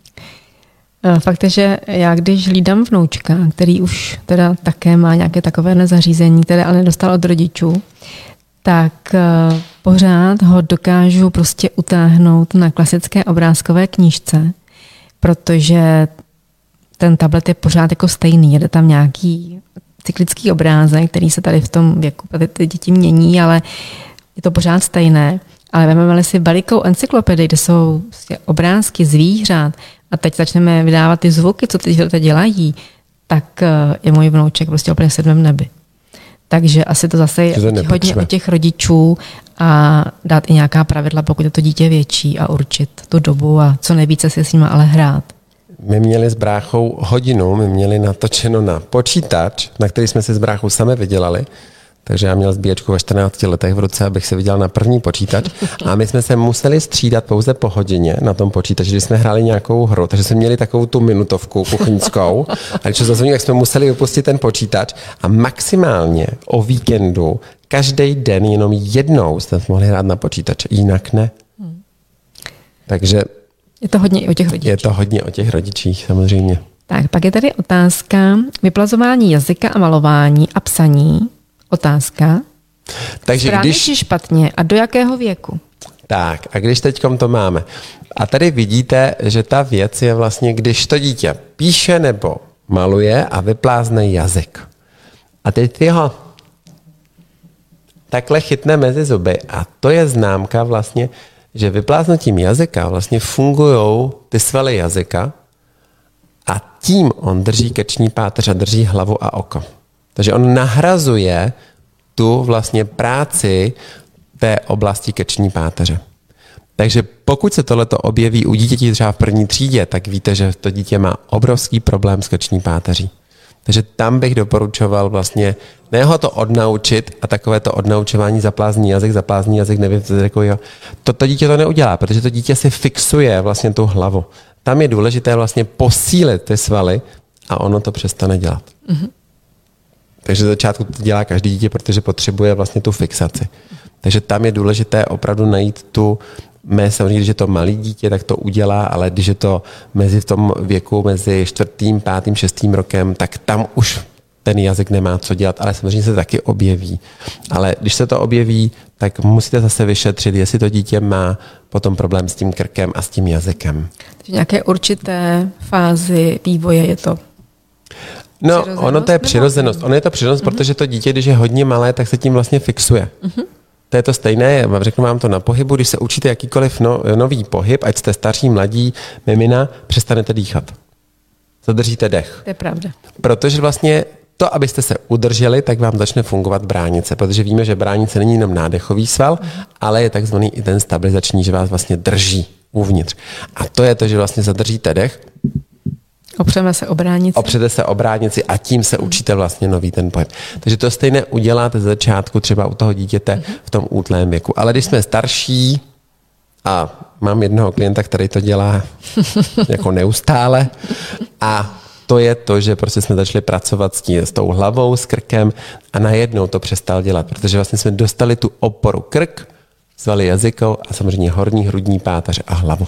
Speaker 1: Fakt je, že já když hlídám vnoučka, který už teda také má nějaké takové zařízení, které ale nedostal od rodičů, tak pořád ho dokážu prostě utáhnout na klasické obrázkové knížce, protože ten tablet je pořád jako stejný. Jede tam nějaký cyklický obrázek, který se tady v tom věku ty děti mění, ale je to pořád stejné. Ale vezmeme si velikou encyklopedii, kde jsou obrázky zvířat a teď začneme vydávat ty zvuky, co ty zvířata dělají, tak je můj vnouček prostě úplně v 7. nebi. Takže asi to zase je hodně od těch rodičů a dát i nějaká pravidla, pokud je to dítě větší a určit tu dobu a co nejvíce si s nima ale hrát.
Speaker 2: My měli s bráchou hodinu, my měli natočeno na počítač, na který jsme si s bráchou sami vydělali, Takže já měl sbíječku ve 14 letech v ruce, abych se viděl na první počítač. A my jsme se museli střídat pouze po hodině na tom počítači, když jsme hráli nějakou hru. Takže jsme měli takovou tu minutovku kuchyňskou. A když se zazvoní, tak jsme museli opustit ten počítač a maximálně o víkendu každý den jenom jednou jste mohli hrát na počítač, jinak ne. Takže
Speaker 1: je to hodně i o těch rodičích.
Speaker 2: Je to hodně o těch rodičích, samozřejmě.
Speaker 1: Tak, pak je tady otázka vyplazování jazyka a malování a psaní. Otázka.
Speaker 2: Takže
Speaker 1: správně či špatně a do jakého věku?
Speaker 2: Tak, a když teďkom to máme. A tady vidíte, že ta věc je vlastně, když to dítě píše nebo maluje a vyplázne jazyk. A teď ty ho takhle chytne mezi zuby a to je známka vlastně, že vypláznutím jazyka vlastně fungují ty svaly jazyka a tím on drží krční páteř a drží hlavu a oko. Takže on nahrazuje tu vlastně práci té oblasti krční páteře. Takže pokud se tohleto objeví u dítěti třeba v první třídě, tak víte, že to dítě má obrovský problém s krční páteří. Takže tam bych doporučoval vlastně ne ho to odnaučit a takové to odnaučování zaplázní jazyk, nevím, to dítě to neudělá, protože to dítě si fixuje vlastně tu hlavu. Tam je důležité vlastně posílit ty svaly a ono to přestane dělat. Mm-hmm. Takže z začátku to dělá každý dítě, protože potřebuje vlastně tu fixaci. Takže tam je důležité opravdu najít tu samozřejmě, když je to malý dítě, tak to udělá, ale když je to v tom věku mezi 4., 5., 6. rokem, tak tam už ten jazyk nemá co dělat, ale samozřejmě se taky objeví. Ale když se to objeví, tak musíte zase vyšetřit, jestli to dítě má potom problém s tím krkem a s tím jazykem.
Speaker 1: V nějaké určité fázi vývoje je to
Speaker 2: no, ono to je přirozenost. Ono je to přirozenost, protože to dítě, když je hodně malé, tak se tím vlastně fixuje. To je to stejné, řeknu vám to na pohybu, když se učíte jakýkoliv nový pohyb, ať jste starší, mladí, mimina, přestanete dýchat. Zadržíte dech.
Speaker 1: To je pravda.
Speaker 2: Protože vlastně to, abyste se udrželi, tak vám začne fungovat bránice, protože víme, že bránice není jenom nádechový sval, ale je takzvaný i ten stabilizační, že vás vlastně drží uvnitř. A to je to, že vlastně zadržíte dech.
Speaker 1: Opřeme se o bránici.
Speaker 2: Opřete se o bránici a tím se učíte vlastně nový ten pohyb. Takže to stejné uděláte z začátku třeba u toho dítěte v tom útlém věku. Ale když jsme starší, a mám jednoho klienta, který to dělá jako neustále, a to je to, že prostě jsme začali pracovat s tou hlavou, s krkem a najednou to přestal dělat, protože vlastně jsme dostali tu oporu krk, svaly jazykou a samozřejmě horní hrudní páteř a hlavu.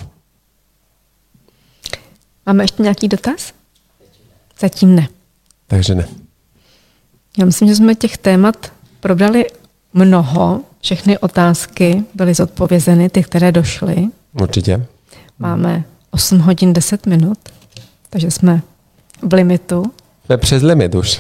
Speaker 1: Máme ještě nějaký dotaz? Zatím ne.
Speaker 2: Takže ne.
Speaker 1: Já myslím, že jsme těch témat probrali mnoho. Všechny otázky byly zodpovězeny, ty, které došly.
Speaker 2: Určitě.
Speaker 1: Máme 8 hodin 10 minut, takže jsme v limitu.
Speaker 2: Jsme přes limit už.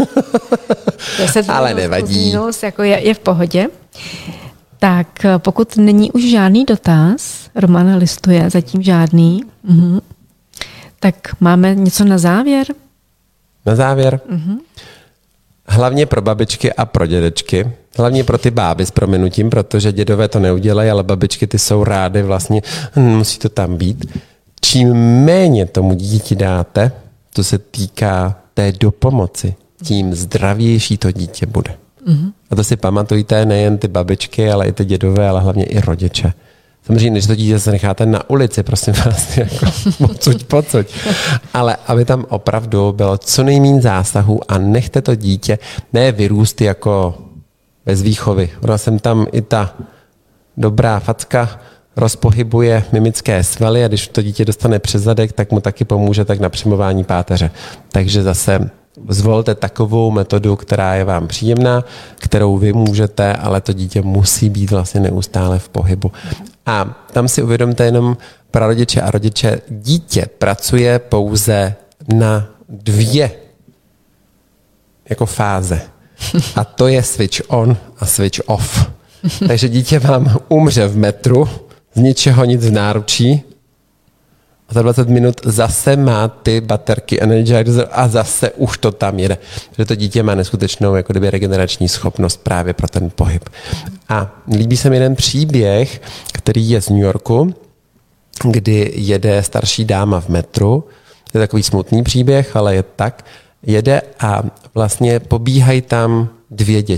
Speaker 1: 10
Speaker 2: ale
Speaker 1: minut
Speaker 2: nevadí.
Speaker 1: Minus, jako je v pohodě. Tak pokud není už žádný dotaz, Roman listuje, zatím žádný, tak máme něco na závěr?
Speaker 2: Na závěr? Hlavně pro babičky a pro dědečky. Hlavně pro ty báby s prominutím, protože dědové to neudělají, ale babičky ty jsou rády vlastně, musí to tam být. Čím méně tomu dítě dáte, to se týká té dopomoci, tím zdravější to dítě bude. A to si pamatujte, nejen ty babičky, ale i ty dědové, ale hlavně i rodiče. Samozřejmě, když to dítě se necháte na ulici, prosím vás, jako pocuť. Ale aby tam opravdu bylo co nejméně zásahů a nechte to dítě ne vyrůst jako bez výchovy. Ona sem tam i ta dobrá facka rozpohybuje mimické svaly a když to dítě dostane přes zadek, tak mu taky pomůže tak na přimování páteře. Takže zase zvolte takovou metodu, která je vám příjemná, kterou vy můžete, ale to dítě musí být vlastně neustále v pohybu. A tam si uvědomte jenom pro rodiče a rodiče, dítě pracuje pouze na 2 jako fáze. A to je switch on a switch off. Takže dítě vám umře v metru, z ničeho nic v náručí, a za 20 minut zase má ty baterky Energizer a zase už to tam jede. Protože to dítě má neskutečnou jako kdyby regenerační schopnost právě pro ten pohyb. A líbí se mi jeden příběh, který je z New Yorku, kdy jede starší dáma v metru. To je takový smutný příběh, ale je tak. Jede a vlastně pobíhají tam 2 děti.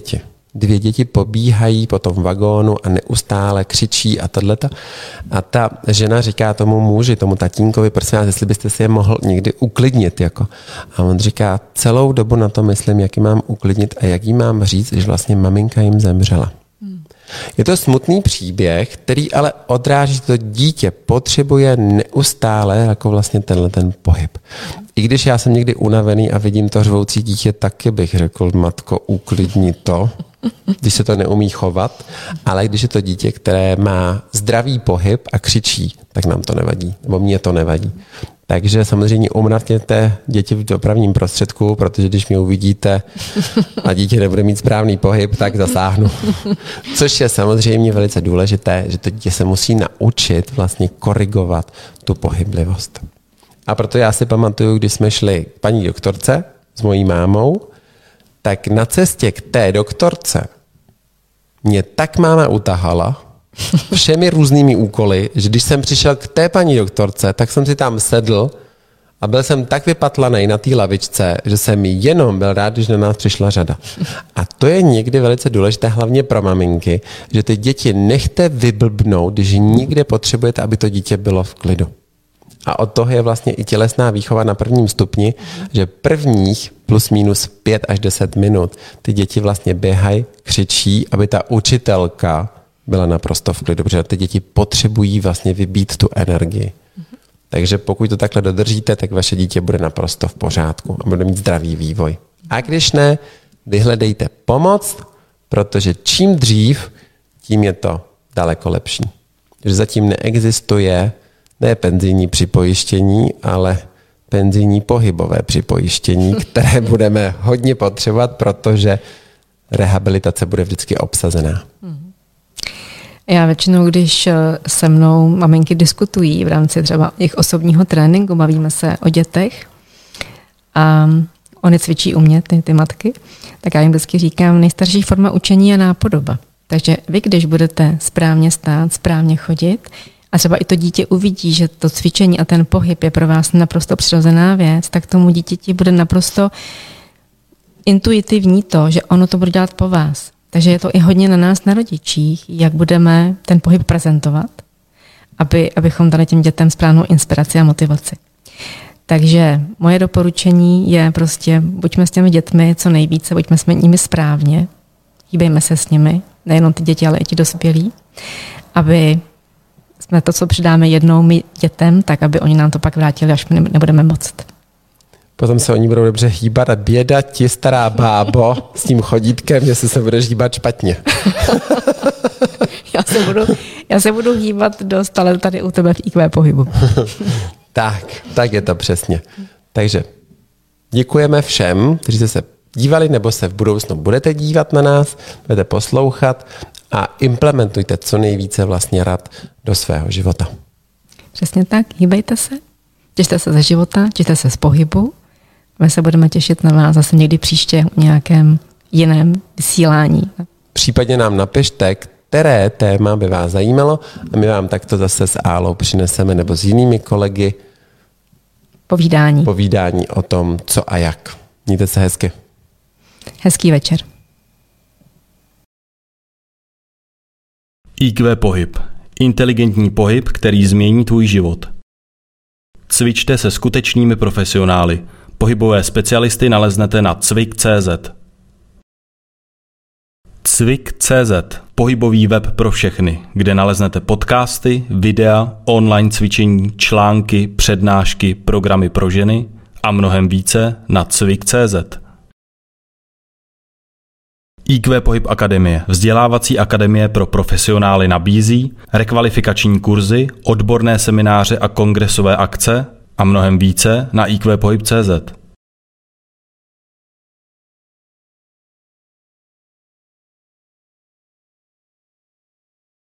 Speaker 2: 2 děti pobíhají po tom vagónu a neustále křičí a tohleto. A ta žena říká tomu muži, tomu tatínkovi, prosím vás, jestli byste si je mohl někdy uklidnit. Jako. A on říká, celou dobu na to myslím, jak ji mám uklidnit a jak jí mám říct, že vlastně maminka jim zemřela. Je to smutný příběh, který ale odráží, že to dítě potřebuje neustále jako vlastně ten pohyb. I když já jsem někdy unavený a vidím to řvoucí dítě, taky bych řekl, matko, uklidni to, když se to neumí chovat, ale když je to dítě, které má zdravý pohyb a křičí, tak nám to nevadí, nebo mně to nevadí. Takže samozřejmě umrtněte děti v dopravním prostředku, protože když mě uvidíte a dítě nebude mít správný pohyb, tak zasáhnu. Což je samozřejmě velice důležité, že to dítě se musí naučit vlastně korigovat tu pohyblivost. A proto já si pamatuju, když jsme šli k paní doktorce s mojí mámou, tak na cestě k té doktorce mě tak máma utahala všemi různými úkoly, že když jsem přišel k té paní doktorce, tak jsem si tam sedl a byl jsem tak vypatlanej na té lavičce, že jsem jenom byl rád, když na nás přišla řada. A to je někdy velice důležité, hlavně pro maminky, že ty děti nechte vyblbnout, když nikde potřebujete, aby to dítě bylo v klidu. A od toho je vlastně i tělesná výchova na prvním stupni, že prvních plus minus 5 až 10 minut ty děti vlastně běhají, křičí, aby ta učitelka byla naprosto v klidu, protože ty děti potřebují vlastně vybít tu energii. Takže pokud to takhle dodržíte, tak vaše dítě bude naprosto v pořádku a bude mít zdravý vývoj. A když ne, vyhledejte pomoc, protože čím dřív, tím je to daleko lepší. Že zatím neexistuje ne penzijní připojištění, ale penzijní pohybové připojištění, které budeme hodně potřebovat, protože rehabilitace bude vždycky obsazená.
Speaker 1: Já většinou, když se mnou maminky diskutují v rámci třeba jejich osobního tréninku, bavíme se o dětech a oni cvičí u mě, ty matky, tak já jim vždycky říkám, nejstarší forma učení je nápodoba. Takže vy, když budete správně stát, správně chodit a třeba i to dítě uvidí, že to cvičení a ten pohyb je pro vás naprosto přirozená věc, tak tomu dítěti bude naprosto intuitivní to, že ono to bude dělat po vás. Takže je to i hodně na nás, na rodičích, jak budeme ten pohyb prezentovat, abychom dali těm dětem správnou inspiraci a motivaci. Takže moje doporučení je prostě, buďme s těmi dětmi co nejvíce, buďme s nimi správně, hýbejme se s nimi, nejenom ty děti, ale i ti dospělí, aby jsme to, co přidáme jednou my dětem, tak aby oni nám to pak vrátili, až my nebudeme moct.
Speaker 2: Potom se oni budou dobře hýbat a běda ti, stará bábo, s tím chodítkem, jestli se budeš hýbat špatně. Já se budu hýbat dost, ale tady u tebe v IQ pohybu. Tak je to přesně. Takže děkujeme všem, kteří jste se dívali nebo se v budoucnu budete dívat na nás, budete poslouchat a implementujte co nejvíce vlastně rad do svého života.
Speaker 1: Přesně tak, hýbejte se, těšte se ze života, těšte se z pohybu. My se budeme těšit na vás zase někdy příště u nějakém jiném vysílání.
Speaker 2: Případně nám napište, které téma by vás zajímalo a my vám takto zase s Álou přineseme nebo s jinými kolegy povídání o tom, co a jak. Mějte se hezky.
Speaker 1: Hezký večer.
Speaker 3: IQ pohyb. Inteligentní pohyb, který změní tvůj život. Cvičte se skutečnými profesionály. Pohybové specialisty naleznete na cvik.cz. Cvik.cz. Pohybový web pro všechny, kde naleznete podcasty, videa, online cvičení, články, přednášky, programy pro ženy a mnohem více na cvik.cz. IQ Pohyb Akademie, vzdělávací akademie pro profesionály, nabízí rekvalifikační kurzy, odborné semináře a kongresové akce a mnohem více na iqpohyb.cz.